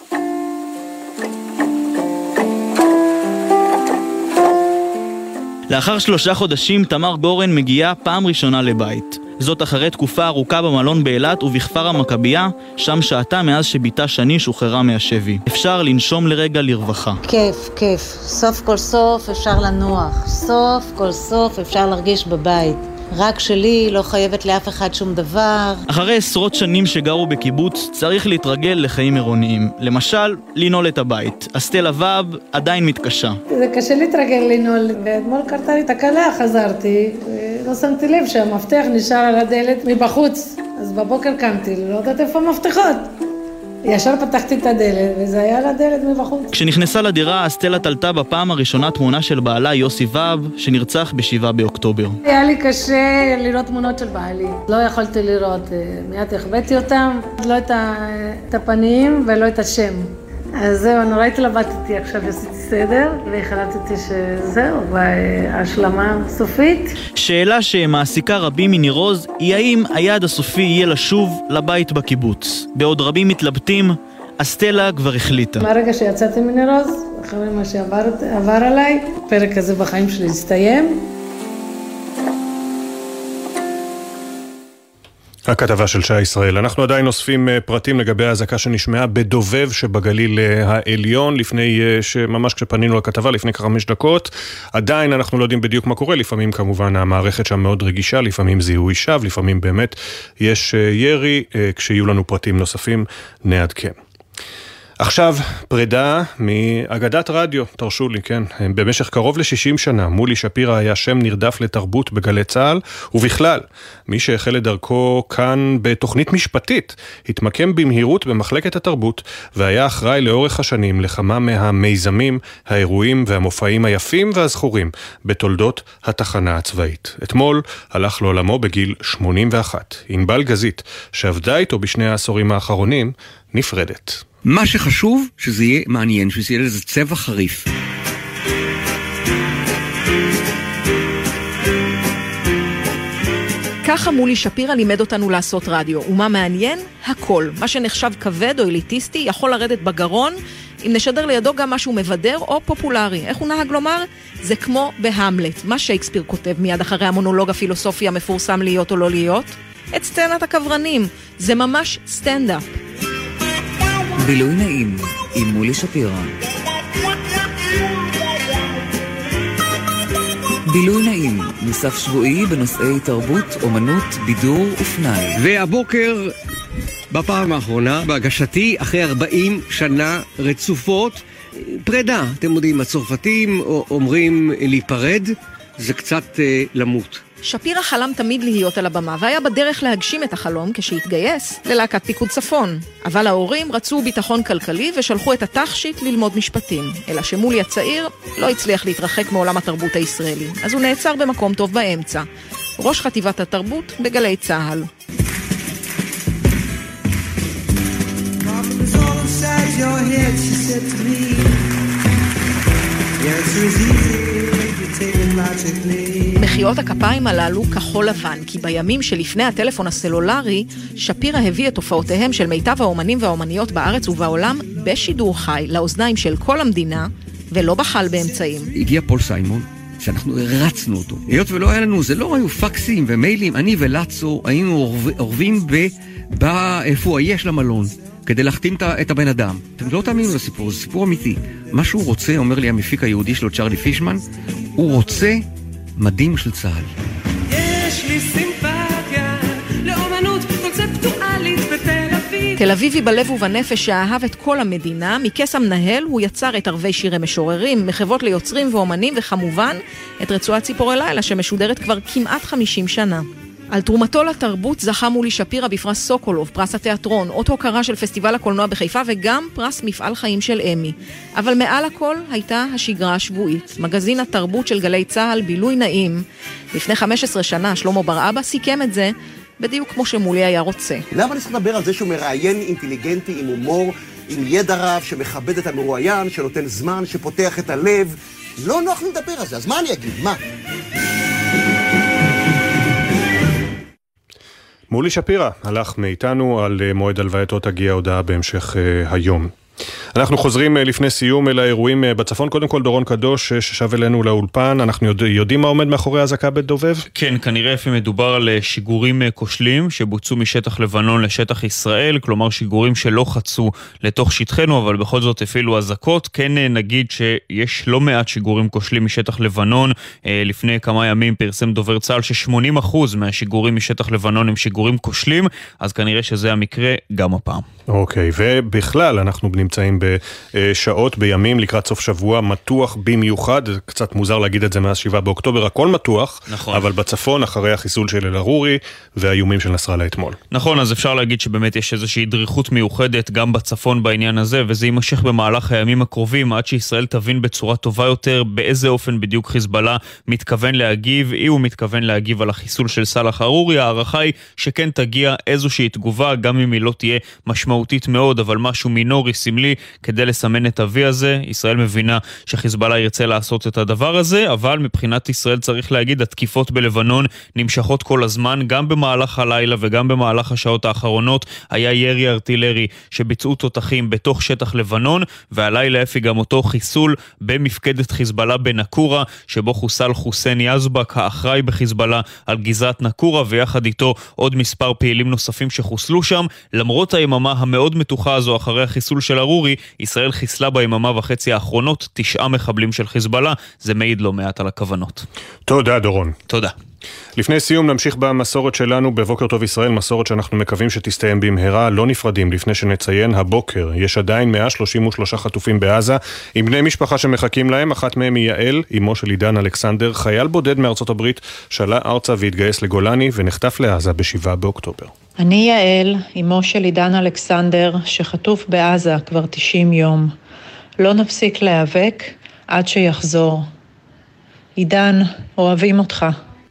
לאחר 3 חודשים תמר גורן מגיעה פעם ראשונה לבית. זאת אחרי תקופה ארוכה במלון באילת ובכפר המכבייה, שם שעתה מאז שביתה שני שוחררה מהשבי. אפשר לנשום לרגע לרווחה. כיף. סוף כל סוף אפשר לנוח. סוף כל סוף אפשר להרגיש בבית. רק שלי, לא חייבת לאף אחד שום דבר. אחרי עשרות שנים שגרו בקיבוץ, צריך להתרגל לחיים עירוניים. למשל, לנעול את הבית. אסתר לבב עדיין מתקשה. זה קשה להתרגל לנעול, ואתמול קרתה לי תקלה, חזרתי, ולא שמתי לב שהמפתח נשאר על הדלת מבחוץ. אז בבוקר קמתי, לא יודעת איפה המפתחות. ישר פתחתי את הדלת, וזה היה על הדלת מבחוץ. כשנכנסה לדירה, אסתלה תלתה בפעם הראשונה תמונה של בעלה יוסי ובב, שנרצח ב7 באוקטובר. היה לי קשה לראות תמונות של בעלי. לא יכולתי לראות, מיד החבאתי אותם, לא את הפנים ולא את השם. אז זהו, נורא התלבטתי, עכשיו עשיתי סדר, והחלטתי שזהו, בהשלמה סופית. שאלה שמעסיקה רבים מניר עוז היא האם היעד הסופי יהיה לשוב לבית בקיבוץ. בעוד רבים מתלבטים, אסתלה כבר החליטה. מהרגע שיצאתי מניר עוז, אחרי מה שעבר עליי, הפרק הזה בחיים שלי הסתיים. הכתבה של שי ישראל. אנחנו עדיין אוספים פרטים לגבי ההזעקה שנשמעה בדובב שבגליל העליון, ממש כשפנינו לכתבה לפני 5 דקות. עדיין אנחנו לא יודעים בדיוק מה קורה, לפעמים כמובן המערכת שם מאוד רגישה, לפעמים זיהוי שווא, לפעמים באמת יש ירי. כשיהיו לנו פרטים נוספים נעדכן. עכשיו פרידה מאגדת רדיו, תרשו לי, כן. במשך קרוב ל60 שנה, מולי שפירא היה שם נרדף לתרבות בגלי צהל, ובכלל, מי שהחל לדרכו כאן בתוכנית משפטית, התמקם במהירות במחלקת התרבות, והיה אחראי לאורך השנים לכמה מהמיזמים, האירועים והמופעים היפים והזכורים בתולדות התחנה הצבאית. אתמול הלך לעולמו בגיל 81. ענבל גזית, שעבדה איתו בשני העשורים האחרונים, נפרדת. מה שחשוב, שזה יהיה מעניין, שזה יהיה לזה צבע חריף. ככה מולי שפירא לימד אותנו לעשות רדיו. ומה מעניין? הכל. מה שנחשב כבד או אליטיסטי יכול לרדת בגרון, אם נשדר לידו גם משהו מבדר או פופולרי. איך הוא נהג לומר? זה כמו בהמלט. מה שייקספיר כותב מיד אחרי המונולוג הפילוסופי המפורסם להיות או לא להיות? את סצנת הקברנים. זה ממש סטנדאפ. בילוי נעים עם מולי שפירא. בילוי נעים, מוסף שבועי בנושאי תרבות, אומנות, בידור ופנאי. והבוקר, בפעם האחרונה, בהגשתי, אחרי 40 שנה רצופות, פרידה. אתם יודעים, הצרפתים אומרים להיפרד, זה קצת למות. שפירא חלם תמיד להיות על הבמה, והיה בדרך להגשים את החלום כשהתגייס ללהקת פיקוד צפון. אבל ההורים רצו ביטחון כלכלי ושלחו את התחשית ללמוד משפטים. אלא שמולי הצעיר לא הצליח להתרחק מעולם התרבות הישראלי, אז הוא נעצר במקום טוב באמצע. ראש חטיבת התרבות בגלי צהל. מחיאות הכפיים הללו כחול לבן, כי בימים שלפני הטלפון הסלולרי, שפירא הביא את תופעותיהם של מיטב האומנים והאומניות בארץ ובעולם בשידור חי, לאוזניים של כל המדינה, ולא בחל באמצעים. הגיע פול סיימון, שאנחנו הרצנו אותו. היות ולא היה לנו, זה לא היו פקסים ומיילים, אני ולצו היינו עורבים איפה יש למלון. כדי להחתים את הבן אדם. אתם לא תאמינו לסיפור, זה סיפור אמיתי. מה שהוא רוצה, אומר לי המפיק היהודי שלו, צ'רלי פישמן, הוא רוצה מדים של צהל. יש לי סימפתיה לאומנות קונספטואלית בתל אביב. תל אביבי בלב ובנפש שאהב את כל המדינה, מכס המנהל הוא יצר את ערבי שירי משוררים, מחוות ליוצרים ואומנים, וכמובן את רצועת ציפורי לילה שמשודרת כבר כמעט 50 שנה. על תרומתו לתרבות זכה מולי שפירא בפרס סוקולוב, פרס התיאטרון, אות הוקרה של פסטיבל הקולנוע בחיפה וגם פרס מפעל חיים של אמי. אבל מעל הכל הייתה השגרה השבועית. מגזין התרבות של גלי צהל, בילוי נעים. לפני 15 שנה שלמה בר אבא סיכם את זה בדיוק כמו שמולי היה רוצה. למה אני צריך לדבר על זה שהוא מראיין אינטליגנטי עם הומור, עם ידע רב, שמכבד את המרואיין, שנותן זמן, שפותח את הלב? לא נוח לדבר על זה, אז מה אני אגיד? מה? מולי שפירא הלך מאיתנו, על מועד הלווייתו תגיע הודעה בהמשך היום. אנחנו חוזרים לפני סיום אל האירועים בצפון. קודם כל דורון קדוש ששב אלינו לאולפן, אנחנו יודעים מה עומד מאחורי האזעקה בדובב? כן, כנראה אפילו מדובר על שיגורים כושלים שבוצעו משטח לבנון לשטח ישראל, כלומר שיגורים שלא חצו לתוך שטחנו, אבל בכל זאת אפילו אזעקות. כן נגיד שיש לא מעט שיגורים כושלים משטח לבנון. לפני כמה ימים פרסם דובר צה"ל ש80% מהשיגורים משטח לבנון הם שיגורים כושלים, אז כנראה שזה המקרה גם הפעם. אוקיי, ובכלל אנחנו נמצאים בשעות, בימים לקראת סוף שבוע מתוח במיוחד, קצת מוזר להגיד את זה מאז 7 באוקטובר, הכל מתוח, נכון. אבל בצפון אחרי החיסול של אל-ערורי והאיומים של נסראללה אתמול. נכון, אז אפשר להגיד שבאמת יש איזושהי דריכות מיוחדת גם בצפון בעניין הזה, וזה יימשך במהלך הימים הקרובים, עד שישראל תבין בצורה טובה יותר באיזה אופן בדיוק חיזבאללה מתכוון להגיב, הוא מתכוון להגיב על החיסול של סאלח אל-ערורי. הערכה היא שכן תגיע איזושהי תגובה, גם אם היא לא תהיה משמעותית מאוד, אבל משהו מינורי, סמלי, כדי לסמן את אבי הזה. ישראל מבינה שחיזבאללה ירצה לעשות את הדבר הזה, אבל מבחינת ישראל צריך להגיד, התקיפות בלבנון נמשכות כל הזמן, גם במהלך הלילה וגם במהלך השעות האחרונות היה ירי ארטילרי שביצעו תותחים בתוך שטח לבנון, והלילה אפי גם אותו חיסול במפקדת חיזבאללה בנקורה, שבו חוסל חוסיין יזבק, האחראי בחיזבאללה על גזרת נקורה, ויחד איתו עוד מספר פעילים נוספים שחוסלו שם. למרות היממה המאוד מתוחה הזו אחרי החיסול של אל-ערורי, ישראל חיסלה ביממה וחצי האחרונות 9 מחבלים של חיזבאללה. זה מעיד לא מעט על הכוונות. תודה דורון. תודה. לפני סיום נמשיך במסורת שלנו בבוקר טוב ישראל, מסורת שאנחנו מקווים שתסתיים במהרה. לא נפרדים לפני שנציין, הבוקר יש עדיין 133 חטופים בעזה עם בני משפחה שמחכים להם. אחת מהם היא יעל, אמו של עידן אלכסנדר, חייל בודד מארצות הברית שעלה ארצה והתגייס לגולני ונחטף לעזה ב7 באוקטובר. אני יעל, אמו של עידן אלכסנדר שחטוף בעזה כבר 90 יום. לא נפסיק להיאבק עד שיחזור. עידן, אוהבים אותך.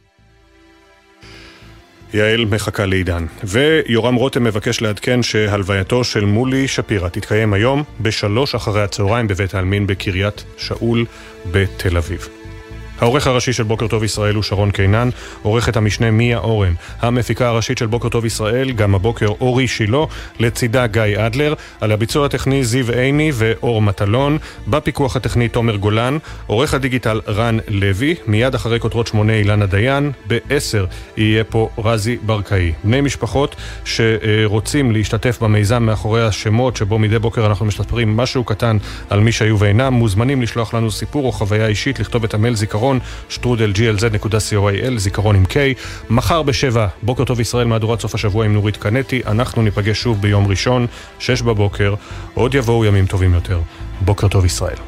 יעל מחכה לעידן. ויורם רותם מבקש לעדכן שהלווייתו של מולי שפירא תתקיים היום ב3 אחרי הצהריים בבית העלמין בקריית שאול בתל אביב. העורך הראשי של בוקר טוב ישראל הוא שרון קינן, עורכת המשנה מיה אורן, המפיקה הראשית של בוקר טוב ישראל, גם הבוקר אורי שילה, לצידה גיא אדלר, על הביצוע הטכני זיו עיני ואור מטלון, בפיקוח הטכני תומר גולן, עורך הדיגיטל רן לוי, מיד אחרי כותרות 8 אילנה דיין, ב10 יהיה פה רזי ברקאי. בני משפחות שרוצים להשתתף במיזם מאחורי השמות, שבו מדי בוקר אנחנו משתפרים משהו קטן על מי שהיו ואינם, מוזמנים לשלוח לנו סיפור או חוויה אישית, לכתוב את המייל זיכרון @glz.co.il, זיכרון עם K. מחר ב7 בוקר טוב ישראל, מהדורת סוף השבוע עם נורית קנטי. אנחנו ניפגש שוב ביום ראשון 6 בבוקר. עוד יבואו ימים טובים יותר. בוקר טוב ישראל.